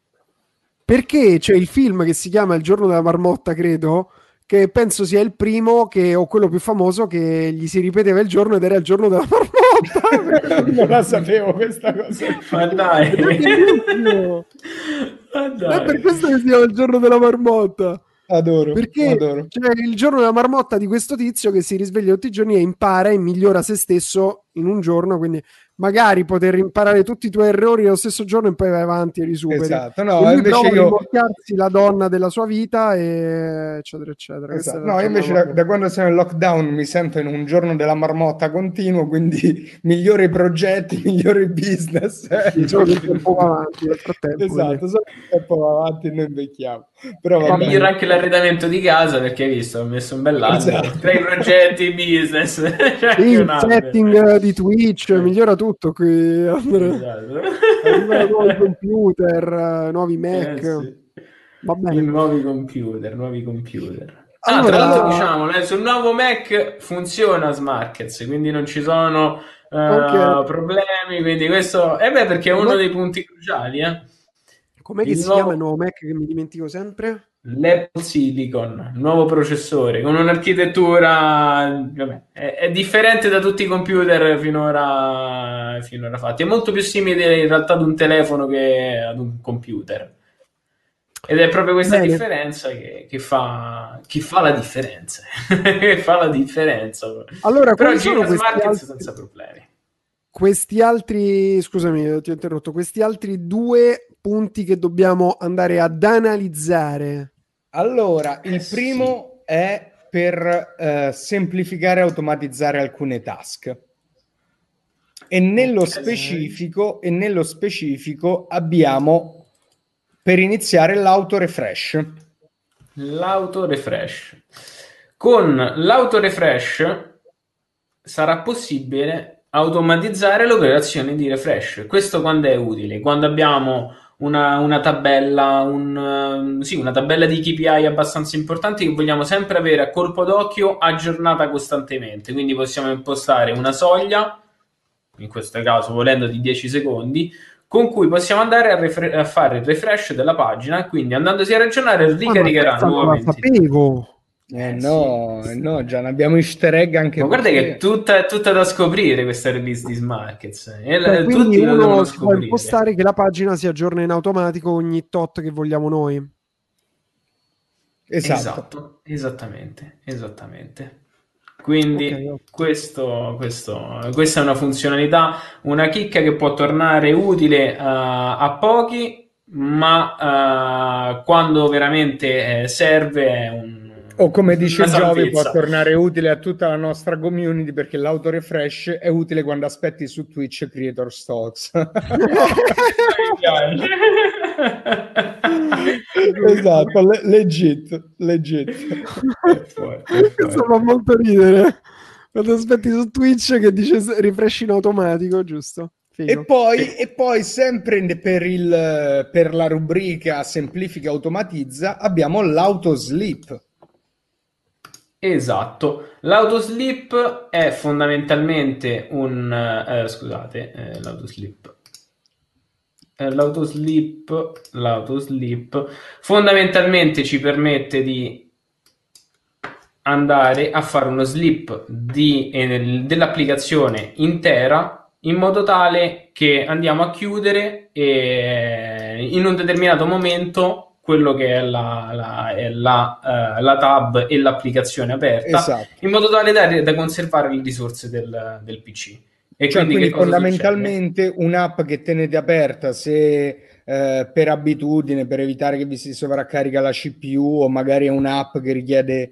Perché c'è il film che si chiama Il giorno della marmotta, credo, che penso sia il primo che, o quello più famoso, che gli si ripeteva il giorno ed era il giorno della marmotta. Non la sapevo questa cosa. Ma dai. Ed è bellissimo. Ma Ed è per dai. questo che si chiama il giorno della marmotta. Adoro, Perché adoro. c'è il giorno della marmotta di questo tizio che si risveglia tutti i giorni e impara e migliora se stesso in un giorno, quindi magari poter imparare tutti i tuoi errori nello stesso giorno e poi vai avanti e li superi. Esatto, E no, lui invece prova a io... rimorchiarsi la donna della sua vita, e eccetera, eccetera. Questa è Esatto. la No, io invece da, giornata. da quando siamo in lockdown mi sento in un giorno della marmotta continuo, quindi migliori progetti, migliori business. eh. Sì, solo che il tempo va avanti nel frattempo. Esatto, solo che il tempo va avanti e noi invecchiamo. Però E va migliora bene. anche l'arredamento di casa perché hai visto, ho messo un bell'albero. Esatto. Tra i progetti business c'è Sì, anche un il albero. setting di Twitch Eh. migliora tutto qui, Andrea. Esatto. Arrivano nuovi computer, nuovi Mac. Eh, sì. Va bene. I nuovi computer, nuovi computer. Ah, tra Allora, l'altro diciamo, eh, sul nuovo Mac funziona Smarkets, quindi non ci sono eh, ok. problemi, quindi questo... E beh, perché è uno Com'è, dei punti cruciali, eh. com'è che Il si nuovo... chiama il nuovo Mac che mi dimentico sempre? L'Apple Silicon, nuovo processore con un'architettura, vabbè, è, è differente da tutti i computer finora, finora fatti. È molto più simile in realtà ad un telefono che ad un computer. Ed è proprio questa Bene. differenza che, che fa, che fa la differenza. Che fa la differenza. Allora, Però quali sono gira questi Smarkets altri, senza problemi. questi altri, scusami, ti ho interrotto, questi altri due punti che dobbiamo andare ad analizzare? Allora, il Eh, sì. primo è per eh, semplificare e automatizzare alcune task. E nello Ok. specifico, e nello specifico abbiamo per iniziare l'auto-refresh. L'auto-refresh. Con l'auto-refresh sarà possibile automatizzare l'operazione di refresh. Questo quando è utile? Quando abbiamo una, una tabella, un, sì, una tabella di K P I abbastanza importanti che vogliamo sempre avere a colpo d'occhio aggiornata costantemente. Quindi possiamo impostare una soglia, in questo caso volendo di dieci secondi, con cui possiamo andare a, refre- a fare il refresh della pagina, quindi andandosi a ragionare ricaricherà Ah, ma nuovamente. non la sapevo. Eh, Eh, no, sì, eh sì. no, già ne abbiamo easter egg anche Ma per guarda che è te. tutta, è tutta da scoprire questa release di Smarkets. E Cioè, l- quindi tutti lo devono uno si può scoprire. impostare che la pagina si aggiorna in automatico ogni tot che vogliamo noi. Esatto. Esatto, esattamente, esattamente. Quindi Ok. questo, questo, questa è una funzionalità, una chicca che può tornare utile a, a pochi, ma uh, quando veramente eh, serve è un, O come dice una Giovi, può salvezza. tornare utile a tutta la nostra community, perché l'autorefresh è utile quando aspetti su Twitch Creator Stocks. Esatto, le- legit, legit. È forte, è Questo forte. fa molto ridere. Quando aspetti su Twitch che dice s- refresh in automatico, giusto? Figo. E poi, Sì. e poi sempre in- per, il, per la rubrica semplifica automatizza abbiamo l'autosleep. Esatto, l'autoslip è fondamentalmente un eh, scusate, eh, l'autoslip eh, l'autoslip l'autoslip fondamentalmente ci permette di andare a fare uno slip di, eh, dell'applicazione intera in modo tale che andiamo a chiudere eh, in un determinato momento quello che è la, la, è la, uh, la tab e l'applicazione aperta, Esatto. in modo tale da, da conservare le risorse del, del P C. E Cioè, quindi, quindi che cosa fondamentalmente succede? Un'app che tenete aperta se eh, per abitudine, per evitare che vi si sovraccarica la C P U, o magari è un'app che richiede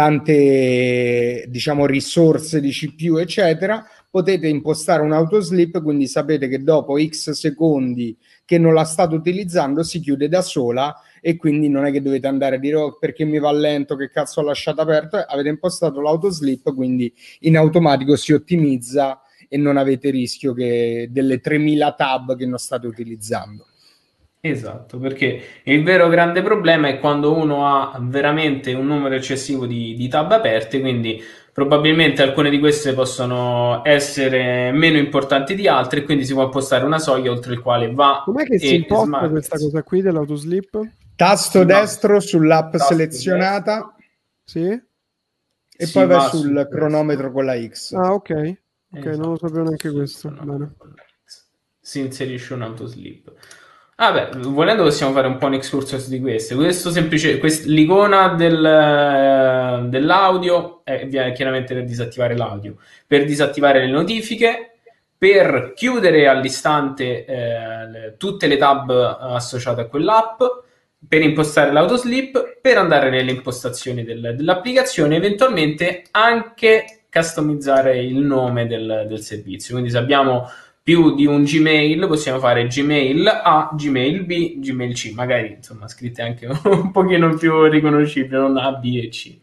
tante, diciamo, risorse di C P U, eccetera, potete impostare un autosleep, quindi sapete che dopo X secondi che non la state utilizzando si chiude da sola, e quindi non è che dovete andare a dire oh, perché mi va lento, che cazzo ho lasciato aperto. Avete impostato l'autosleep, quindi in automatico si ottimizza e non avete rischio che delle tremila tab che non state utilizzando. Esatto, perché il vero grande problema è quando uno ha veramente un numero eccessivo di, di tab aperte, quindi probabilmente alcune di queste possono essere meno importanti di altre, e quindi si può impostare una soglia oltre il quale va. Com'è che si e imposta Smart questa cosa qui dell'autoslip? Tasto si va destro sull'app tasto selezionata destro, Sì? e si poi vai va sul su cronometro questo. con la X. Ah, ok. Ok, Esatto, non lo sapevo neanche sul questo. Bene. cronometro con la X. Si inserisce un autoslip. Ah beh, volendo possiamo fare un po' un excursus di queste. Questo semplice, quest, l'icona del, eh, dell'audio è via- chiaramente per disattivare l'audio, per disattivare le notifiche, per chiudere all'istante eh, le- tutte le tab associate a quell'app, per impostare l'autoslip, per andare nelle impostazioni del, dell'applicazione, eventualmente anche customizzare il nome del, del servizio. Quindi se abbiamo più di un Gmail possiamo fare Gmail A, Gmail B, Gmail C, magari insomma scritte anche un pochino più riconoscibili, non A, B e C.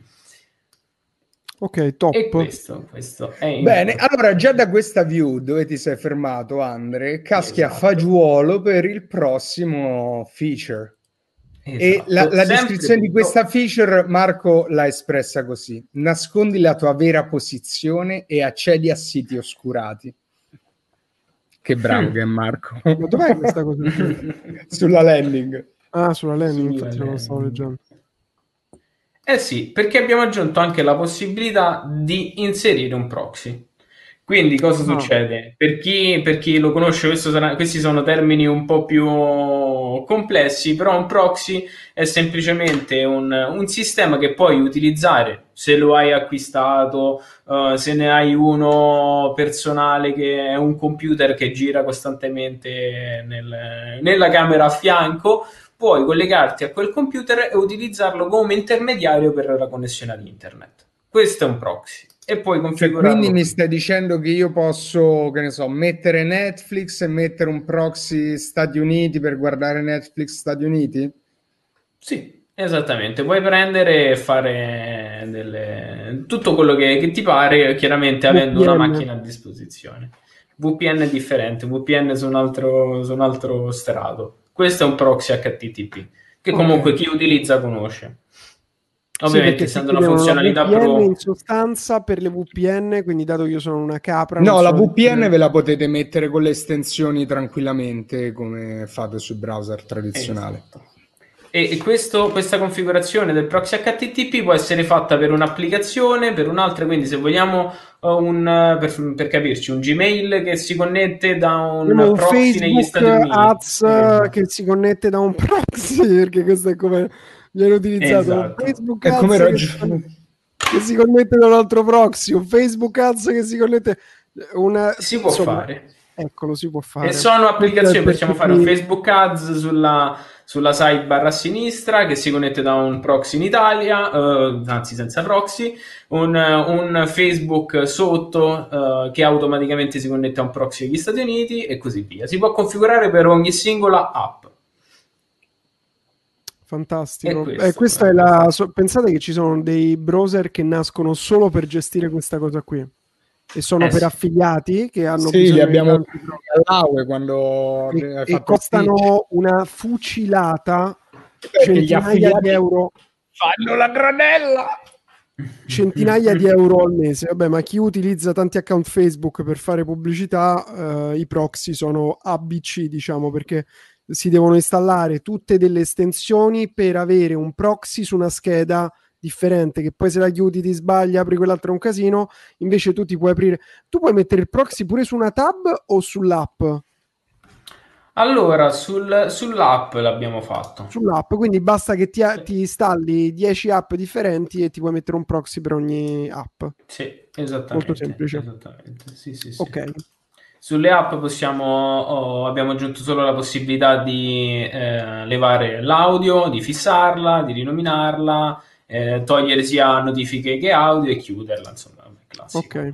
Ok, top. E questo, questo è Bene, importante. allora già da questa view dove ti sei fermato, Andre, caschi a Esatto. fagiolo per il prossimo feature. Esatto. E la, la Sempre descrizione di tutto- questa feature Marco l'ha espressa così: nascondi la tua vera posizione e accedi a siti oscurati. Che bravo Mm. che è Marco. Ma dov'è questa cosa qui? Sulla landing. Ah, sulla landing, Sulla infatti non lo stavo landing. leggendo. Eh sì, perché abbiamo aggiunto anche la possibilità di inserire un proxy. Quindi cosa Ah. succede? Per chi, per chi lo conosce, questo sarà- questi sono termini un po' più complessi, però un proxy è semplicemente un, un sistema che puoi utilizzare se lo hai acquistato, uh, se ne hai uno personale che è un computer che gira costantemente nel, nella camera a fianco, puoi collegarti a quel computer e utilizzarlo come intermediario per la connessione ad internet. Questo è un proxy. E puoi Cioè, configurarlo. quindi mi stai dicendo che io posso, che ne so, mettere Netflix e mettere un proxy Stati Uniti per guardare Netflix Stati Uniti? Sì, esattamente. Puoi prendere e fare delle... tutto quello che, che ti pare, chiaramente avendo V P N. una macchina a disposizione. V P N è differente, V P N su un altro, su un altro strato. Questo è un proxy H T T P, che comunque Ok. chi utilizza conosce. Sì, Ovviamente, perché essendo ti una chiedevano la funzionalità V P N pro... in sostanza per le V P N, quindi dato che io sono una capra... non No, la so V P N ve la potete mettere con le estensioni tranquillamente, come fate sui browser tradizionali. Esatto. E questo, questa configurazione del proxy H T T P può essere fatta per un'applicazione, per un'altra, quindi se vogliamo uh, un, per, per capirci, un Gmail che si connette da un, un proxy negli Facebook Stati Uniti. Ads Esatto. che si connette da un proxy, perché questo è come viene utilizzato. Un Esatto. Facebook È Ads come che raggi- si connette- che si connette da un altro proxy, un Facebook Ads che si connette una, si può insomma, fare. Eccolo, si può fare. E sono applicazioni, Per possiamo tutti... fare un Facebook Ads sulla, sulla sidebar a sinistra che si connette da un proxy in Italia, eh, anzi senza proxy, un, un Facebook sotto eh, che automaticamente si connette a un proxy degli Stati Uniti e così via. Si può configurare per ogni singola app. Fantastico. Questo, eh, questa è la, so, pensate che ci sono dei browser che nascono solo per gestire questa cosa qui e sono eh per sì. affiliati che hanno sì, bisogno li abbiamo di all'Aue quando e, e costano una fucilata, centinaia di euro, fanno la granella, centinaia di euro al mese. Vabbè, ma chi utilizza tanti account Facebook per fare pubblicità, eh, i proxy sono A B C, diciamo, perché si devono installare tutte delle estensioni per avere un proxy su una scheda differente, che poi se la chiudi ti sbaglia, apri quell'altro è un casino. Invece tu ti puoi aprire, tu puoi mettere il proxy pure su una tab o sull'app? Allora, sul, sull'app l'abbiamo fatto. Sull'app, quindi basta che ti, ti installi dieci app differenti e ti puoi mettere un proxy per ogni app. Sì, esattamente. Molto semplice. Esattamente. Sì, sì, sì. Ok. Sulle app possiamo, oh, abbiamo aggiunto solo la possibilità di eh, levare l'audio, di fissarla, di rinominarla, eh, togliere sia notifiche che audio e chiuderla, insomma, è classico. Ok.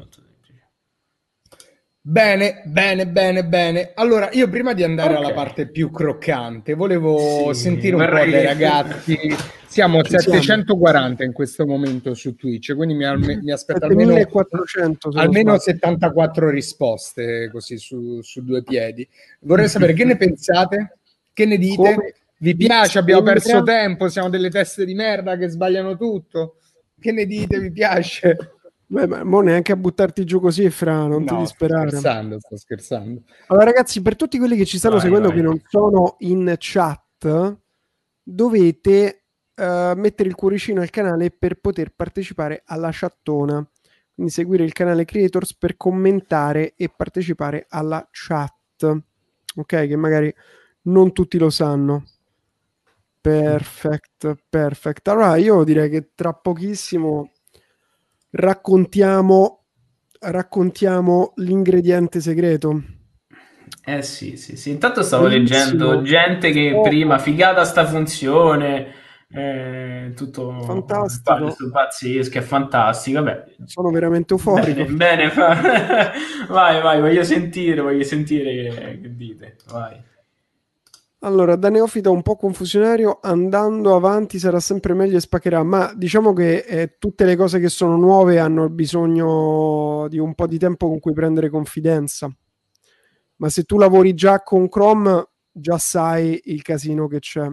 Bene, bene, bene, bene. Allora, io prima di andare okay. alla parte più croccante, volevo sì, sentire un po' dai ragazzi. Siamo a settecentoquaranta in questo momento su Twitch, quindi mi, mi aspetto almeno, almeno settantaquattro risposte così su, su due piedi. Vorrei sapere che ne pensate, che ne dite? Come? Vi piace? Abbiamo perso tempo? Siamo delle teste di merda che sbagliano tutto? Che ne dite? Vi piace? Beh, ma mo neanche a buttarti giù così, Fra, non no, ti disperare. Sto scherzando, sto scherzando. Allora, ragazzi, per tutti quelli che ci stanno vai, seguendo vai. Che non sono in chat, dovete uh, mettere il cuoricino al canale per poter partecipare alla chattona. Quindi seguire il canale Creators per commentare e partecipare alla chat. Ok, che magari non tutti lo sanno. Perfect, perfect. Allora, io direi che tra pochissimo raccontiamo raccontiamo l'ingrediente segreto. Eh sì, sì, sì. Intanto stavo Bellissimo. leggendo gente che oh. prima figata sta funzione, eh, tutto fantastico, pazzesco, è fantastico. Vabbè. Sono veramente euforico. Bene, bene. vai, vai, voglio sentire, voglio sentire che, che dite. Vai. Allora, da neofita un po' confusionario, andando avanti sarà sempre meglio e spaccherà, ma diciamo che eh, tutte le cose che sono nuove hanno bisogno di un po' di tempo con cui prendere confidenza. Ma se tu lavori già con Chrome, già sai il casino che c'è.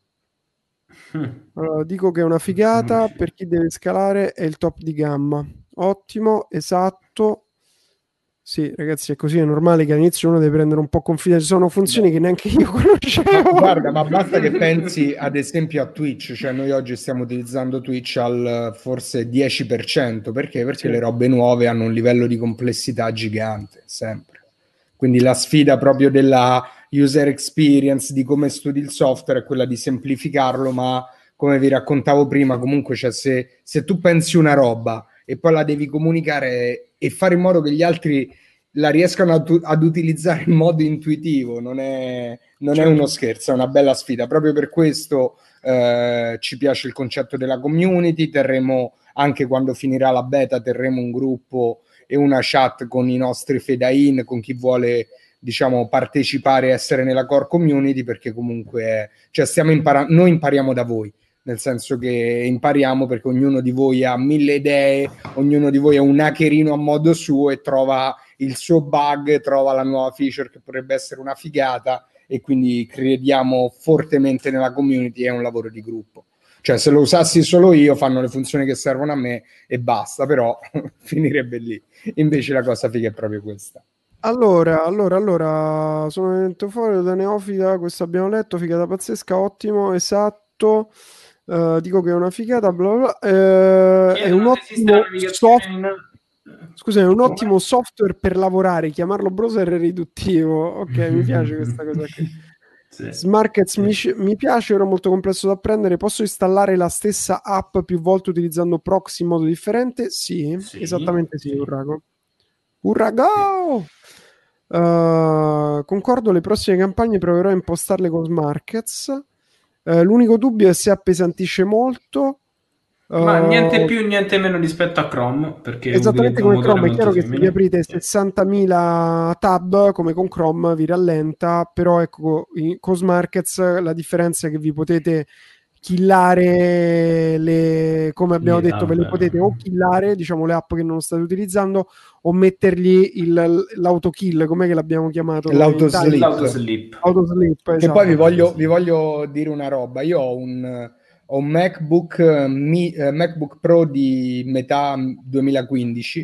Allora, dico che è una figata, per chi deve scalare è il top di gamma. Ottimo, esatto. Sì, ragazzi, è così, è normale che all'inizio uno deve prendere un po' confidenza, sono funzioni Beh. che neanche io conoscevo. Ma, guarda, ma basta che pensi ad esempio a Twitch, cioè noi oggi stiamo utilizzando Twitch al forse dieci per cento, perché? Perché sì. le robe nuove hanno un livello di complessità gigante, sempre. Quindi la sfida proprio della user experience, di come studi il software, è quella di semplificarlo, ma come vi raccontavo prima, comunque cioè, se, se tu pensi una roba e poi la devi comunicare e fare in modo che gli altri la riescano ad, ad utilizzare in modo intuitivo, non è, non certo. è uno scherzo, è una bella sfida. Proprio per questo eh, ci piace il concetto della community, terremo, anche quando finirà la beta, terremo un gruppo e una chat con i nostri fade-in, con chi vuole, diciamo, partecipare e essere nella core community, perché comunque è, cioè stiamo imparando, noi impariamo da voi, nel senso che impariamo perché ognuno di voi ha mille idee, ognuno di voi è un hackerino a modo suo e trova il suo bug, trova la nuova feature che potrebbe essere una figata, e quindi crediamo fortemente nella community, è un lavoro di gruppo. Cioè se lo usassi solo io, fanno le funzioni che servono a me e basta, però finirebbe lì. Invece la cosa figa è proprio questa. Allora, allora, allora, sono venuto fuori da neofita, questo abbiamo letto, figata pazzesca, ottimo, esatto. Uh, dico che è una figata, bla bla bla. Uh, è un ottimo software. Scusa, è un ottimo software per lavorare, chiamarlo browser è riduttivo. Ok, mi piace questa cosa qui. Sì. Smarkets Sì. mi, mi piace, era molto complesso da apprendere. Posso installare la stessa app più volte utilizzando proxy in modo differente? Sì, Sì, esattamente sì, sì. Urrago. Urrago! Uh, concordo, le prossime campagne proverò a impostarle con Smarkets. Uh, l'unico dubbio è se appesantisce molto. Ma niente Uh, più, niente meno rispetto a Chrome, perché Esattamente utilizza un come motore Chrome, è molto chiaro che se vi simile. aprite Sì. sessantamila tab come con Chrome vi rallenta, però ecco, in, con Smarkets la differenza è che vi potete killare le, come abbiamo Le detto, ve le tab. potete o killare, diciamo le app che non state utilizzando, o mettergli il, l'autokill, com'è che l'abbiamo chiamato noi in Italia? L'autoslip. L'autoslip. Autoslip, Che poi vi esatto. voglio, vi voglio dire una roba. Io ho un, ho un MacBook, Mi, eh, MacBook Pro di metà duemilaquindici,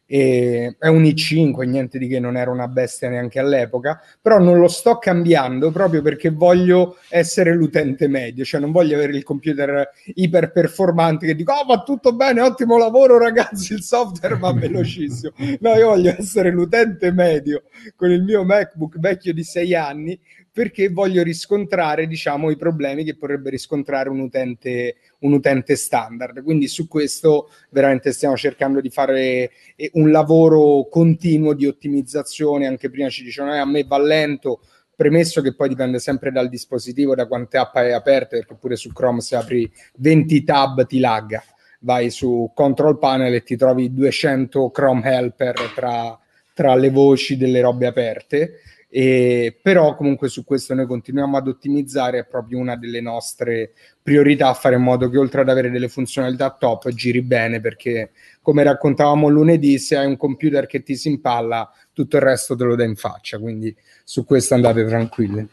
e è un i cinque, niente di che, non era una bestia neanche all'epoca, però non lo sto cambiando proprio perché voglio essere l'utente medio, cioè non voglio avere il computer iper performante che dico, oh, va tutto bene, ottimo lavoro ragazzi, il software va velocissimo. No, io voglio essere l'utente medio con il mio MacBook vecchio di sei anni, perché voglio riscontrare, diciamo, i problemi che potrebbe riscontrare un utente, un utente standard. Quindi su questo veramente stiamo cercando di fare un lavoro continuo di ottimizzazione. Anche prima ci dicevano, eh, a me va lento, premesso che poi dipende sempre dal dispositivo, da quante app hai aperte, perché pure su Chrome se apri venti tab ti lagga. Vai su Control Panel e ti trovi duecento Chrome Helper tra, tra le voci delle robe aperte. E però comunque su questo noi continuiamo ad ottimizzare, è proprio una delle nostre priorità, fare in modo che oltre ad avere delle funzionalità top giri bene, perché come raccontavamo lunedì, se hai un computer che ti si impalla tutto il resto te lo dà in faccia, quindi su questo andate tranquilli.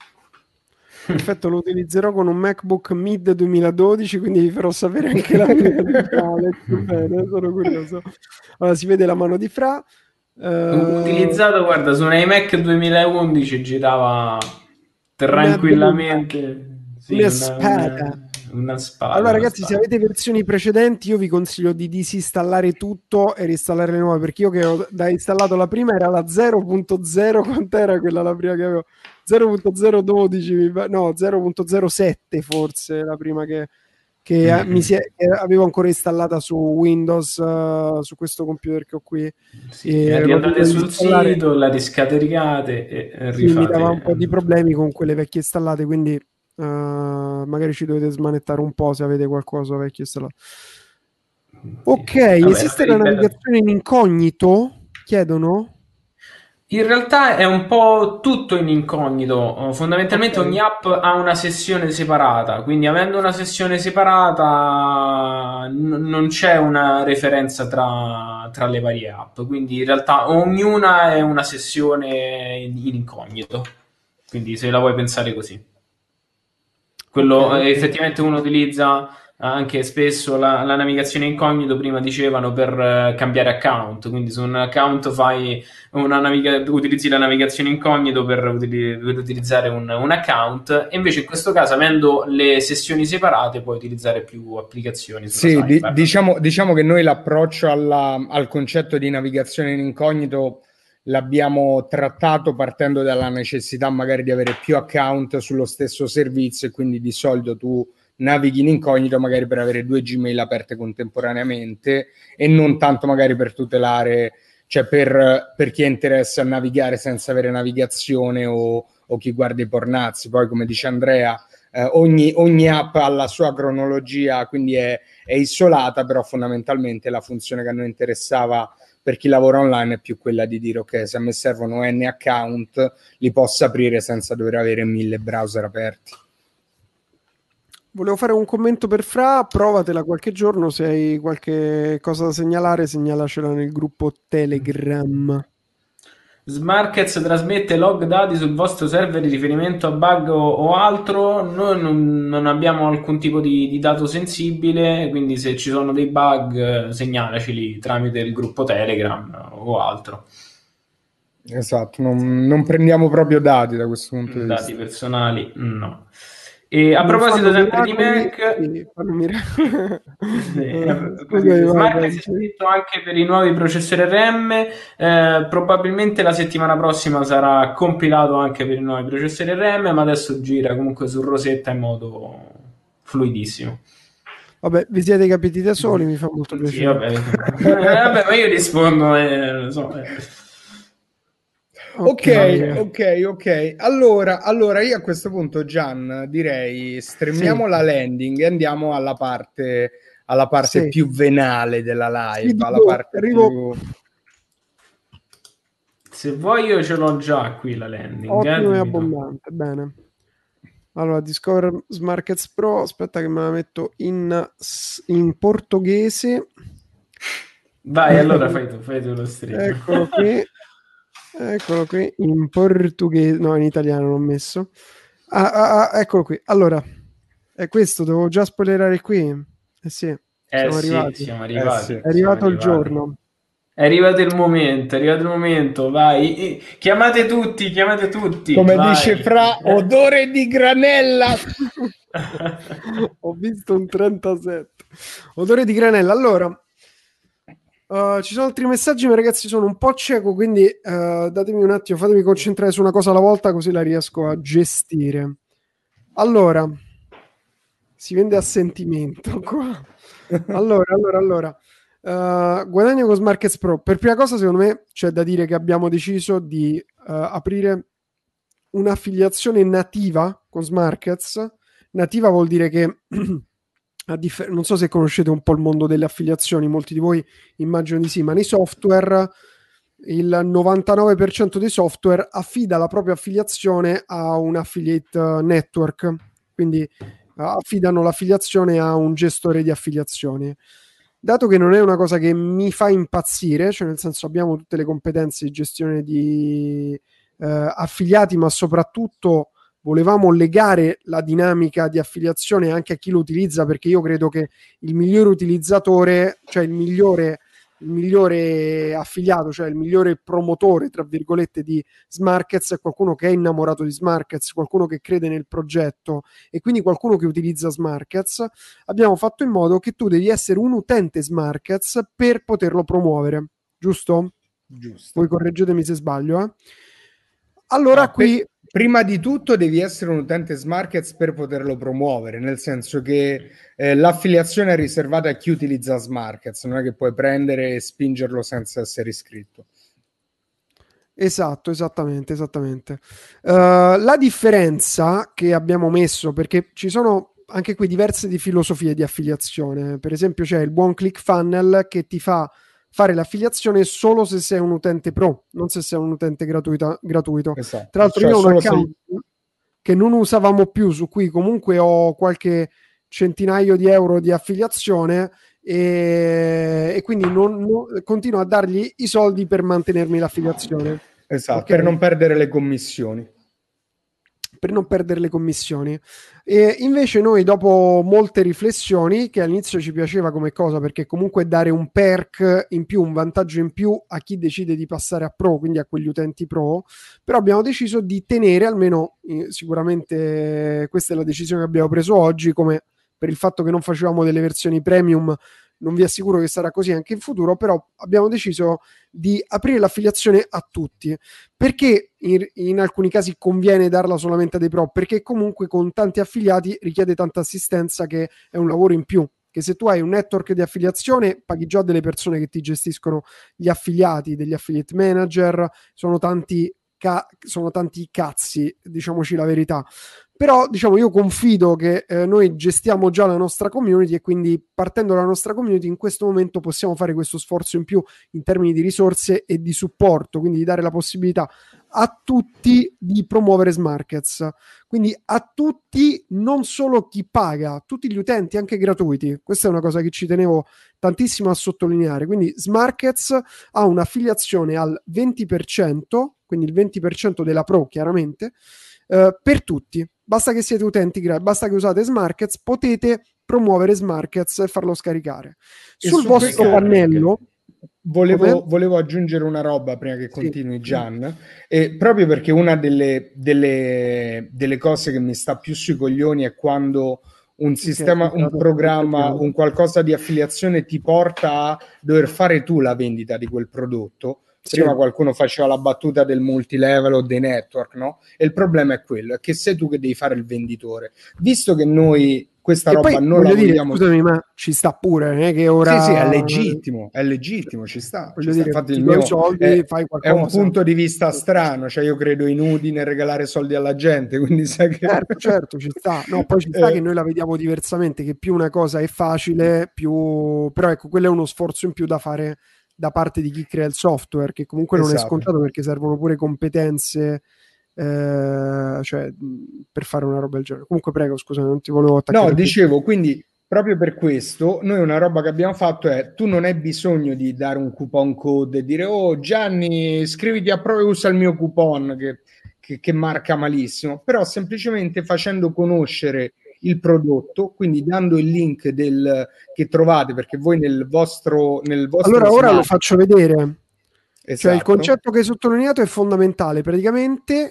Perfetto, lo utilizzerò con un MacBook Mid duemiladodici, quindi vi farò sapere anche la mia digitale. Bene, sono curioso. Allora, si vede la mano di Fra. Uh, Utilizzato, guarda, su un iMac duemilaundici girava una bella, tranquillamente. Sì, una una, una, spada. una spada, Allora, una ragazzi, se spada. avete versioni precedenti, io vi consiglio di disinstallare tutto e reinstallare le nuove, perché io che ho da installato la prima era la zero punto zero, quant'era quella la prima che avevo? zero punto zero dodici, no, zero punto zero sette forse la prima che, che Mm-hmm. mi si è, che avevo ancora installata su Windows, uh, su questo computer che ho qui. Sì, e riandate sul sito, la riscaricate e sì, mi dava rifate. un po' di problemi con quelle vecchie installate, quindi uh, magari ci dovete smanettare un po' se avete qualcosa vecchio installato. Ok, Sì, sì. Vabbè, esiste la navigazione in incognito? Chiedono? In realtà è un po' tutto in incognito, fondamentalmente Okay. ogni app ha una sessione separata, quindi avendo una sessione separata n- non c'è una referenza tra, tra le varie app, quindi in realtà ognuna è una sessione in, in incognito, quindi se la vuoi pensare così. Quello Okay, okay. effettivamente uno utilizza anche spesso la, la navigazione incognito, prima dicevano, per uh, cambiare account, quindi su un account fai una naviga- utilizzi la navigazione incognito per, utili- per utilizzare un, un account, e invece in questo caso, avendo le sessioni separate, puoi utilizzare più applicazioni sulla Sì, di, sidebar. diciamo, diciamo che noi l'approccio alla, al concetto di navigazione in incognito l'abbiamo trattato partendo dalla necessità magari di avere più account sullo stesso servizio, e quindi di solito tu navighi in incognito magari per avere due Gmail aperte contemporaneamente, e non tanto magari per tutelare, cioè per, per chi è interessato a navigare senza avere navigazione, o, o chi guarda i pornazzi. Poi, come dice Andrea, eh, ogni, ogni app ha la sua cronologia, quindi è, è isolata, però fondamentalmente la funzione che a noi interessava per chi lavora online è più quella di dire, ok, se a me servono N account li posso aprire senza dover avere mille browser aperti. Volevo fare un commento per Fra, provatela qualche giorno, se hai qualche cosa da segnalare, segnalacela nel gruppo Telegram. Smarkets trasmette log dati sul vostro server di riferimento a bug o, o altro. Noi non, non abbiamo alcun tipo di, di dato sensibile, quindi se ci sono dei bug segnalaceli tramite il gruppo Telegram o altro. Esatto, non, non prendiamo proprio dati da questo punto di Dati vista. personali no. E a Non proposito fanno sempre di miracoli, Mac, sì, fanno miracoli. sì, Eh, eh, scusami, vai, Smart vai, si è sì. scritto anche per i nuovi processori R M, eh, probabilmente la settimana prossima sarà compilato anche per i nuovi processori R M, ma adesso gira comunque su Rosetta in modo fluidissimo. Vabbè, vi siete capiti da soli, mi fa molto Sì, piacere. vabbè, eh, vabbè, ma io rispondo, eh, lo so, eh. Ok, Ok, ok, ok. Allora, allora io a questo punto, Gian, direi sì, stremiamo la landing e andiamo alla parte, alla parte sì. più venale della Sì, live, alla dico, parte arrivo più... Se vuoi io ce l'ho già qui la landing, eh, ottimo e dimmi tu. abbondante, bene. Allora, Discover Smarkets Pro, aspetta che me la metto in, in portoghese. Vai, allora fai tu, fai tu lo stream. Eccolo qui, eccolo qui, in portoghese, no, in italiano l'ho messo. Ah, ah, ah, eccolo qui. Allora, è questo, devo già spoilerare qui. Eh sì, Eh siamo sì, arrivati. siamo Eh arrivati, sì. È siamo arrivato il arrivati. giorno. È arrivato il momento, è arrivato il momento, vai. Eh, Chiamate tutti, chiamate tutti, Come dice vai. Fra, odore di granella. Ho visto un trentasette. Odore di granella. Allora, uh, ci sono altri messaggi, ma ragazzi sono un po' cieco, quindi uh, datemi un attimo, fatemi concentrare su una cosa alla volta così la riesco a gestire. Allora, si vende a sentimento qua. Allora, allora, allora. Uh, guadagno con Smarkets Pro. Per prima cosa, secondo me, c'è da dire che abbiamo deciso di uh, aprire un'affiliazione nativa con Smarkets. Nativa vuol dire che a differ- non so se conoscete un po' il mondo delle affiliazioni, molti di voi immagino di sì, ma nei software il novantanove per cento dei software affida la propria affiliazione a un affiliate network, quindi uh, affidano l'affiliazione a un gestore di affiliazioni. Dato che non è una cosa che mi fa impazzire, cioè nel senso abbiamo tutte le competenze di gestione di uh, affiliati, ma soprattutto volevamo legare la dinamica di affiliazione anche a chi lo utilizza, perché io credo che il migliore utilizzatore, cioè il migliore, il migliore affiliato, cioè il migliore promotore, tra virgolette, di Smarkets è qualcuno che è innamorato di Smarkets, qualcuno che crede nel progetto e quindi qualcuno che utilizza Smarkets. Abbiamo fatto in modo che tu devi essere un utente Smarkets per poterlo promuovere, giusto? Giusto. Voi correggetemi se sbaglio, eh? Allora No, qui... per, prima di tutto devi essere un utente Smarkets per poterlo promuovere, nel senso che eh, l'affiliazione è riservata a chi utilizza Smarkets, non è che puoi prendere e spingerlo senza essere iscritto. Esatto, esattamente, esattamente. Uh, la differenza che abbiamo messo, perché ci sono anche qui diverse di filosofie di affiliazione, per esempio c'è il buon ClickFunnels che ti fa fare l'affiliazione solo se sei un utente pro, non se sei un utente gratuita, gratuito. Esatto. Tra l'altro Cioè, io ho un solo account se... che non usavamo più, su cui comunque ho qualche centinaio di euro di affiliazione e, e quindi non, non, continuo a dargli i soldi per mantenermi l'affiliazione. Esatto, Okay? per non perdere le commissioni. Per non perdere le commissioni. E invece noi dopo molte riflessioni, che all'inizio ci piaceva come cosa, perché comunque dare un perk in più, un vantaggio in più a chi decide di passare a pro, quindi a quegli utenti pro, però abbiamo deciso di tenere, almeno eh, sicuramente questa è la decisione che abbiamo preso oggi, come per il fatto che non facevamo delle versioni premium, non vi assicuro che sarà così anche in futuro, però abbiamo deciso di aprire l'affiliazione a tutti. Perché in, in alcuni casi conviene darla solamente a dei pro? Perché comunque con tanti affiliati richiede tanta assistenza, che è un lavoro in più. Che se tu hai un network di affiliazione paghi già delle persone che ti gestiscono gli affiliati, degli affiliate manager, sono tanti, ca- sono tanti cazzi, diciamoci la verità. Però diciamo io confido che eh, noi gestiamo già la nostra community e quindi partendo dalla nostra community in questo momento possiamo fare questo sforzo in più in termini di risorse e di supporto, quindi di dare la possibilità a tutti di promuovere Smarkets, quindi a tutti, non solo chi paga, tutti gli utenti anche gratuiti. Questa è una cosa che ci tenevo tantissimo a sottolineare. Quindi Smarkets ha un'affiliazione al venti per cento, quindi il venti per cento della Pro chiaramente, Uh, per tutti, basta che siete utenti, basta che usate Smarkets, potete promuovere Smarkets e farlo scaricare E sul su vostro questo... pannello. volevo, volevo aggiungere una roba prima che continui, sì. Gian, e proprio perché una delle, delle, delle cose che mi sta più sui coglioni è quando un sistema, okay, un programma, un qualcosa di affiliazione ti porta a dover fare tu la vendita di quel prodotto. Prima sì. Qualcuno faceva la battuta del multilevel o dei network, no? E il problema è quello, è che sei tu che devi fare il venditore. Visto che noi questa e roba poi, non la dire, vogliamo... Scusami, ma ci sta pure, non è che ora... Sì, sì, è legittimo, è legittimo, ci sta. Ci sta. Dire, infatti il mio soldi, è, fai è un punto di vista strano, cioè io credo in Udine regalare soldi alla gente, quindi sai che... Certo, certo, ci sta. No, poi ci sta eh. che noi la vediamo diversamente, che più una cosa è facile, più... Però ecco, quello è uno sforzo in più da fare da parte di chi crea il software, che comunque non esatto. è scontato perché servono pure competenze... Eh, cioè per fare una roba del genere. Comunque prego, scusa, non ti volevo attaccare. No, dicevo, quindi proprio per questo noi una roba che abbiamo fatto è tu non hai bisogno di dare un coupon code e dire oh Gianni iscriviti a Pro e usa il mio coupon che, che, che marca malissimo, però semplicemente facendo conoscere il prodotto, quindi dando il link del, che trovate, perché voi nel vostro, nel vostro allora smart... ora lo faccio vedere. Esatto. Cioè il concetto che hai sottolineato è fondamentale. Praticamente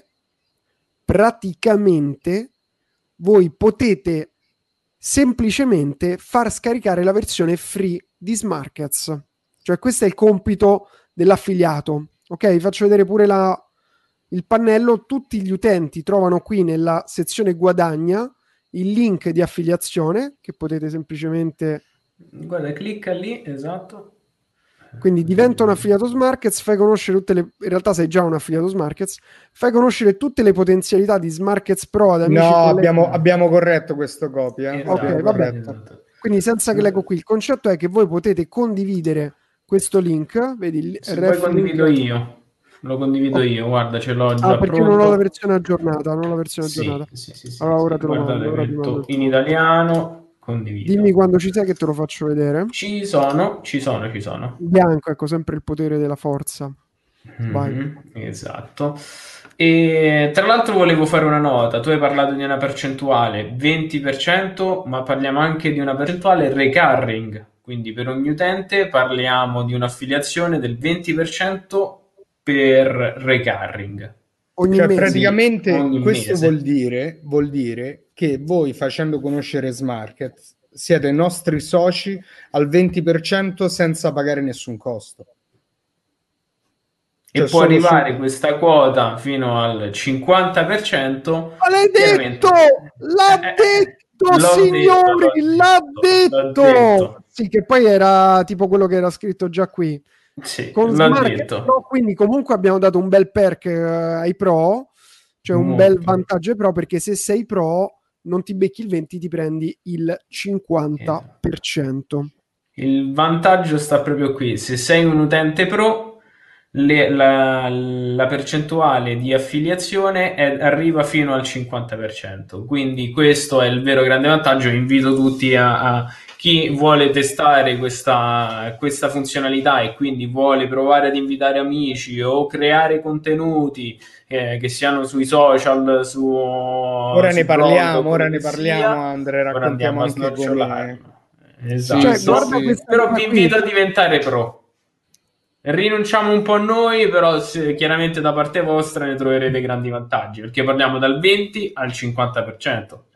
praticamente voi potete semplicemente far scaricare la versione free di Smarkets. Cioè questo è il compito dell'affiliato. Ok, vi faccio vedere pure la, il pannello. Tutti gli utenti trovano qui nella sezione guadagna il link di affiliazione che potete semplicemente... Guarda, clicca lì, esatto. Quindi diventa un affiliato Smarkets, fai conoscere tutte le... in realtà sei già un affiliato Smarkets, fai conoscere tutte le potenzialità di Smarkets Pro ad amici. No, abbiamo, abbiamo corretto questo copia. Eh? Esatto, ok, vabbè. Esatto. Quindi senza che leggo qui, il concetto è che voi potete condividere questo link, vedi? Se poi condivido link... io, lo condivido oh. io, guarda, ce l'ho già ah, perché pronto. non ho la versione aggiornata, non ho la versione sì, aggiornata. Sì, sì, sì, allora sì, ora sì. te lo Guardate, mando, ora ti mando in italiano. Condivido. Dimmi quando ci sei che te lo faccio vedere. Ci sono, ci sono, ci sono. Bianco, ecco, sempre il potere della forza. Vai. Mm-hmm, esatto. E tra l'altro volevo fare una nota. Tu hai parlato di una percentuale venti per cento, ma parliamo anche di una percentuale recurring. Quindi per ogni utente parliamo di un'affiliazione del venti per cento per recurring. Ogni cioè, mese. Praticamente ogni questo mese. Vuol dire, vuol dire che voi facendo conoscere Smarkets siete nostri soci al venti per cento senza pagare nessun costo. E cioè, può arrivare su... questa quota fino al cinquanta per cento. Ma l'hai detto! L'ha detto, signori! Detto, l'ha, detto, detto. l'ha detto! Sì, che poi era tipo quello che era scritto già qui. Sì, con Smart Pro, quindi comunque abbiamo dato un bel perk uh, ai pro, cioè un Molto. bel vantaggio ai pro, perché se sei pro non ti becchi il venti, ti prendi il cinquanta per cento. Il vantaggio sta proprio qui: se sei un utente pro, le, la, la percentuale di affiliazione è, arriva fino al cinquanta per cento. Quindi questo è il vero grande vantaggio. Invito tutti a, a chi vuole testare questa, questa funzionalità e quindi vuole provare ad invitare amici o creare contenuti eh, che siano sui social, su ora su ne parliamo, blog, ora ne parliamo, Andre, raccontiamo anche come... Esatto. Cioè, guarda sì. Però vi invito a diventare pro. Rinunciamo un po' noi, però se, chiaramente da parte vostra ne troverete grandi vantaggi, perché parliamo dal venti al cinquanta per cento.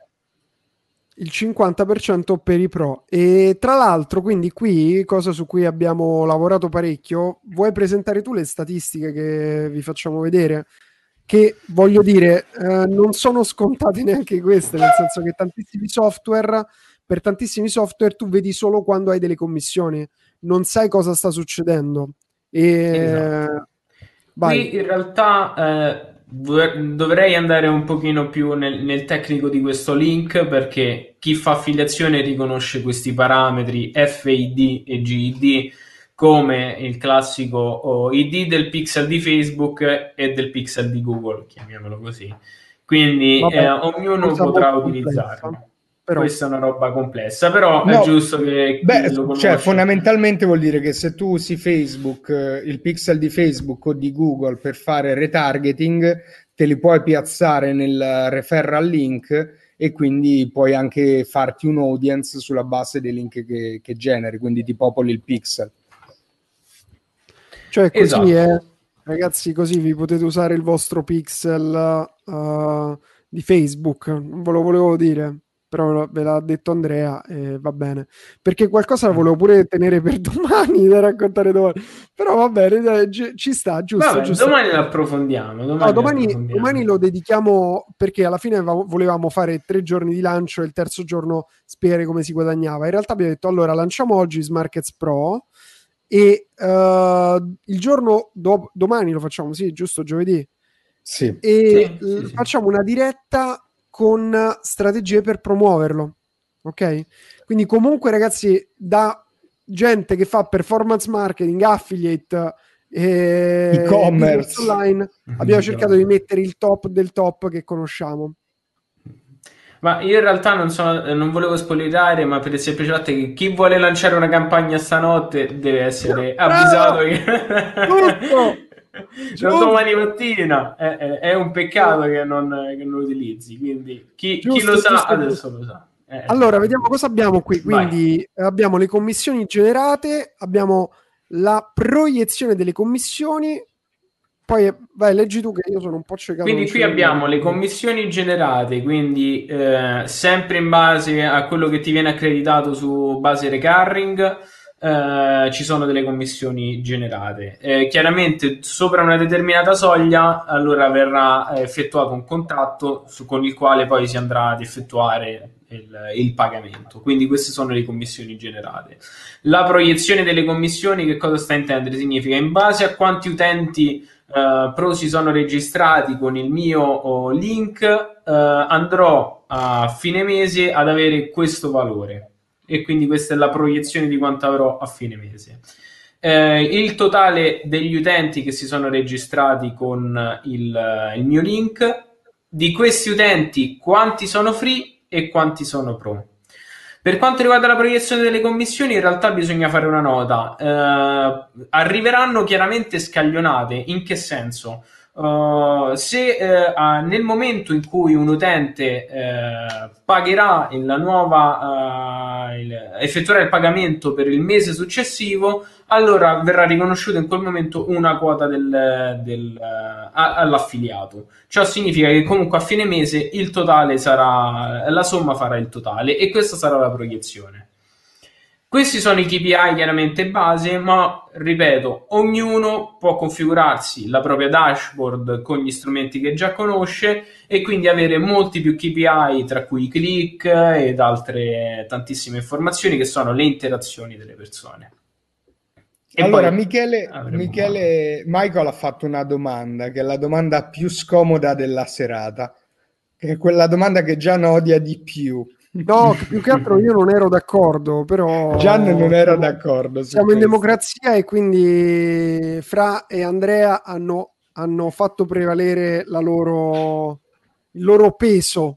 Il cinquanta per cento per i pro. E tra l'altro, quindi qui, cosa su cui abbiamo lavorato parecchio, vuoi presentare tu le statistiche che vi facciamo vedere? Che, voglio dire, eh, non sono scontate neanche queste, nel senso che tantissimi software, per tantissimi software tu vedi solo quando hai delle commissioni, non sai cosa sta succedendo. E... Esatto. Qui in realtà... Eh... dovrei andare un pochino più nel, nel tecnico di questo link, perché chi fa affiliazione riconosce questi parametri F I D e G I D come il classico oh, I D del pixel di Facebook e del pixel di Google, chiamiamolo così. Quindi Vabbè, eh, ognuno potrà utilizzarlo. Però. Questa è una roba complessa, però no, è giusto che beh, lo cioè, fondamentalmente vuol dire che se tu usi Facebook, il pixel di Facebook o di Google per fare retargeting, te li puoi piazzare nel referral link e quindi puoi anche farti un audience sulla base dei link che, che generi, quindi ti popoli il pixel. Cioè così Esatto. è, ragazzi, così vi potete usare il vostro pixel uh, di Facebook, non ve lo volevo dire, però ve l'ha detto Andrea e va bene, perché qualcosa lo volevo pure tenere per domani da raccontare domani, però va bene, dai, gi- ci sta, giusto, Vabbè, giusto. domani lo approfondiamo. No, Domani lo domani, approfondiamo. domani lo dedichiamo perché alla fine va- volevamo fare tre giorni di lancio e il terzo giorno spiegare come si guadagnava. In realtà abbiamo detto allora lanciamo oggi Smarkets Pro e uh, il giorno dopo, domani lo facciamo, sì, giusto, giovedì. Sì. E Sì, l- sì, sì. facciamo una diretta con strategie per promuoverlo. Ok? Quindi comunque ragazzi, da gente che fa performance marketing, affiliate e business E-commerce. online, abbiamo cercato di mettere il top del top che conosciamo. Ma io in realtà non, sono, non volevo spoilerare, ma per il semplice fatto che chi vuole lanciare una campagna stanotte deve essere avvisato Bravo! che Giusto! non domani Giusto! mattina. È, è- è un peccato che non, che non lo utilizzi. Quindi chi, chi lo Giusto, sa giusto, adesso giusto. lo sa. Eh, Allora, vediamo cosa abbiamo qui. vai. Quindi eh, abbiamo le commissioni generate, abbiamo la proiezione delle commissioni. Poi eh, vai, leggi tu che io sono un po' ciecato, non Quindi ci qui vedo abbiamo le bene. commissioni generate, quindi eh, sempre in base a quello che ti viene accreditato su base recurring, eh, ci sono delle commissioni generate. Eh, chiaramente sopra una determinata soglia, allora verrà eh, effettuato un contratto su- con il quale poi si andrà ad effettuare il, il pagamento. Quindi queste sono le commissioni generate. La proiezione delle commissioni, che cosa sta a intendere? Significa in base a quanti utenti Uh, Pro si sono registrati con il mio oh, link, uh, andrò a fine mese ad avere questo valore e quindi questa è la proiezione di quanto avrò a fine mese. Uh, il totale degli utenti che si sono registrati con il, il mio link, di questi utenti quanti sono free e quanti sono pro. Per quanto riguarda la proiezione delle commissioni, in realtà bisogna fare una nota. Eh, arriveranno chiaramente scaglionate. In che senso? Uh, se eh, nel momento in cui un utente eh, pagherà la nuova, uh, il, effettuerà il pagamento per il mese successivo, allora verrà riconosciuta in quel momento una quota del, del, uh, all'affiliato. Ciò significa che comunque a fine mese il totale sarà, la somma farà il totale e questa sarà la proiezione. Questi sono i K P I chiaramente base, ma ripeto, ognuno può configurarsi la propria dashboard con gli strumenti che già conosce e quindi avere molti più K P I, tra cui i click ed altre tantissime informazioni che sono le interazioni delle persone. E allora, Michele, Michele Michael ha fatto una domanda che è la domanda più scomoda della serata, che è quella domanda che Gian odia di più. No, più che altro io non ero d'accordo, però Gian non era siamo, d'accordo su siamo questo. in democrazia e quindi Fra e Andrea hanno, hanno fatto prevalere la loro, il loro peso.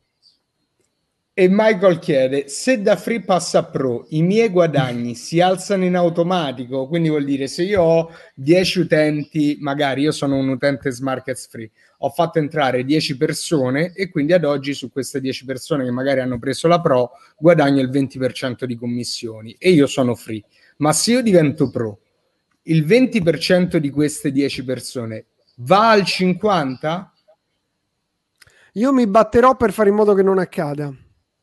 E Michael chiede: se da free passa a pro i miei guadagni si alzano in automatico? Quindi vuol dire, se io ho dieci utenti, magari io sono un utente Smarkets free, ho fatto entrare dieci persone e quindi ad oggi su queste dieci persone che magari hanno preso la pro guadagno il venti per cento di commissioni e io sono free. Ma se io divento pro, il venti per cento di queste dieci persone va al cinquanta? Io mi batterò per fare in modo che non accada.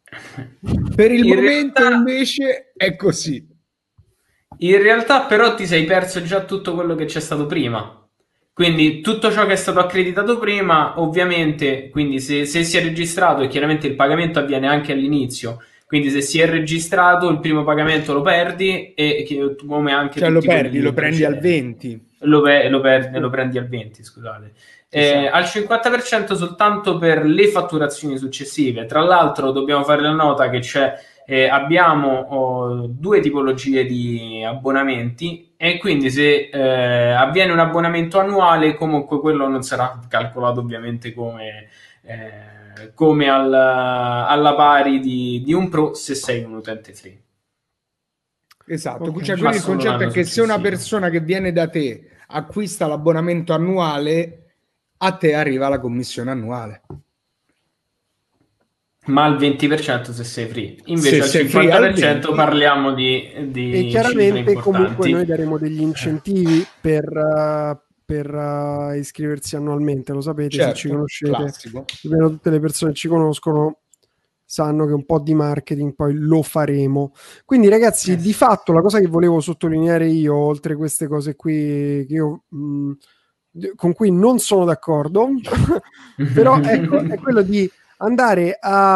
Per il in momento realtà, invece è così. In realtà però ti sei perso già tutto quello che c'è stato prima. Quindi tutto ciò che è stato accreditato prima, ovviamente, quindi se, se si è registrato e chiaramente il pagamento avviene anche all'inizio, quindi se si è registrato il primo pagamento lo perdi e come anche Cioè tutti lo perdi, quelli lo prendi al precedenti. venti. Lo, lo, perdi, lo prendi al venti, scusate. Eh, Esatto. al cinquanta per cento soltanto per le fatturazioni successive. Tra l'altro dobbiamo fare la nota che c'è, eh, abbiamo oh, due tipologie di abbonamenti e quindi se eh, avviene un abbonamento annuale comunque quello non sarà calcolato ovviamente come, eh, come al, alla pari di, di un pro se sei un utente free. Esatto, Okay. cioè, quindi il concetto è che se una successivo. persona che viene da te acquista l'abbonamento annuale, a te arriva la commissione annuale. ma al venti per cento se sei free. Invece Se al sei free cinquanta al per cento venti. parliamo di, di E cifre chiaramente comunque importanti. noi daremo degli incentivi per, uh, per uh, iscriversi annualmente, lo sapete, Certo, se ci conoscete, classico. almeno tutte le persone che ci conoscono sanno che un po' di marketing poi lo faremo. Quindi ragazzi, Eh di sì. fatto la cosa che volevo sottolineare io, oltre queste cose qui che io mh, con cui non sono d'accordo, però ecco, è quello di andare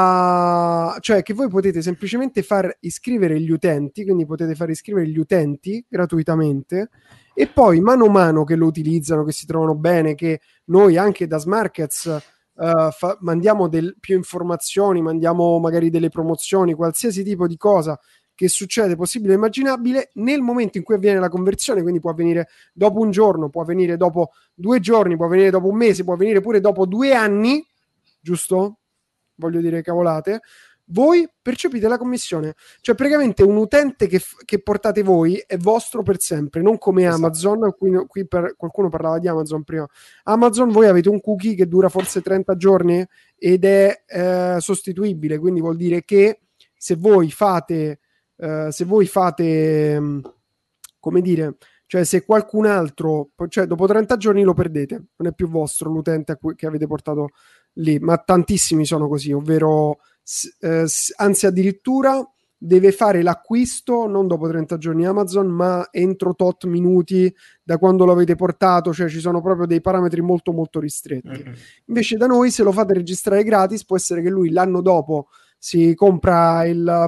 a, cioè che voi potete semplicemente far iscrivere gli utenti, quindi potete far iscrivere gli utenti gratuitamente, e poi mano a mano che lo utilizzano, che si trovano bene, che noi anche da Smarkets uh, fa- mandiamo del, più informazioni, mandiamo magari delle promozioni, qualsiasi tipo di cosa che succede possibile e immaginabile, nel momento in cui avviene la conversione, quindi può avvenire dopo un giorno, può avvenire dopo due giorni, può avvenire dopo un mese, può avvenire pure dopo due anni, giusto? Voglio dire cavolate, voi percepite la commissione. Cioè praticamente un utente che, f- che portate voi è vostro per sempre, non come Esatto. Amazon. Qui, qui per, qualcuno parlava di Amazon prima. Amazon, voi avete un cookie che dura forse trenta giorni ed è eh, sostituibile, quindi vuol dire che se voi fate eh, se voi fate mh, come dire, cioè se qualcun altro, cioè dopo trenta giorni lo perdete, non è più vostro l'utente a cui, che avete portato lì, ma tantissimi sono così, ovvero s- eh, s- anzi addirittura deve fare l'acquisto non dopo trenta giorni Amazon, ma entro tot minuti da quando lo avete portato, cioè ci sono proprio dei parametri molto molto ristretti. Mm-hmm. Invece da noi, se lo fate registrare gratis, può essere che lui l'anno dopo si compra il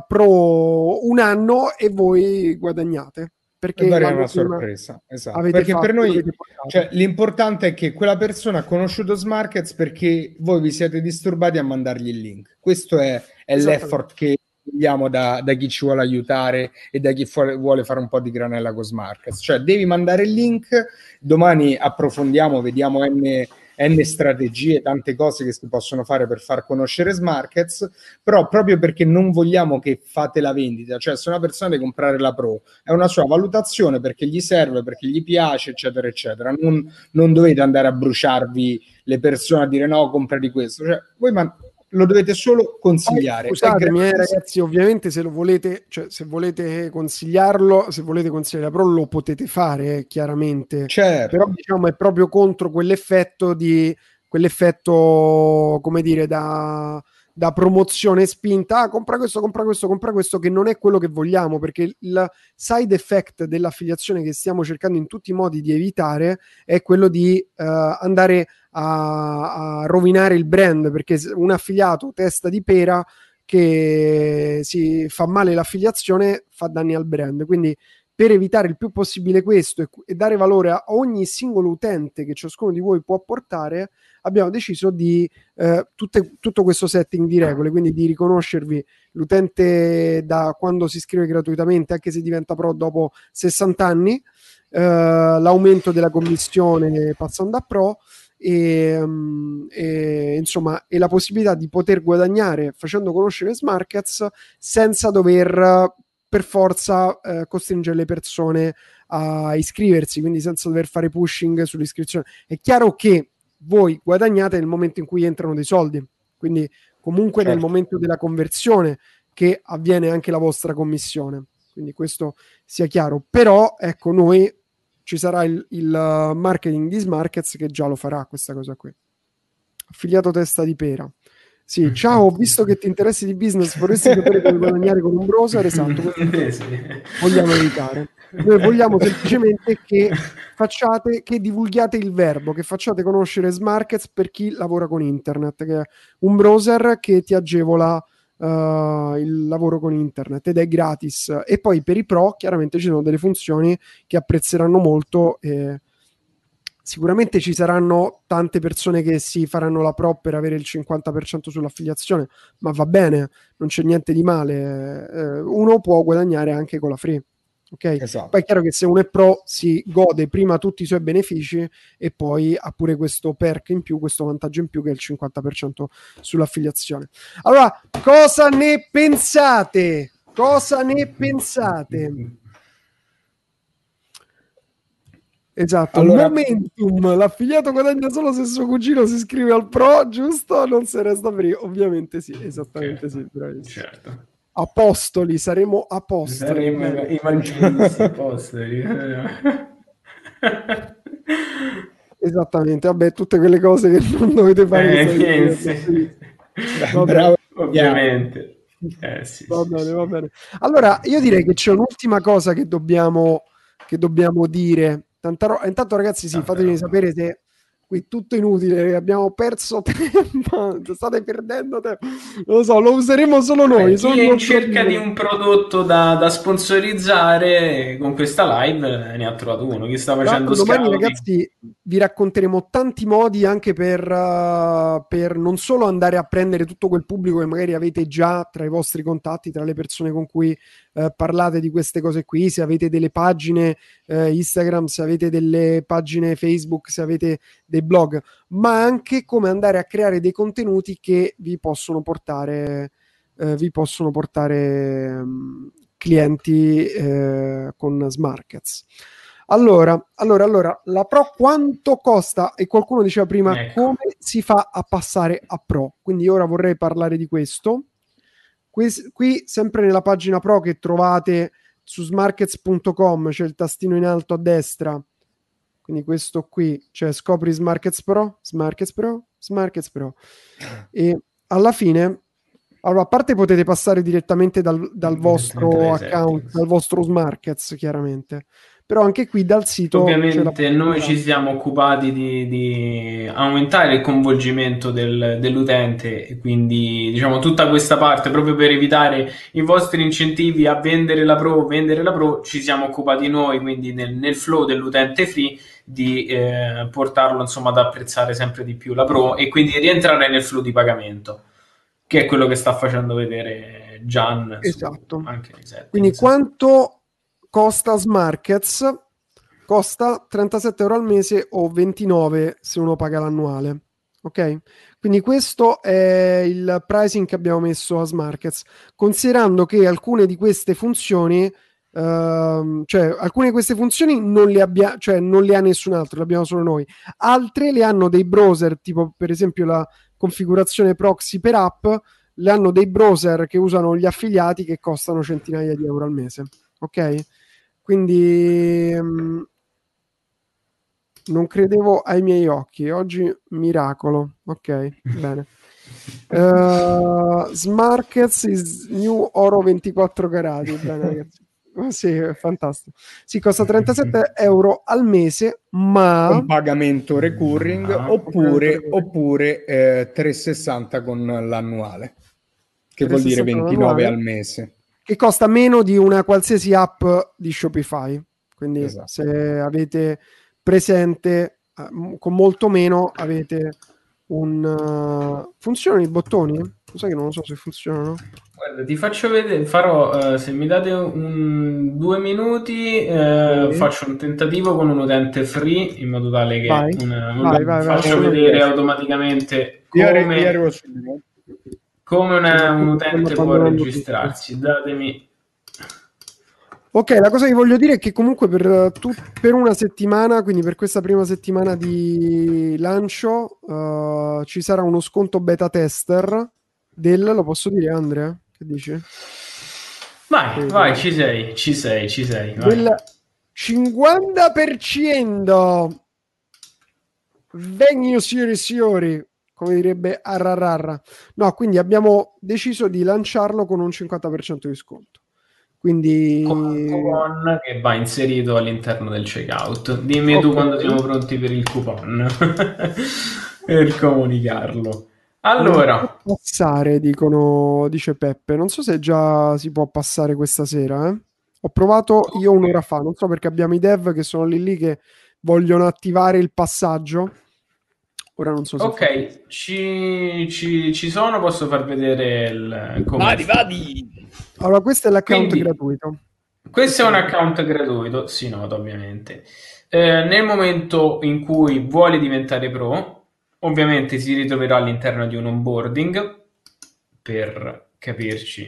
Pro un anno e voi guadagnate, E perché dare l'anno una prima sorpresa, esatto. avete Perché fatto, per noi, l'avete portato. cioè, l'importante è che quella persona ha conosciuto Smarkets perché voi vi siete disturbati a mandargli il link. Questo è, è l'effort che vogliamo da, da chi ci vuole aiutare e da chi fu- vuole fare un po' di granella con Smarkets. Cioè, devi mandare il link, domani approfondiamo, vediamo N, N strategie, tante cose che si possono fare per far conoscere Smarkets, però proprio perché non vogliamo che fate la vendita, cioè se una persona deve comprare la Pro, è una sua valutazione perché gli serve, perché gli piace, eccetera, eccetera. Non, non dovete andare a bruciarvi le persone a dire no, comprati questo. Cioè, voi man- lo dovete solo consigliare. Poi, scusatemi, eh, ragazzi, ovviamente se lo volete, cioè se volete consigliarlo, se volete consigliare la Pro lo potete fare, eh, chiaramente. Certo. Però diciamo è proprio contro quell'effetto di quell'effetto, come dire, da, da promozione spinta. Ah, compra questo, compra questo, compra questo, che non è quello che vogliamo, perché il side effect dell'affiliazione che stiamo cercando in tutti i modi di evitare è quello di uh, andare a, a rovinare il brand, perché un affiliato testa di pera che si fa male l'affiliazione fa danni al brand. Quindi per evitare il più possibile questo e, e dare valore a ogni singolo utente che ciascuno di voi può portare, abbiamo deciso di eh, tutte, tutto questo setting di regole, quindi di riconoscervi l'utente da quando si iscrive gratuitamente, anche se diventa pro dopo sessanta anni, eh, l'aumento della commissione passando a pro, e, e insomma e la possibilità di poter guadagnare facendo conoscere Smarkets senza dover per forza eh, costringere le persone a iscriversi, quindi senza dover fare pushing sull'iscrizione. È chiaro che voi guadagnate nel momento in cui entrano dei soldi, quindi comunque certo, nel momento della conversione che avviene anche la vostra commissione, quindi questo sia chiaro. Però ecco, noi ci sarà il, il marketing di Smarkets che già lo farà questa cosa qui. Affiliato testa di pera. Sì, ciao, ho visto che ti interessi di business, vorresti sapere come guadagnare con un browser? Esatto, questo vogliamo evitare. Noi vogliamo semplicemente che facciate, che divulghiate il verbo, che facciate conoscere Smarkets per chi lavora con internet, che è un browser che ti agevola uh, il lavoro con internet ed è gratis. E poi per i pro chiaramente ci sono delle funzioni che apprezzeranno molto e sicuramente ci saranno tante persone che si faranno la pro per avere il cinquanta per cento sull'affiliazione, ma va bene, non c'è niente di male. Eh, uno può guadagnare anche con la free. Okay? Esatto. Poi è chiaro che se uno è pro si gode prima tutti i suoi benefici e poi ha pure questo perk in più, questo vantaggio in più che è il cinquanta per cento sull'affiliazione. Allora, cosa ne pensate? Cosa ne pensate? Esatto, Allora- Momentum, l'affiliato guadagna solo se suo cugino si iscrive al Pro, giusto? Non se resta free, ovviamente sì, esattamente Certo, sì, bravissimo. certo. Apostoli, saremo apostoli. Saremo bene. i evangelisti apostoli. Esattamente, vabbè, tutte quelle cose che non dovete fare che Eh, state che dicendo. sì. Va bene. Bravo. Ovviamente. Eh, sì, Va sì, bene, sì. va bene. Allora, io direi che c'è un'ultima cosa che dobbiamo, che dobbiamo dire. Tanta ro- Intanto, ragazzi, sì, Tanta fatemi roba. sapere se qui è tutto inutile, abbiamo perso tempo, state perdendo tempo. Non lo so, lo useremo solo Vabbè, noi, chi solo è il in nostro cerca di business. un prodotto da, da sponsorizzare con questa live eh, ne ha trovato uno. Chi sta Tra facendo l'altro domani scouting? ragazzi vi racconteremo tanti modi anche per, uh, per non solo andare a prendere tutto quel pubblico che magari avete già tra i vostri contatti, tra le persone con cui uh, parlate di queste cose qui, se avete delle pagine uh, Instagram, se avete delle pagine Facebook, se avete dei blog, ma anche come andare a creare dei contenuti che vi possono portare, uh, vi possono portare um, clienti uh, con Smarkets. Allora, allora, allora, la Pro quanto costa? E qualcuno diceva prima Ecco. come si fa a passare a Pro. Quindi ora vorrei parlare di questo. Qui, qui sempre nella pagina Pro che trovate su smarkets punto com c'è il tastino in alto a destra. Quindi questo qui, cioè scopri Smarkets Pro, Smarkets Pro, Smarkets Pro. E alla fine, allora, a parte potete passare direttamente dal, dal Direttamente vostro dai account, settings. dal vostro Smarkets, chiaramente. Però anche qui dal sito c'è la Ovviamente noi ci possibilità. siamo occupati di, di aumentare il coinvolgimento del- dell'utente e quindi diciamo tutta questa parte proprio per evitare i vostri incentivi a vendere la Pro, vendere la Pro, ci siamo occupati noi quindi nel, nel flow dell'utente free di eh, portarlo insomma ad apprezzare sempre di più la Pro e quindi rientrare nel flow di pagamento, che è quello che sta facendo vedere Gian su, Esatto. anche nei Quindi settings. quanto costa Smarkets? Costa trentasette euro al mese o ventinove se uno paga l'annuale. Ok? Quindi questo è il pricing che abbiamo messo a Smarkets, considerando che alcune di queste funzioni, ehm, cioè alcune di queste funzioni non le abbia, cioè non le ha nessun altro, le abbiamo solo noi. Altre le hanno dei browser, tipo per esempio la configurazione proxy per app, le hanno dei browser che usano gli affiliati che costano centinaia di euro al mese. Ok? Quindi um, non credevo ai miei occhi. Oggi miracolo. Ok, bene. Uh, Smarkets is new oro ventiquattro carati. Bene, ragazzi. Oh, sì, è fantastico. Si costa trentasette euro al mese, ma un pagamento recurring Ah, oppure, recurring. oppure eh, trecentosessanta con l'annuale, che vuol dire trecentosessanta ventinove annuale, al mese. che costa meno di una qualsiasi app di Shopify. Quindi Esatto. se avete presente, uh, con molto meno avete un... Uh, funzionano i bottoni? Lo sai che non lo so se funzionano. guarda, ti faccio vedere, farò, eh, se mi date un, due minuti, eh, Sì. faccio un tentativo con un utente free in modo tale che Vai, una- vai, un- vai, vai, faccio assolutamente. vedere automaticamente Io, arri- io arrivo come, subito. come una- un Soprattutto stanno utente può abbandonando tutto. registrarsi. Datemi. Ok, la cosa che voglio dire è che comunque per, tu- per una settimana, quindi per questa prima settimana di lancio, uh, ci sarà uno sconto beta tester del, lo posso dire Andrea? Che dici? Vai, Sì, vai, dai. ci sei, ci sei, ci sei, vai. Del cinquanta per cento. Venio signori signori, come direbbe Arrararra. No, quindi abbiamo deciso di lanciarlo con un cinquanta per cento di sconto. Con un Quindi coupon che va inserito all'interno del checkout. Dimmi tu ok. quando siamo pronti per il coupon per comunicarlo. Non può Allora, passare, dicono, dice Peppe. Non so se già si può passare questa sera. eh. Ho provato io un'ora fa, non so perché abbiamo i dev che sono lì lì che vogliono attivare il passaggio. Ora non so se funziona. ok, ci, ci, ci sono, posso far vedere il, come Vadi, vadi! Allora, questo è l'account Quindi, gratuito. questo è un account gratuito, si nota ovviamente. Eh, nel momento in cui vuole diventare pro, ovviamente si ritroverà all'interno di un onboarding per capirci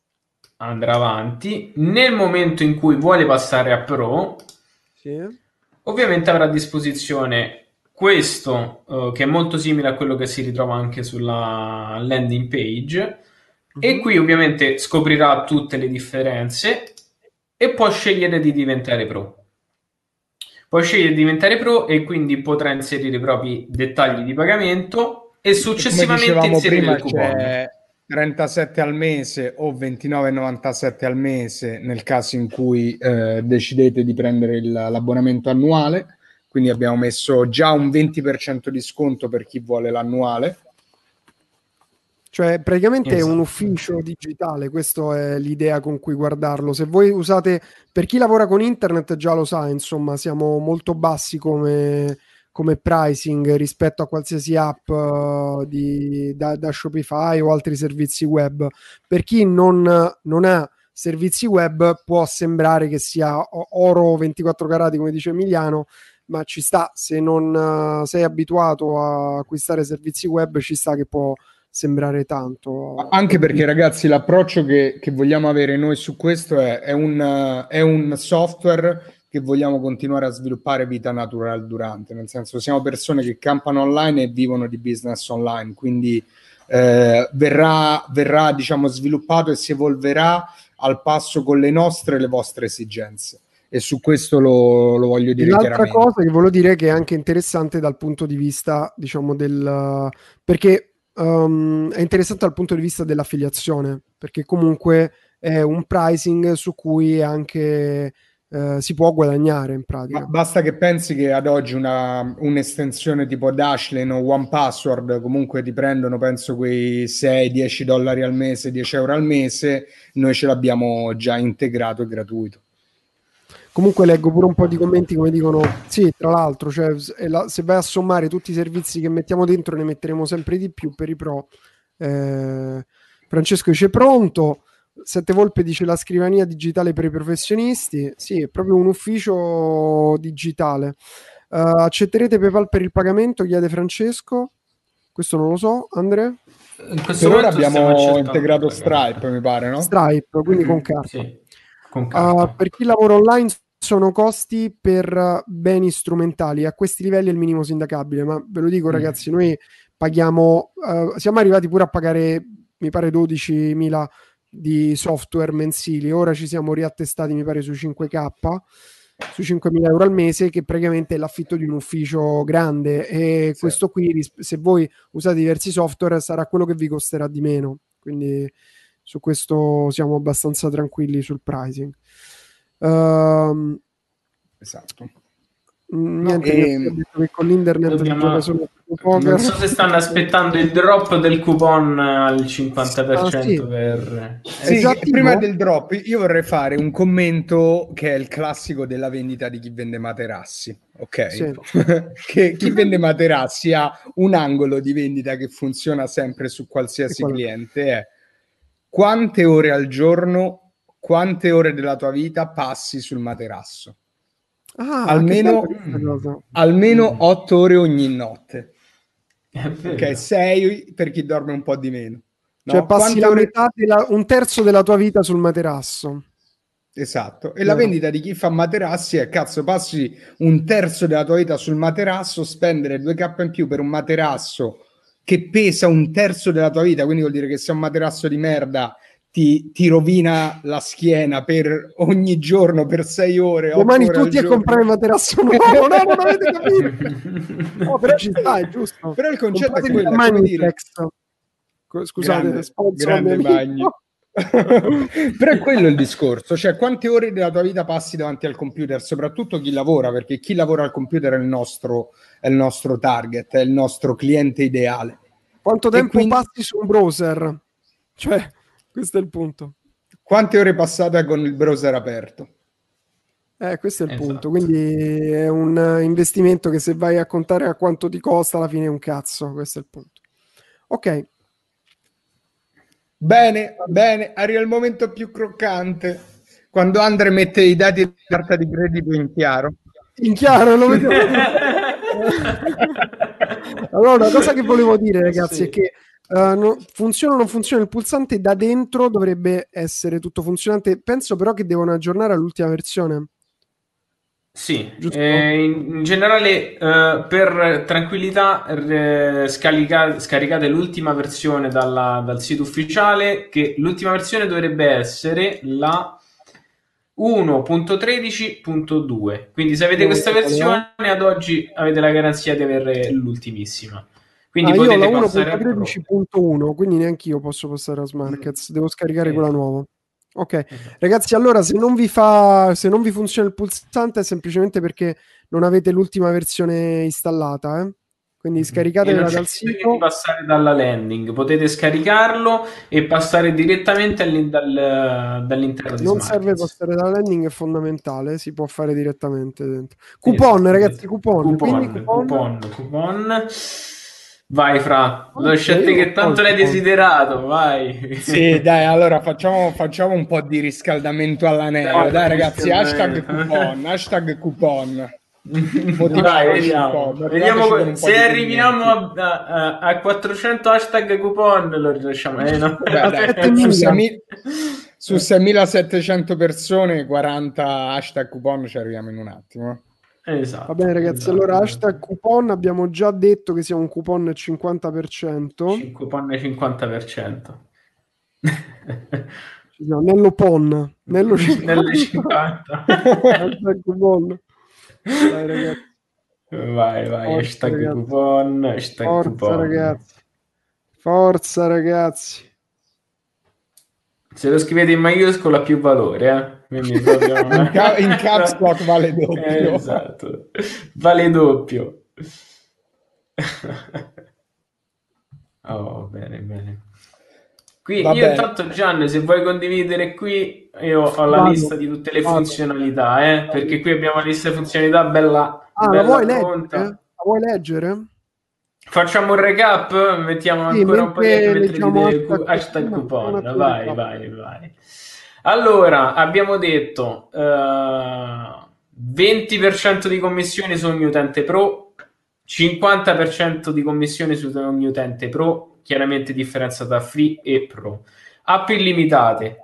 andrà avanti. Nel momento in cui vuole passare a pro, Sì. ovviamente avrà a disposizione questo, uh, che è molto simile a quello che si ritrova anche sulla landing page, mm-hmm. e qui ovviamente scoprirà tutte le differenze e può scegliere di diventare pro. Può scegliere di diventare pro e quindi potrà inserire i propri dettagli di pagamento e successivamente come inserire prima, il coupon. C'è trentasette al mese o ventinove e novantasette al mese nel caso in cui eh, decidete di prendere il, l'abbonamento annuale, quindi abbiamo messo già un venti per cento di sconto per chi vuole l'annuale. Cioè praticamente esatto. È un ufficio digitale, questa è l'idea con cui guardarlo. Se voi usate, per chi lavora con internet già lo sa, insomma siamo molto bassi come, come pricing rispetto a qualsiasi app uh, di, da, da Shopify o altri servizi web. Per chi non, non ha servizi web può sembrare che sia oro ventiquattro carati, come dice Emiliano, ma ci sta, se non uh, sei abituato a acquistare servizi web, ci sta che può sembrare tanto. Anche perché, ragazzi, l'approccio che, che vogliamo avere noi su questo è, è, un, è un software che vogliamo continuare a sviluppare vita naturale durante, nel senso siamo persone che campano online e vivono di business online, quindi eh, verrà, verrà diciamo sviluppato e si evolverà al passo con le nostre e le vostre esigenze. E su questo lo, lo voglio dire L'altra chiaramente. cosa che volevo dire è che è anche interessante dal punto di vista, diciamo, del... perché um, è interessante dal punto di vista dell'affiliazione, perché comunque è un pricing su cui anche eh, si può guadagnare in pratica. Ma basta che pensi che ad oggi una, un'estensione tipo Dashlane o OnePassword comunque ti prendono, penso, quei sei dieci dollari al mese, dieci euro al mese, noi ce l'abbiamo già integrato e gratuito. Comunque leggo pure un po' di commenti come dicono sì, tra l'altro, cioè, se vai a sommare tutti i servizi che mettiamo dentro ne metteremo sempre di più per i pro. eh, Francesco dice pronto, Sette Volpe dice la scrivania digitale per i professionisti. Sì, è proprio un ufficio digitale. Uh, accetterete PayPal per il pagamento? Chiede Francesco. Questo non lo so. Andrea? In questo per ora abbiamo integrato Stripe, mi pare, no? Stripe, quindi mm-hmm, con carta. Sì, con carta. Uh, per chi lavora online sono costi per beni strumentali. A questi livelli è il minimo sindacabile, ma ve lo dico, mm. ragazzi, noi paghiamo, uh, siamo arrivati pure a pagare, mi pare, dodicimila di software mensili. Ora ci siamo riattestati, mi pare, su cinque K, su cinquemila euro al mese, che praticamente è l'affitto di un ufficio grande, e sì. Questo qui, se voi usate diversi software, sarà quello che vi costerà di meno, quindi su questo siamo abbastanza tranquilli sul pricing. Um, esatto. Niente, no, e... detto che con l'internet dobbiamo... solo non so se stanno aspettando il drop del coupon al cinquanta per cento. Ah, sì. Per... Sì, esatto, prima del drop io vorrei fare un commento che è il classico della vendita di chi vende materassi, ok? Sì. Che chi vende materassi ha un angolo di vendita che funziona sempre su qualsiasi cliente, è quante ore al giorno, quante ore della tua vita passi sul materasso. Ah, almeno almeno otto ore ogni notte. Ok, sei per chi dorme un po' di meno. No? Cioè passi la ore... metà della, un terzo della tua vita sul materasso. Esatto. E no. La vendita di chi fa materassi è cazzo, passi un terzo della tua vita sul materasso, spendere due K in più per un materasso che pesa un terzo della tua vita, quindi vuol dire che se è un materasso di merda Ti, ti rovina la schiena per ogni giorno per sei ore. Domani ore tutti a giorno. Comprare il materasso nuovo. No, non avete capito. No, però ci sta, è giusto. Però il concetto è quello, è come dire... Scusate, grande, grande bagno. Però è quello il discorso, cioè quante ore della tua vita passi davanti al computer, soprattutto chi lavora, perché chi lavora al computer è il nostro, è il nostro target, è il nostro cliente ideale. Quanto tempo quindi... passi su un browser? Cioè... questo è il punto. Quante ore passate con il browser aperto? Eh, questo è il esatto. punto. Quindi è un investimento che se vai a contare a quanto ti costa, alla fine è un cazzo. Questo è il punto. Ok. Bene, bene. Arriva il momento più croccante. Quando Andre mette i dati di carta di credito in chiaro. In chiaro, lo vediamo. Allora, una cosa che volevo dire, ragazzi, sì. è che Uh, no, funziona o non funziona il pulsante da dentro, dovrebbe essere tutto funzionante. Penso però che devono aggiornare all'ultima versione. Sì, giusto? eh, in, in generale eh, per tranquillità eh, scarica- scaricate l'ultima versione dalla- dal sito ufficiale, che l'ultima versione dovrebbe essere la uno punto tredici punto due. Quindi se avete No, questa quale ho? versione ad oggi avete la garanzia di avere l'ultimissima. Quindi Ah, io ho la potete passare al Pro. uno punto tredici punto uno, quindi neanche io posso passare a Mm. Smartcats, devo scaricare quella Esatto. nuova. Ok, Esatto. ragazzi, allora se non vi fa, se non vi funziona il pulsante è semplicemente perché non avete l'ultima versione installata, eh? Quindi E non scaricatela c'è dal bisogno di sito. passare dalla landing, potete scaricarlo e passare direttamente all'in- dal- dall'interno di Non serve SmartCats. passare dalla landing, è fondamentale, si può fare direttamente dentro. Coupon, Esatto, ragazzi, esatto. coupon, quindi Coupon, coupon. coupon, coupon. Vai, Fra, lo Oddio, io scelte non che so il tanto l'hai coupon. desiderato, vai. Sì, dai, allora facciamo, facciamo un po' di riscaldamento all'anello. Dai, Dai, fai ragazzi, hashtag riscaldamento. coupon, hashtag coupon. Vai, Motivateci un po', vediamo. Vediamo motivateci con co- un po' se di arriviamo commenti. a, a- a quattrocento hashtag coupon lo rilasciamo. Eh, no? Beh, A dai, su settemila. seimila su seimilasettecento persone, quaranta hashtag coupon ci arriviamo in un attimo. Va Esatto, bene, ragazzi, esatto, allora esatto. hashtag coupon, abbiamo già detto che sia un coupon cinquanta per cento. cinque Coupon cinquanta per cento. Ci siamo, Nello Pon, Nello Nelle cinquanta. cinquanta. Hashtag coupon. Dai, ragazzi. Vai, vai, Forza, hashtag ragazzi. coupon, hashtag Forza, coupon. ragazzi. Forza, ragazzi. Se lo scrivete in maiuscola ha più valore, eh? Quindi proprio... In, ca- in caps lock vale doppio. Esatto, vale doppio. Oh, bene, bene. Qui Va io bene. intanto, Gian, se vuoi condividere qui, io ho la Vado, lista di tutte le vado, funzionalità, eh? vado. Perché qui abbiamo la lista di funzionalità bella, Ah, la bella vuoi leggere? pronta. La vuoi leggere? Facciamo un recap, mettiamo Sì, ancora un po' di tempo mentre mentre leggiamo dite hashtag cu- hashtag coupon, facciamo un coupon. attimo Vai, recap. vai, vai. Allora, abbiamo detto eh, venti per cento di commissioni su ogni utente pro, cinquanta per cento di commissioni su ogni utente pro, chiaramente differenza tra free e pro. App illimitate.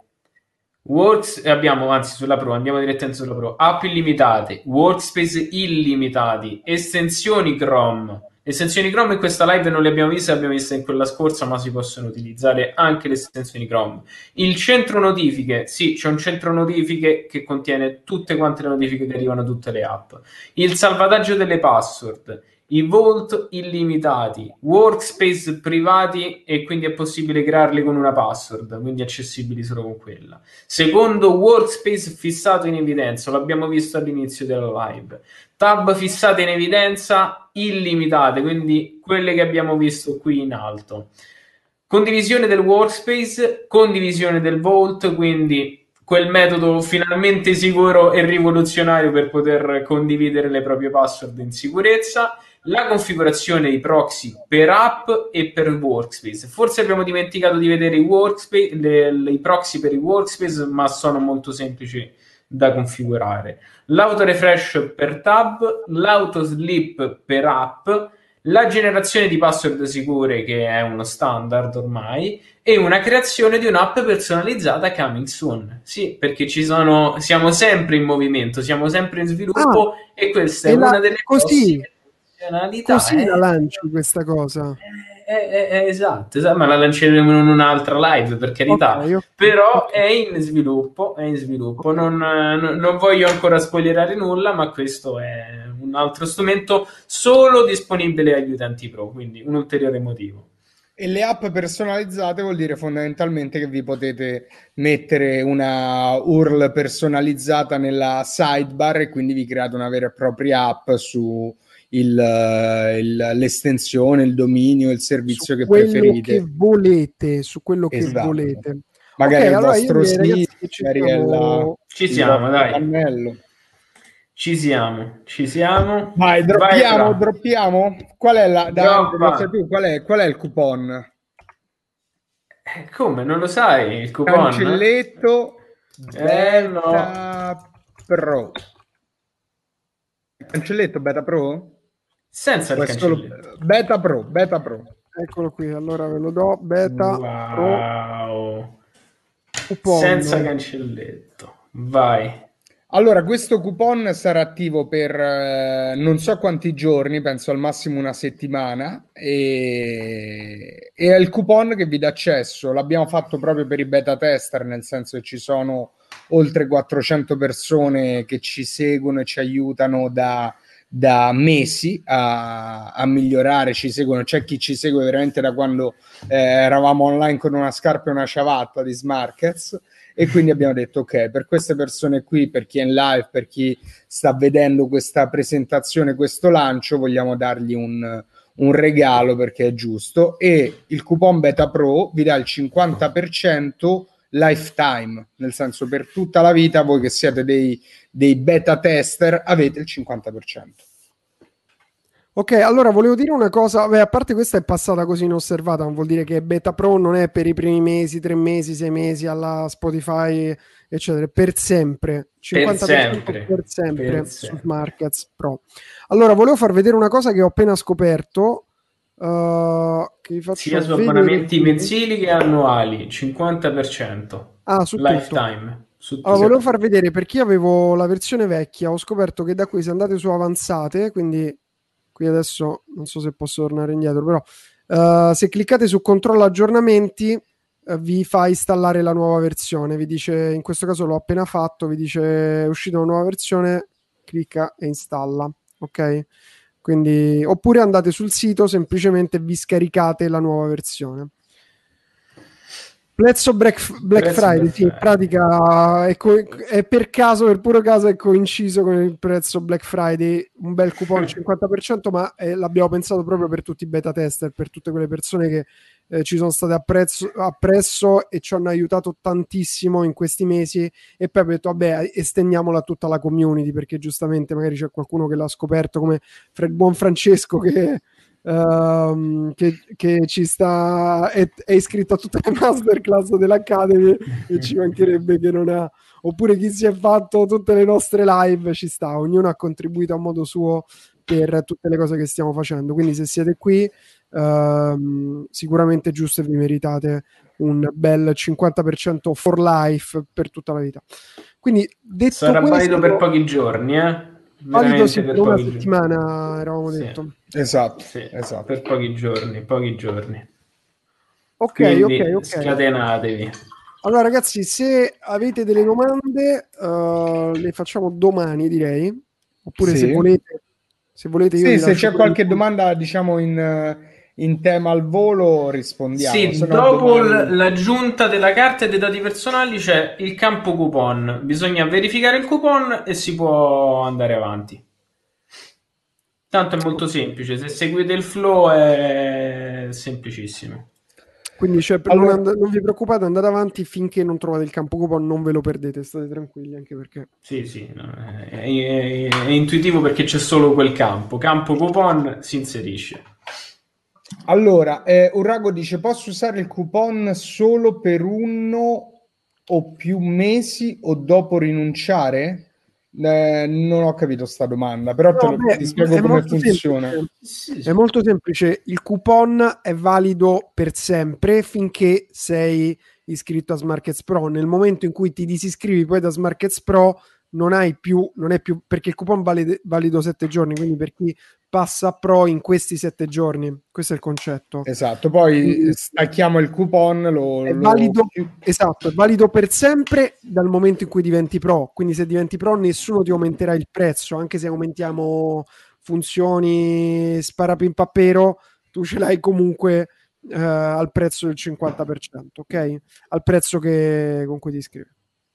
Works, abbiamo, anzi sulla Pro, andiamo direttamente sulla Pro. App illimitate, workspace illimitati, estensioni Chrome. Le estensioni Chrome in questa live non le abbiamo viste, le abbiamo viste in quella scorsa, ma si possono utilizzare anche le estensioni Chrome. Il centro notifiche, sì, c'è un centro notifiche che contiene tutte quante le notifiche che arrivano a tutte le app. Il salvataggio delle password, i vault illimitati, workspace privati e quindi è possibile crearli con una password, quindi accessibili solo con quella. Secondo, workspace fissato in evidenza, l'abbiamo visto all'inizio della live. Tab fissate in evidenza illimitate, quindi quelle che abbiamo visto qui in alto. Condivisione del workspace, condivisione del vault, quindi quel metodo finalmente sicuro e rivoluzionario per poter condividere le proprie password in sicurezza. La configurazione dei proxy per app e per workspace. Forse abbiamo dimenticato di vedere i, workspace, le, le, i proxy per i workspace, ma sono molto semplici da configurare. L'auto refresh per tab, l'auto sleep per app, la generazione di password sicure, che è uno standard ormai, e una creazione di un'app personalizzata coming soon. Sì, perché ci sono, siamo sempre in movimento, siamo sempre in sviluppo Ah, e questa è e la, una delle così, prossime funzionalità. così la Eh? lanci questa cosa. Eh, eh, eh, esatto, esatto, ma la lanceremo in un'altra live, per carità, Ok, ok, però ok. è in sviluppo, è in sviluppo. Ok. Non, eh, non voglio ancora spoilerare nulla, ma questo è un altro strumento solo disponibile agli utenti pro, quindi un ulteriore motivo. E le app personalizzate vuol dire fondamentalmente che vi potete mettere una U R L personalizzata nella sidebar e quindi vi create una vera e propria app su il, il, l'estensione, il dominio, il servizio Su che quello preferite. che volete, su quello che Esatto. volete. Magari Ok, è il allora io vostro direi, sito, ragazzi, che ci magari è la, siamo. Ci il siamo, vostro dai. pannello. Ci siamo, ci siamo. Vai, Vai, droppiamo, Fra. droppiamo. Qual è la, da, lo sai Droppa. tu, qual è, qual è il coupon? Eh, come, non lo sai il coupon? Cancelletto Eh, Beta no. Pro. Cancelletto Beta Pro? Senza O il è solo cancelletto. Beta Pro, Beta Pro. Eccolo qui, allora ve lo do, beta, pro, Wow. coupon. Senza cancelletto. Vai. Allora, questo coupon sarà attivo per eh, non so quanti giorni, penso al massimo una settimana, e, e è il coupon che vi dà accesso. L'abbiamo fatto proprio per i beta tester, nel senso che ci sono oltre quattrocento persone che ci seguono e ci aiutano da, da mesi a, a migliorare, ci seguono. C'è chi ci segue veramente da quando eh, eravamo online con una scarpa e una ciabatta di Smarkets. E quindi abbiamo detto ok, per queste persone qui, per chi è in live, per chi sta vedendo questa presentazione, questo lancio, vogliamo dargli un, un regalo perché è giusto, e il coupon Beta Pro vi dà il cinquanta per cento lifetime, nel senso per tutta la vita, voi che siete dei, dei beta tester avete il cinquanta per cento. Ok, allora volevo dire una cosa, beh, a parte questa è passata così inosservata, non vuol dire che Beta Pro non è per i primi mesi, tre mesi, sei mesi alla Spotify, eccetera, per sempre, cinquanta per cento Per sempre, per sempre, per su sempre. Smarkets Pro. Allora, volevo far vedere una cosa che ho appena scoperto, uh, che vi faccio Sia su vedere abbonamenti qui. mensili che annuali, cinquanta per cento. Ah, su tutto. Lifetime, su Allora, tutto. volevo far vedere, per chi avevo la versione vecchia, ho scoperto che da qui se andate su avanzate, quindi qui adesso non so se posso tornare indietro, però uh, se cliccate su controllo aggiornamenti uh, vi fa installare la nuova versione, vi dice, in questo caso l'ho appena fatto, vi dice è uscita una nuova versione, clicca e installa, ok? Quindi, oppure andate sul sito, semplicemente vi scaricate la nuova versione. Prezzo Black, Black Prezzo Friday, Black sì, in Friday. pratica è, co- è per caso, per puro caso è coinciso con il prezzo Black Friday, un bel coupon cinquanta per cento, ma eh, l'abbiamo pensato proprio per tutti i beta tester, per tutte quelle persone che eh, ci sono state appresso, appresso e ci hanno aiutato tantissimo in questi mesi, e poi abbiamo detto vabbè, estendiamola a tutta la community, perché giustamente magari c'è qualcuno che l'ha scoperto come il buon Francesco che... Um, che, che ci sta, è, è iscritto a tutte le masterclass dell'Academy e ci mancherebbe che non ha, oppure chi si è fatto tutte le nostre live, ci sta, ognuno ha contribuito a modo suo per tutte le cose che stiamo facendo, quindi se siete qui um, sicuramente è giusto e vi meritate un bel cinquanta per cento for life per tutta la vita. Quindi detto sarà questo, valido per pochi giorni, eh? valido sì, Per per una pochi settimana giorni. eravamo Sì. detto. Esatto, Sì, esatto. per pochi giorni, pochi giorni. Ok, Quindi ok, ok. scatenatevi. Allora ragazzi, se avete delle domande uh, le facciamo domani, direi, oppure se Sì. volete, se volete io Sì, vi se lascio c'è pure il... qualche domanda, diciamo, in, in tema al volo, rispondiamo. Se Sì, no, dopo domani... l- l'aggiunta della carta e dei dati personali c'è il campo coupon. Bisogna verificare il coupon e si può andare avanti. Tanto è molto semplice, se seguite il flow è semplicissimo. Quindi cioè, non, Allora, and- non vi preoccupate, andate avanti finché non trovate il campo coupon, non ve lo perdete, state tranquilli, anche perché... Sì, sì, no, è, è- è intuitivo perché c'è solo quel campo. Campo coupon si inserisce. allora eh, Urrago dice, posso usare il coupon solo per uno o più mesi o dopo rinunciare? Eh, non ho capito sta domanda, però te No, lo- beh, ti spiego è come molto funziona. semplice. Sì, È sì. molto semplice. Il coupon è valido per sempre finché sei iscritto a Smarkets Pro. Nel momento in cui ti disiscrivi poi da Smarkets Pro, non hai più, non è più, perché il coupon è valido sette giorni, quindi per chi passa a Pro in questi sette giorni, questo è il concetto. Esatto, poi Quindi stacchiamo il coupon, lo, è lo... valido, esatto, è valido per sempre dal momento in cui diventi Pro. Quindi se diventi Pro nessuno ti aumenterà il prezzo, anche se aumentiamo funzioni sparapimpappero, tu ce l'hai comunque eh, al prezzo del cinquanta per cento, ok? Al prezzo che, con cui ti iscrivi.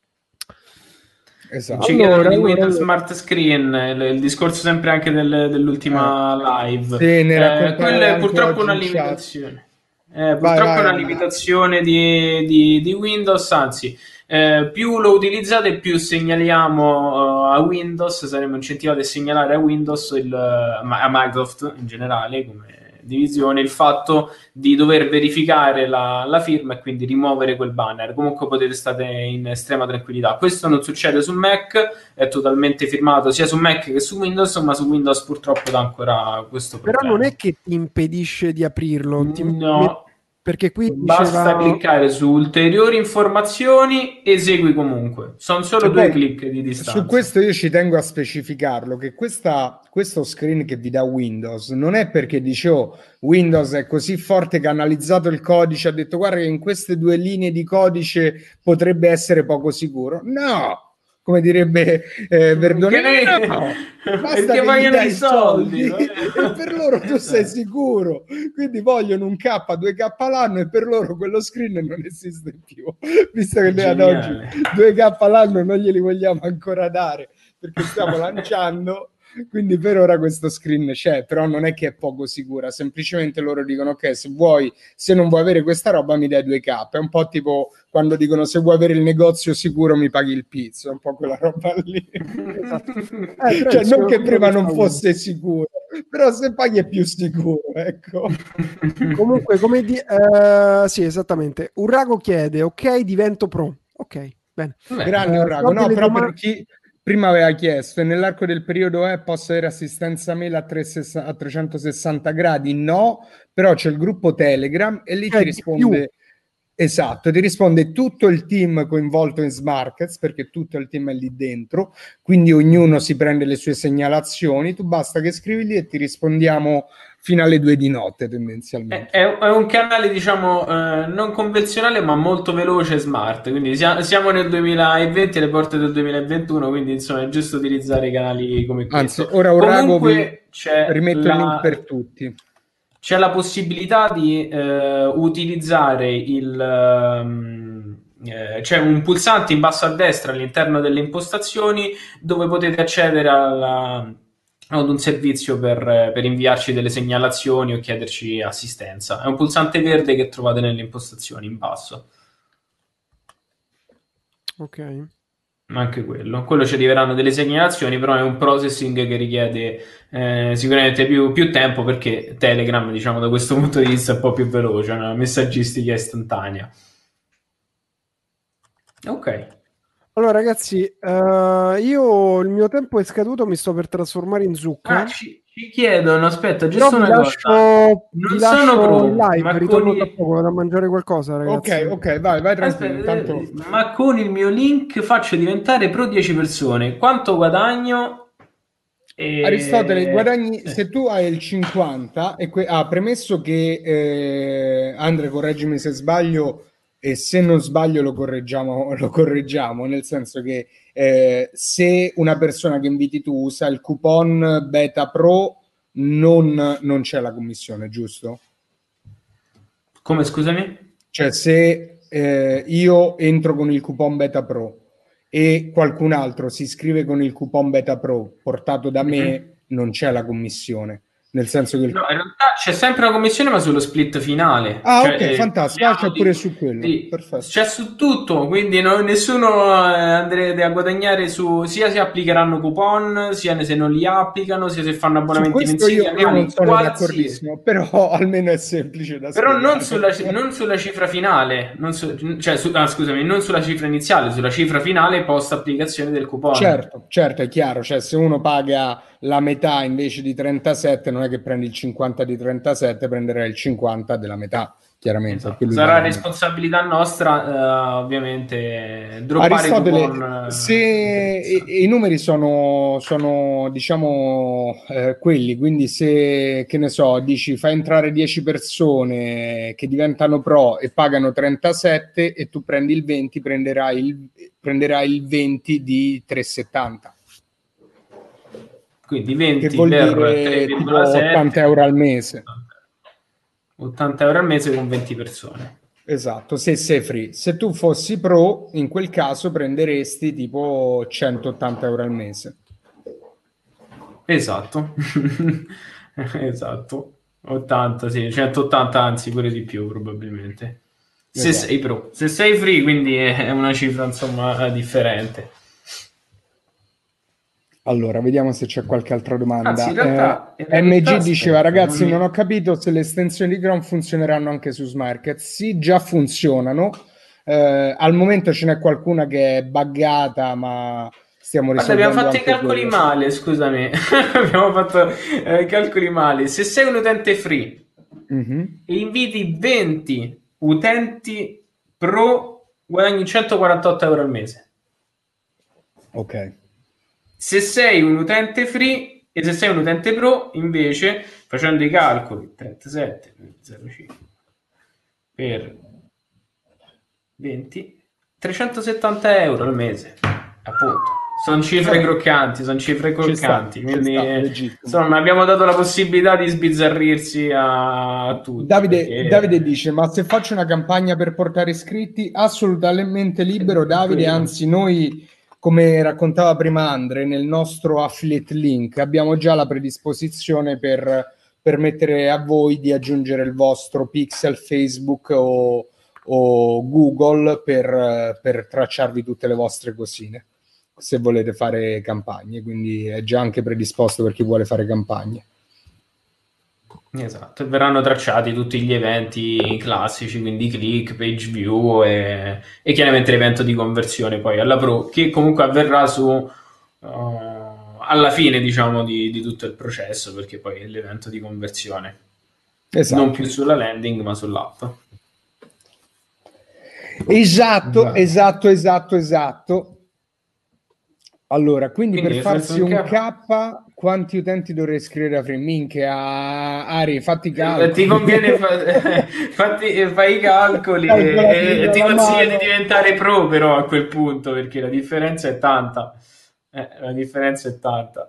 Esatto. Ci chiedono Allora, di allora, Windows allora. Smart Screen, il, il discorso sempre anche del- Eh, dell'ultima live. sì, ne Eh, quella raccontavo è anche purtroppo oggi una in chat. limitazione. Eh, Vai, purtroppo è vai, una Andrea. limitazione di, di- di Windows, anzi, eh, più lo utilizzate, più segnaliamo uh, a Windows, saremo incentivati a segnalare a Windows, il, a Microsoft in generale, come divisione, il fatto di dover verificare la, la firma e quindi rimuovere quel banner. Comunque potete stare in estrema tranquillità. Questo non succede su Mac, è totalmente firmato sia su Mac che su Windows, ma su Windows purtroppo dà ancora questo Però non problema. è che ti impedisce di aprirlo, ti met- No, Perché qui Basta diceva... cliccare su ulteriori informazioni, esegui comunque. Sono solo Cioè, due poi, clic di distanza. su questo io ci tengo a specificarlo, che questa, questo screen che vi dà Windows non è perché dice, oh, Windows è così forte che ha analizzato il codice, ha detto guarda che in queste due linee di codice potrebbe essere poco sicuro. No! Come direbbe eh, Verdonino, no! Basta Perché che gli vogliono dai i i soldi, soldi e per loro tu sei sicuro. Quindi vogliono un K, due K l'anno e per loro quello screen non esiste più. Visto che noi ad oggi due K l'anno non glieli vogliamo ancora dare perché stiamo lanciando, quindi per ora questo screen c'è, però non è che è poco sicura, semplicemente loro dicono ok, se vuoi, se non vuoi avere questa roba mi dai due K, è un po' tipo quando dicono se vuoi avere il negozio sicuro mi paghi il pizzo, è un po' quella roba lì. Esatto. Eh, Cioè non che prima non fosse sicuro, però se paghi è più sicuro, ecco. Comunque, come di... Uh, sì, esattamente. Urrago chiede, ok, divento pro. Ok, bene. Grande uh, Urrago, no, però domande... per chi prima aveva chiesto e nell'arco del periodo è posso avere assistenza mail a, a trecentosessanta gradi? No, però c'è il gruppo Telegram e lì eh, ti risponde... Esatto, ti risponde tutto il team coinvolto in Smarkets perché tutto il team è lì dentro, quindi ognuno si prende le sue segnalazioni, tu basta che scrivi lì e ti rispondiamo fino alle due di notte tendenzialmente. È, è un canale diciamo eh, non convenzionale ma molto veloce e smart, quindi sia, siamo nel duemilaventi alle porte del duemilaventuno, quindi insomma è giusto utilizzare i canali come questo. Anzi, ora Urrago vi c'è rimetto la... il link per tutti. C'è la possibilità di eh, utilizzare il um, eh, c'è un pulsante in basso a destra all'interno delle impostazioni dove potete accedere alla, ad un servizio per, per inviarci delle segnalazioni o chiederci assistenza. È un pulsante verde che trovate nelle impostazioni in basso. Ok. Anche quello, quello ci arriveranno delle segnalazioni, però è un processing che richiede eh, sicuramente più, più tempo perché Telegram, diciamo, da questo punto di vista è un po' più veloce, una messaggistica istantanea. Ok. Allora ragazzi, uh, io il mio tempo è scaduto, mi sto per trasformare in zucca. Ah, ci, ci chiedono, aspetta, però giusto vi una lascio, cosa. Non vi sono lascio pro, in live, ma ritorno con tra il... poco, vado a mangiare qualcosa ragazzi. Ok, ok, vai, vai tranquillo. Aspetta, Intanto... ma con il mio link faccio diventare pro dieci persone. Quanto guadagno? E... Aristotele, guadagni sì. se tu hai il cinquanta e que- ah, premesso che eh, Andre, correggimi se sbaglio e se non sbaglio lo correggiamo, lo correggiamo nel senso che eh, se una persona che inviti tu usa il coupon Beta Pro non, non c'è la commissione, giusto? Come, scusami? Cioè se eh, io entro con il coupon Beta Pro e qualcun altro si iscrive con il coupon Beta Pro portato da me, mm-hmm. non c'è la commissione. Nel senso che il... No, in realtà c'è sempre una commissione, ma sullo split finale. Ah, cioè, ok, eh, fantastico. Ah, c'è di, pure su quello. Di, Perfetto. c'è su tutto, quindi no, nessuno eh, andrete a guadagnare su sia se applicheranno coupon, sia se non li applicano, sia se fanno abbonamenti mensili. Io, io non sono d'accordissimo, però almeno è semplice da Però spiegare. non sulla, non sulla cifra finale, non su, cioè su, ah, scusami, non sulla cifra iniziale, sulla cifra finale post applicazione del coupon. Certo, certo, è chiaro, cioè se uno paga la metà invece di trentasette, non è che prendi il cinquanta di trentasette, prenderai il cinquanta della metà, chiaramente. Esatto. Sarà responsabilità nostra, uh, ovviamente, droppare Aristotele, coupon, se i, i numeri sono, sono diciamo eh, quelli, quindi se, che ne so, dici fai entrare dieci persone che diventano pro e pagano trentasette e tu prendi il venti, prenderai il, prenderai il venti di tre virgola settanta. Quindi venti che vuol per dire tipo ottanta euro al mese. ottanta euro al mese con venti persone. Esatto, se sei free. Se tu fossi pro, in quel caso prenderesti tipo centottanta euro al mese. Esatto. Esatto. ottanta, sì, centottanta, anzi pure di più probabilmente. Se esatto. sei pro. Se sei free, quindi è una cifra insomma differente. Allora, vediamo se c'è qualche altra domanda. Anzi, in realtà, eh, in realtà, M G diceva, aspetta, ragazzi, non, non mi... ho capito se le estensioni di Chrome funzioneranno anche su Smarket. Sì, già funzionano. Eh, al momento ce n'è qualcuna che è buggata, ma stiamo risolvendo. Guarda, abbiamo fatto i calcoli quello. male, scusami. abbiamo fatto i eh, calcoli male. Se sei un utente free mm-hmm. e inviti venti utenti pro, guadagni centoquarantotto euro al mese. Ok. Se sei un utente free e se sei un utente pro, invece, facendo i calcoli, trentasette zero cinque per venti, trecentosettanta euro al mese, appunto. Sono cifre croccanti, sono cifre croccanti, quindi sta, insomma abbiamo dato la possibilità di sbizzarrirsi a, a tutti. Davide, perché... Davide dice, ma se faccio una campagna per portare iscritti, assolutamente libero, Davide, anzi noi, come raccontava prima Andre, nel nostro affiliate link abbiamo già la predisposizione per permettere a voi di aggiungere il vostro pixel Facebook o, o Google per, per tracciarvi tutte le vostre cosine, se volete fare campagne, quindi è già anche predisposto per chi vuole fare campagne. Esatto, e verranno tracciati tutti gli eventi classici, quindi click, page view e, e chiaramente l'evento di conversione poi alla pro, che comunque avverrà su uh, alla fine, diciamo, di, di tutto il processo, perché poi è l'evento di conversione. Esatto. Non più sulla landing, ma sull'app. Esatto, Vai. esatto, esatto, esatto. Allora, quindi, quindi per farsi un K, K, quanti utenti dovrei iscrivere a Free? Minchia, Ari, fatti i calcoli. Ti conviene, fa, fatti, fai i calcoli e, e ti consiglio di diventare pro però a quel punto, perché la differenza è tanta. Eh, la differenza è tanta.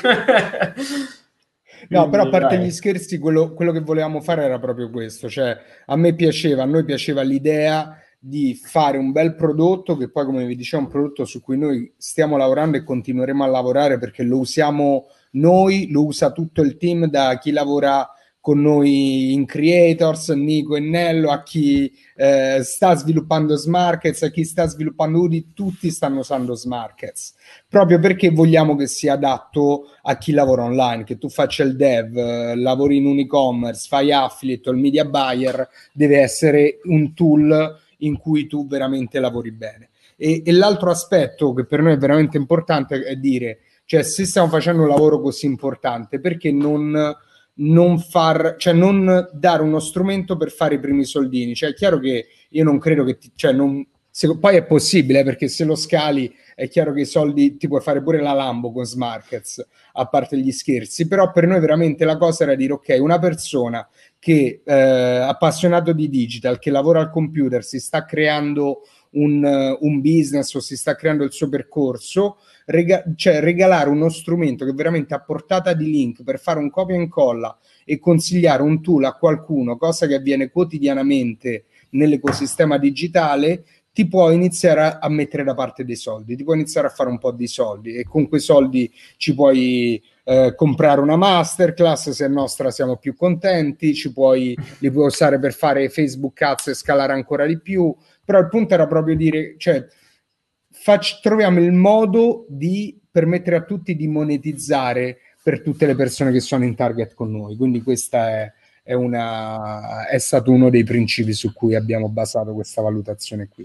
No, però a parte gli scherzi, quello, quello che volevamo fare era proprio questo. Cioè, a me piaceva, a noi piaceva l'idea di fare un bel prodotto che poi, come vi dicevo, è un prodotto su cui noi stiamo lavorando e continueremo a lavorare, perché lo usiamo noi, lo usa tutto il team, da chi lavora con noi in Creators, Nico e Nello, a chi eh, sta sviluppando Smarkets, a chi sta sviluppando Udi, tutti stanno usando Smarkets, proprio perché vogliamo che sia adatto a chi lavora online, che tu faccia il dev, eh, lavori in un e-commerce, fai affiliate o il media buyer, deve essere un tool in cui tu veramente lavori bene. E, e l'altro aspetto che per noi è veramente importante è dire, cioè, se stiamo facendo un lavoro così importante, perché non, non far, cioè non dare uno strumento per fare i primi soldini? Cioè, è chiaro che io non credo che ti, cioè non, se, poi è possibile, perché se lo scali è chiaro che i soldi ti puoi fare pure la Lambo con Smarkets, a parte gli scherzi, però per noi veramente la cosa era dire, ok, una persona che eh, appassionato di digital, che lavora al computer, si sta creando un, uh, un business o si sta creando il suo percorso, rega- cioè regalare uno strumento che veramente a portata di link per fare un copia e incolla e consigliare un tool a qualcuno, cosa che avviene quotidianamente nell'ecosistema digitale, ti può iniziare a, a mettere da parte dei soldi, ti può iniziare a fare un po' di soldi, e con quei soldi ci puoi eh, comprare una masterclass, se è nostra siamo più contenti, ci puoi, li puoi usare per fare Facebook Ads e scalare ancora di più. Però il punto era proprio dire, cioè, facci, troviamo il modo di permettere a tutti di monetizzare per tutte le persone che sono in target con noi, quindi questa è È, una, è stato uno dei principi su cui abbiamo basato questa valutazione qui.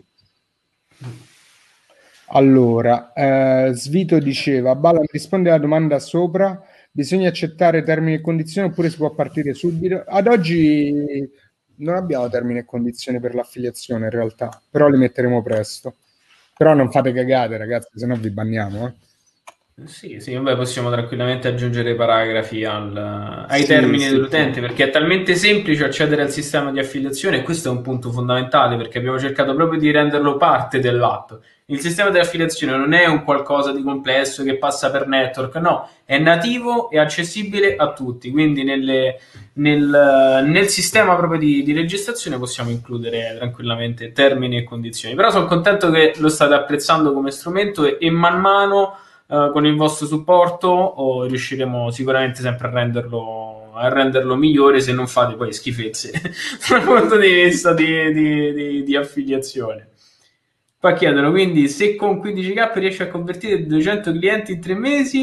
Allora, eh, Svito diceva, Balla, risponde alla domanda sopra, bisogna accettare termini e condizioni oppure si può partire subito? Ad oggi non abbiamo termini e condizioni per l'affiliazione in realtà, però li metteremo presto. Però non fate cagate, ragazzi, se no vi banniamo, eh. Sì, sì, vabbè, possiamo tranquillamente aggiungere paragrafi al, ai sì, termini sì, dell'utente, sì. Perché è talmente semplice accedere al sistema di affiliazione, e questo è un punto fondamentale, perché abbiamo cercato proprio di renderlo parte dell'app. Il sistema di affiliazione non è un qualcosa di complesso che passa per network, no, è nativo e accessibile a tutti, quindi nelle, nel, nel sistema proprio di, di registrazione possiamo includere tranquillamente termini e condizioni. Però sono contento che lo state apprezzando come strumento e, e man mano Uh, con il vostro supporto oh, riusciremo sicuramente sempre a renderlo, a renderlo migliore, se non fate poi schifezze dal punto di vista di, di, di, di affiliazione. Qua chiedono quindi se con quindici k riesci a convertire duecento clienti in tre mesi,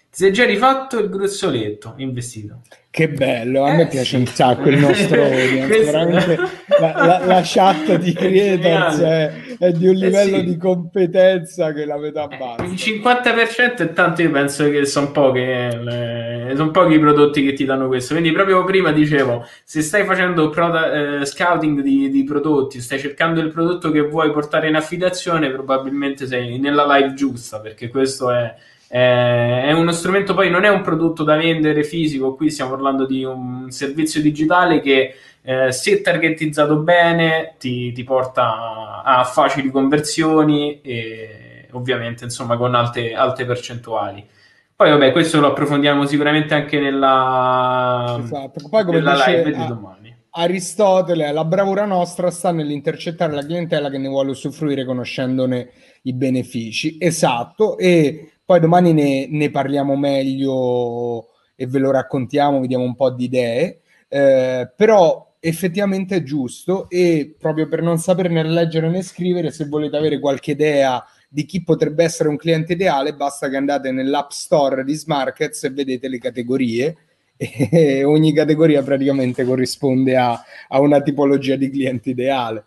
Ti sei già rifatto il gruzzoletto investito. Che bello, a Eh, me piace sì. un sacco il nostro audience, Questo... veramente la, la- la chat di è creators geniale. è, è di un Eh livello di sì. competenza che la metà Eh, il basta. cinquanta per cento è tanto, io penso che sono poche, le- sono pochi i prodotti che ti danno questo. Quindi, proprio prima dicevo: se stai facendo proda- eh, scouting di, di prodotti, stai cercando il prodotto che vuoi portare in affiliazione, probabilmente sei nella live giusta, perché questo è, è, è uno strumento. Poi non è un prodotto da vendere fisico, qui stiamo parlando di un servizio digitale che, eh, se targetizzato bene, ti, ti porta a, a facili conversioni e ovviamente, insomma, con alte, alte percentuali. Poi vabbè, questo lo approfondiamo sicuramente anche nella, Esatto. Poi, come nella dice live di a- domani. Aristotele, la bravura nostra sta nell'intercettare la clientela che ne vuole usufruire conoscendone i benefici. Esatto, e poi domani ne, ne parliamo meglio e ve lo raccontiamo, vediamo un po' di idee. Eh, però effettivamente è giusto, e proprio per non saperne leggere né scrivere, se volete avere qualche idea di chi potrebbe essere un cliente ideale, basta che andate nell'app store di Smarkets e vedete le categorie, e ogni categoria praticamente corrisponde a, a una tipologia di cliente ideale.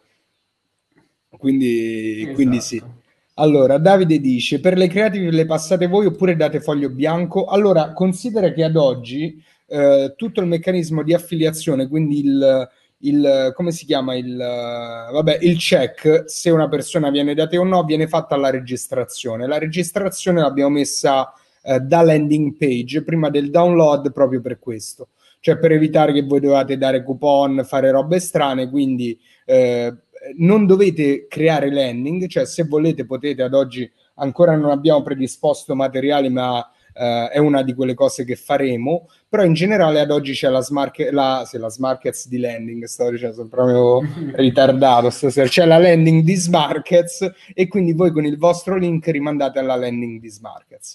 Quindi, quindi sì. Esatto. Allora, Davide dice: per le creative le passate voi oppure date foglio bianco? Allora, considera che ad oggi eh, tutto il meccanismo di affiliazione, quindi il, il come si chiama il, uh, vabbè, il check, se una persona viene da te o no, viene fatta alla registrazione. La registrazione l'abbiamo messa eh, da landing page prima del download, proprio per questo, cioè per evitare che voi dovate dare coupon, fare robe strane. Quindi eh, non dovete creare landing, cioè se volete potete. Ad oggi ancora non abbiamo predisposto materiali, ma eh, è una di quelle cose che faremo. Però in generale ad oggi c'è la smart, la, sì, la Smarkets di landing, sto dicendo, sono proprio ritardato stasera, c'è la landing di Smarkets, e quindi voi con il vostro link rimandate alla landing di Smarkets.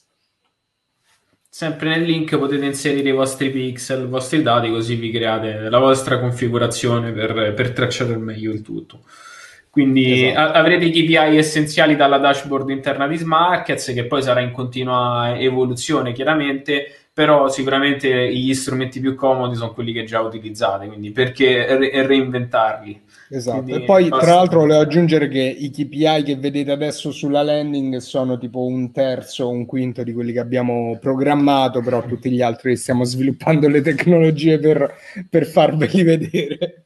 Sempre nel link potete inserire i vostri pixel, i vostri dati, così vi create la vostra configurazione per, per tracciare al meglio il tutto. Quindi Esatto. a- avrete i K P I essenziali dalla dashboard interna di Smarkets, che poi sarà in continua evoluzione chiaramente, però sicuramente gli strumenti più comodi sono quelli che già utilizzate, quindi perché re- reinventarli? Esatto, e Quindi poi tra basta. l'altro volevo aggiungere che i K P I che vedete adesso sulla landing sono tipo un terzo o un quinto di quelli che abbiamo programmato, però tutti gli altri stiamo sviluppando le tecnologie per, per farveli vedere.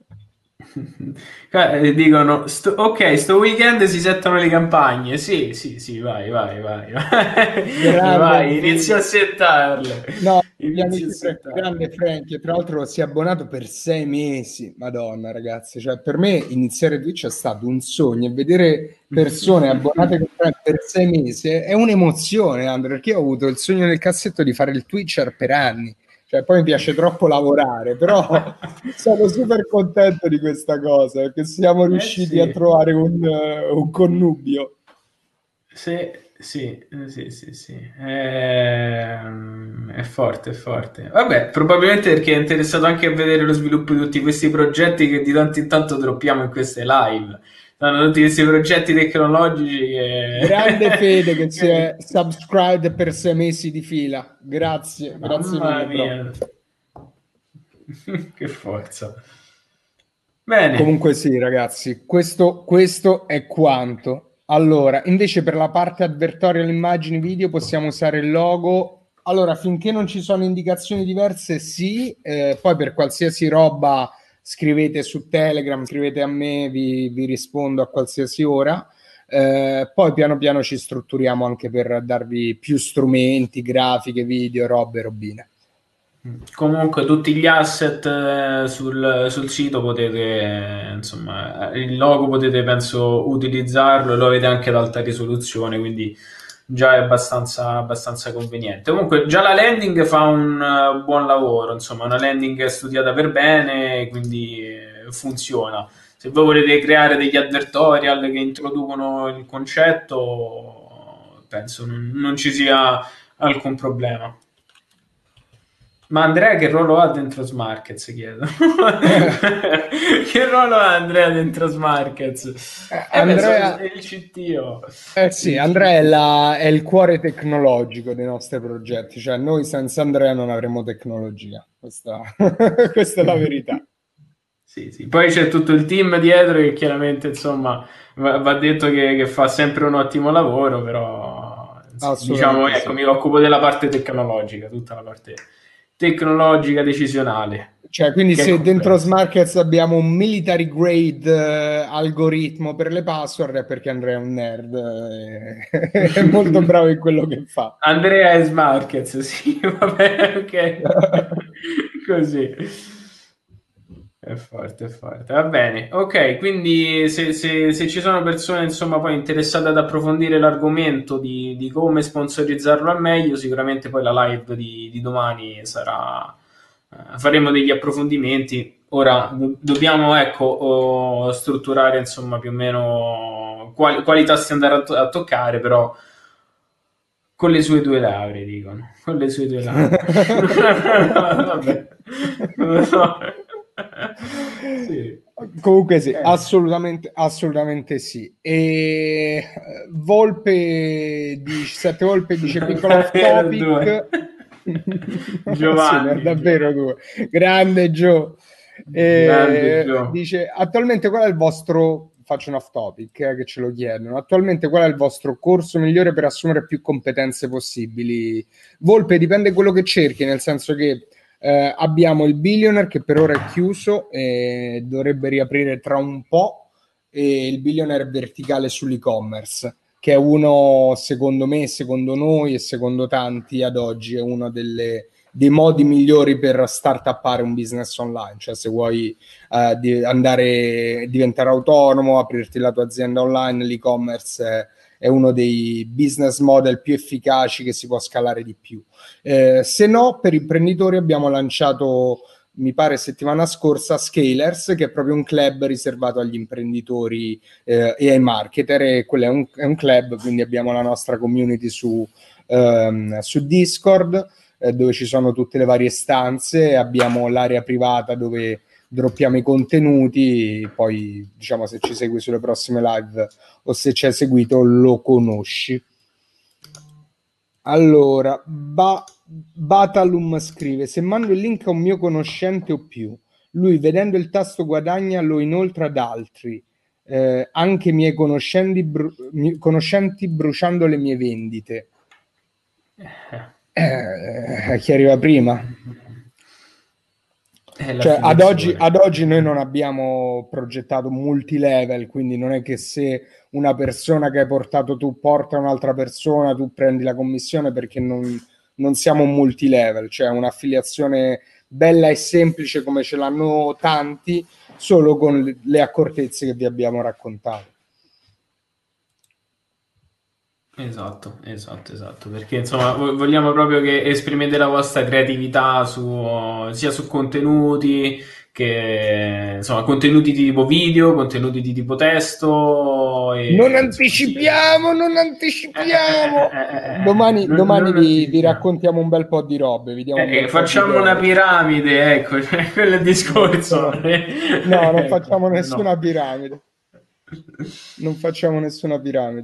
Eh, dicono sto, ok, sto weekend si settano le campagne. Sì, sì, sì, vai, vai, vai, vai, Grande, vai, inizia a settarle. no, Inizia a amici, Fra- settarle. grande Frank, tra l'altro si è abbonato per sei mesi, Madonna ragazzi, cioè per me iniziare Twitch è stato un sogno, e vedere persone abbonate con Frank per sei mesi è un'emozione, Andrea, perché io ho avuto il sogno nel cassetto di fare il Twitcher per anni, cioè poi mi piace troppo lavorare, però sono super contento di questa cosa, perché siamo Eh riusciti a sì. trovare un, uh, un connubio. Sì, sì, eh, sì, sì, sì. Ehm, È, forte, è forte. Vabbè, probabilmente perché è interessato anche a vedere lo sviluppo di tutti questi progetti che di tanto in tanto droppiamo in queste live. Sono tutti questi progetti tecnologici Grande Fede che... che si è subscribed per sei mesi di fila. Grazie, grazie Mamma mille, bro. mia. Che forza. Bene. Comunque sì, ragazzi, questo, questo è quanto. Allora, invece per la parte advertorial, immagini, video, possiamo usare il logo. Allora, finché non ci sono indicazioni diverse, sì. Eh, poi per qualsiasi roba scrivete su Telegram, scrivete a me, vi, vi rispondo a qualsiasi ora. Eh, poi piano piano ci strutturiamo anche per darvi più strumenti, grafiche, video, robe, robine. Comunque tutti gli asset eh, sul, sul sito potete, eh, insomma, il logo potete penso utilizzarlo, e lo avete anche ad alta risoluzione, quindi già è abbastanza, abbastanza conveniente. Comunque già la landing fa un uh, buon lavoro, insomma, una landing studiata per bene, quindi eh, funziona. Se voi volete creare degli advertorial che introducono il concetto, penso non, non ci sia alcun problema. Ma Andrea che ruolo ha dentro Smarkets, chiedo? Che ruolo ha Andrea dentro Smarkets? Eh, Eh beh, Andrea... è il C T O. Eh sì, Andrea è, la- è il cuore tecnologico dei nostri progetti, cioè noi senza Andrea non avremo tecnologia, questa, questa è la verità. Sì, sì. Poi c'è tutto il team dietro che chiaramente, insomma, va, va detto che, che fa sempre un ottimo lavoro, però sì, diciamo, Assolutamente ecco, sì. mi occupo della parte tecnologica, tutta la parte tecnologica decisionale. Cioè, quindi Che è se dentro complessa. Smarkets abbiamo un military grade eh, algoritmo per le password è perché Andrea è un nerd, eh, è molto bravo in quello che fa. Andrea e Smarkets, sì, vabbè, ok. Così. È forte, è forte. Va bene, ok, quindi se, se- se ci sono persone insomma poi interessate ad approfondire l'argomento di, di come sponsorizzarlo al meglio, sicuramente poi la live di, di domani sarà, eh, faremo degli approfondimenti. Ora do- dobbiamo ecco oh, strutturare insomma più o meno quali, quali tasti andare a, to- a toccare, però con le sue due lauree, dicono. Con le sue due lauree. Vabbè. Non lo so. Sì. Comunque sì, Eh. assolutamente, assolutamente sì. E eh, Volpe dice, Sette Volpe dice piccolo off Davvero topic. due. Sì, ne è Giovanni. davvero due. Grande Joe. Grande E Gio. dice, attualmente qual è il vostro, faccio un off topic eh, che ce lo chiedono, attualmente qual è il vostro corso migliore per assumere più competenze possibili? Volpe, dipende quello che cerchi, nel senso che eh, abbiamo il Billionaire che per ora è chiuso e dovrebbe riaprire tra un po', e il Billionaire verticale sull'e-commerce, che è uno, secondo me, secondo noi e secondo tanti ad oggi, è uno delle, dei modi migliori per startuppare un business online. Cioè se vuoi uh, di andare, diventare autonomo, aprirti la tua azienda online, l'e-commerce è, è uno dei business model più efficaci che si può scalare di più. Eh, se no, per imprenditori abbiamo lanciato, mi pare settimana scorsa, Scalers, che è proprio un club riservato agli imprenditori eh, e ai marketer, e quello è un, è un club, quindi abbiamo la nostra community su, ehm, su Discord, eh, dove ci sono tutte le varie stanze, abbiamo l'area privata dove droppiamo i contenuti, poi diciamo se ci segui sulle prossime live o se ci hai seguito lo conosci. Allora, ba- Batalum scrive: se mando il link a un mio conoscente o più, lui vedendo il tasto guadagna lo inoltra ad altri, eh, anche miei conoscenti, bru- mi- conoscenti bruciando le mie vendite. Eh, chi arriva prima? Cioè, ad oggi, ad oggi noi non abbiamo progettato multilevel, quindi non è che se una persona che hai portato tu porta un'altra persona, tu prendi la commissione, perché non, non siamo un multilevel, cioè un'affiliazione bella e semplice come ce l'hanno tanti, solo con le, le accortezze che vi abbiamo raccontato. Esatto, esatto, esatto, perché insomma vogliamo proprio che esprimete la vostra creatività su, sia su contenuti che insomma contenuti di tipo video, contenuti di tipo testo e, non insomma, anticipiamo, sì. non anticipiamo. Eh, eh, eh, domani non, domani non vi, vi raccontiamo un bel po' di robe, vi diamo un bel eh, po' facciamo di una piramide, ecco, cioè, quello è il discorso. No, no, non facciamo Ecco, nessuna no. piramide. Non facciamo nessuna piramide.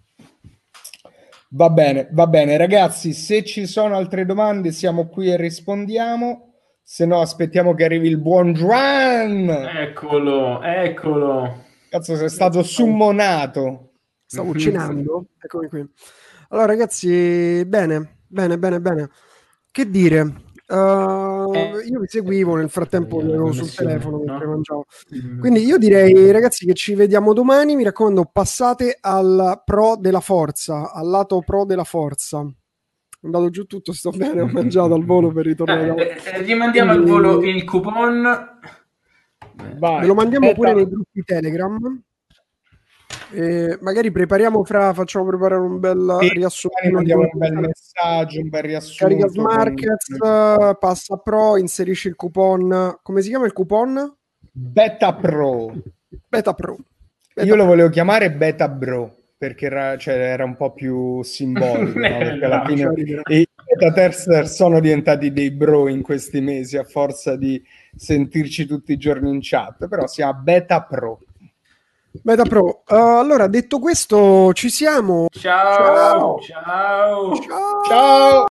Va bene, va bene, ragazzi. Se ci sono altre domande, siamo qui e rispondiamo. Se no, aspettiamo che arrivi il buon Juan. Eccolo, eccolo. Cazzo, sei stato summonato. Stavo cenando. Eccomi qui. Allora, ragazzi, bene, bene, bene, bene. Che dire? Uh, io vi seguivo nel frattempo, che avevo sul telefono mentre no? mangiavo. Quindi io direi, ragazzi, che ci vediamo domani. Mi raccomando, passate al pro della forza, al lato pro della forza. È andato giù tutto, sto bene, ho mangiato al volo per ritornare da... Eh, eh, rimandiamo Quindi, al volo il coupon. Vai, ve lo mandiamo beta. pure nei gruppi Telegram. E magari prepariamo fra, facciamo preparare un bel Sì, riassunto, mandiamo un bel messaggio, un bel riassunto. Carica Smarkets, con... passa Pro, inserisci il coupon. Come si chiama il coupon? Beta Pro. Beta Pro. Beta Io Pro. lo volevo chiamare Beta Bro, perché era, cioè, era un po' più simbolico, no? Perché alla fine è, beta tester sono diventati dei bro in questi mesi a forza di sentirci tutti i giorni in chat, però siamo beta pro. Beta Pro. Uh, allora, detto questo, ci siamo. Ciao, ciao. Ciao. Ciao.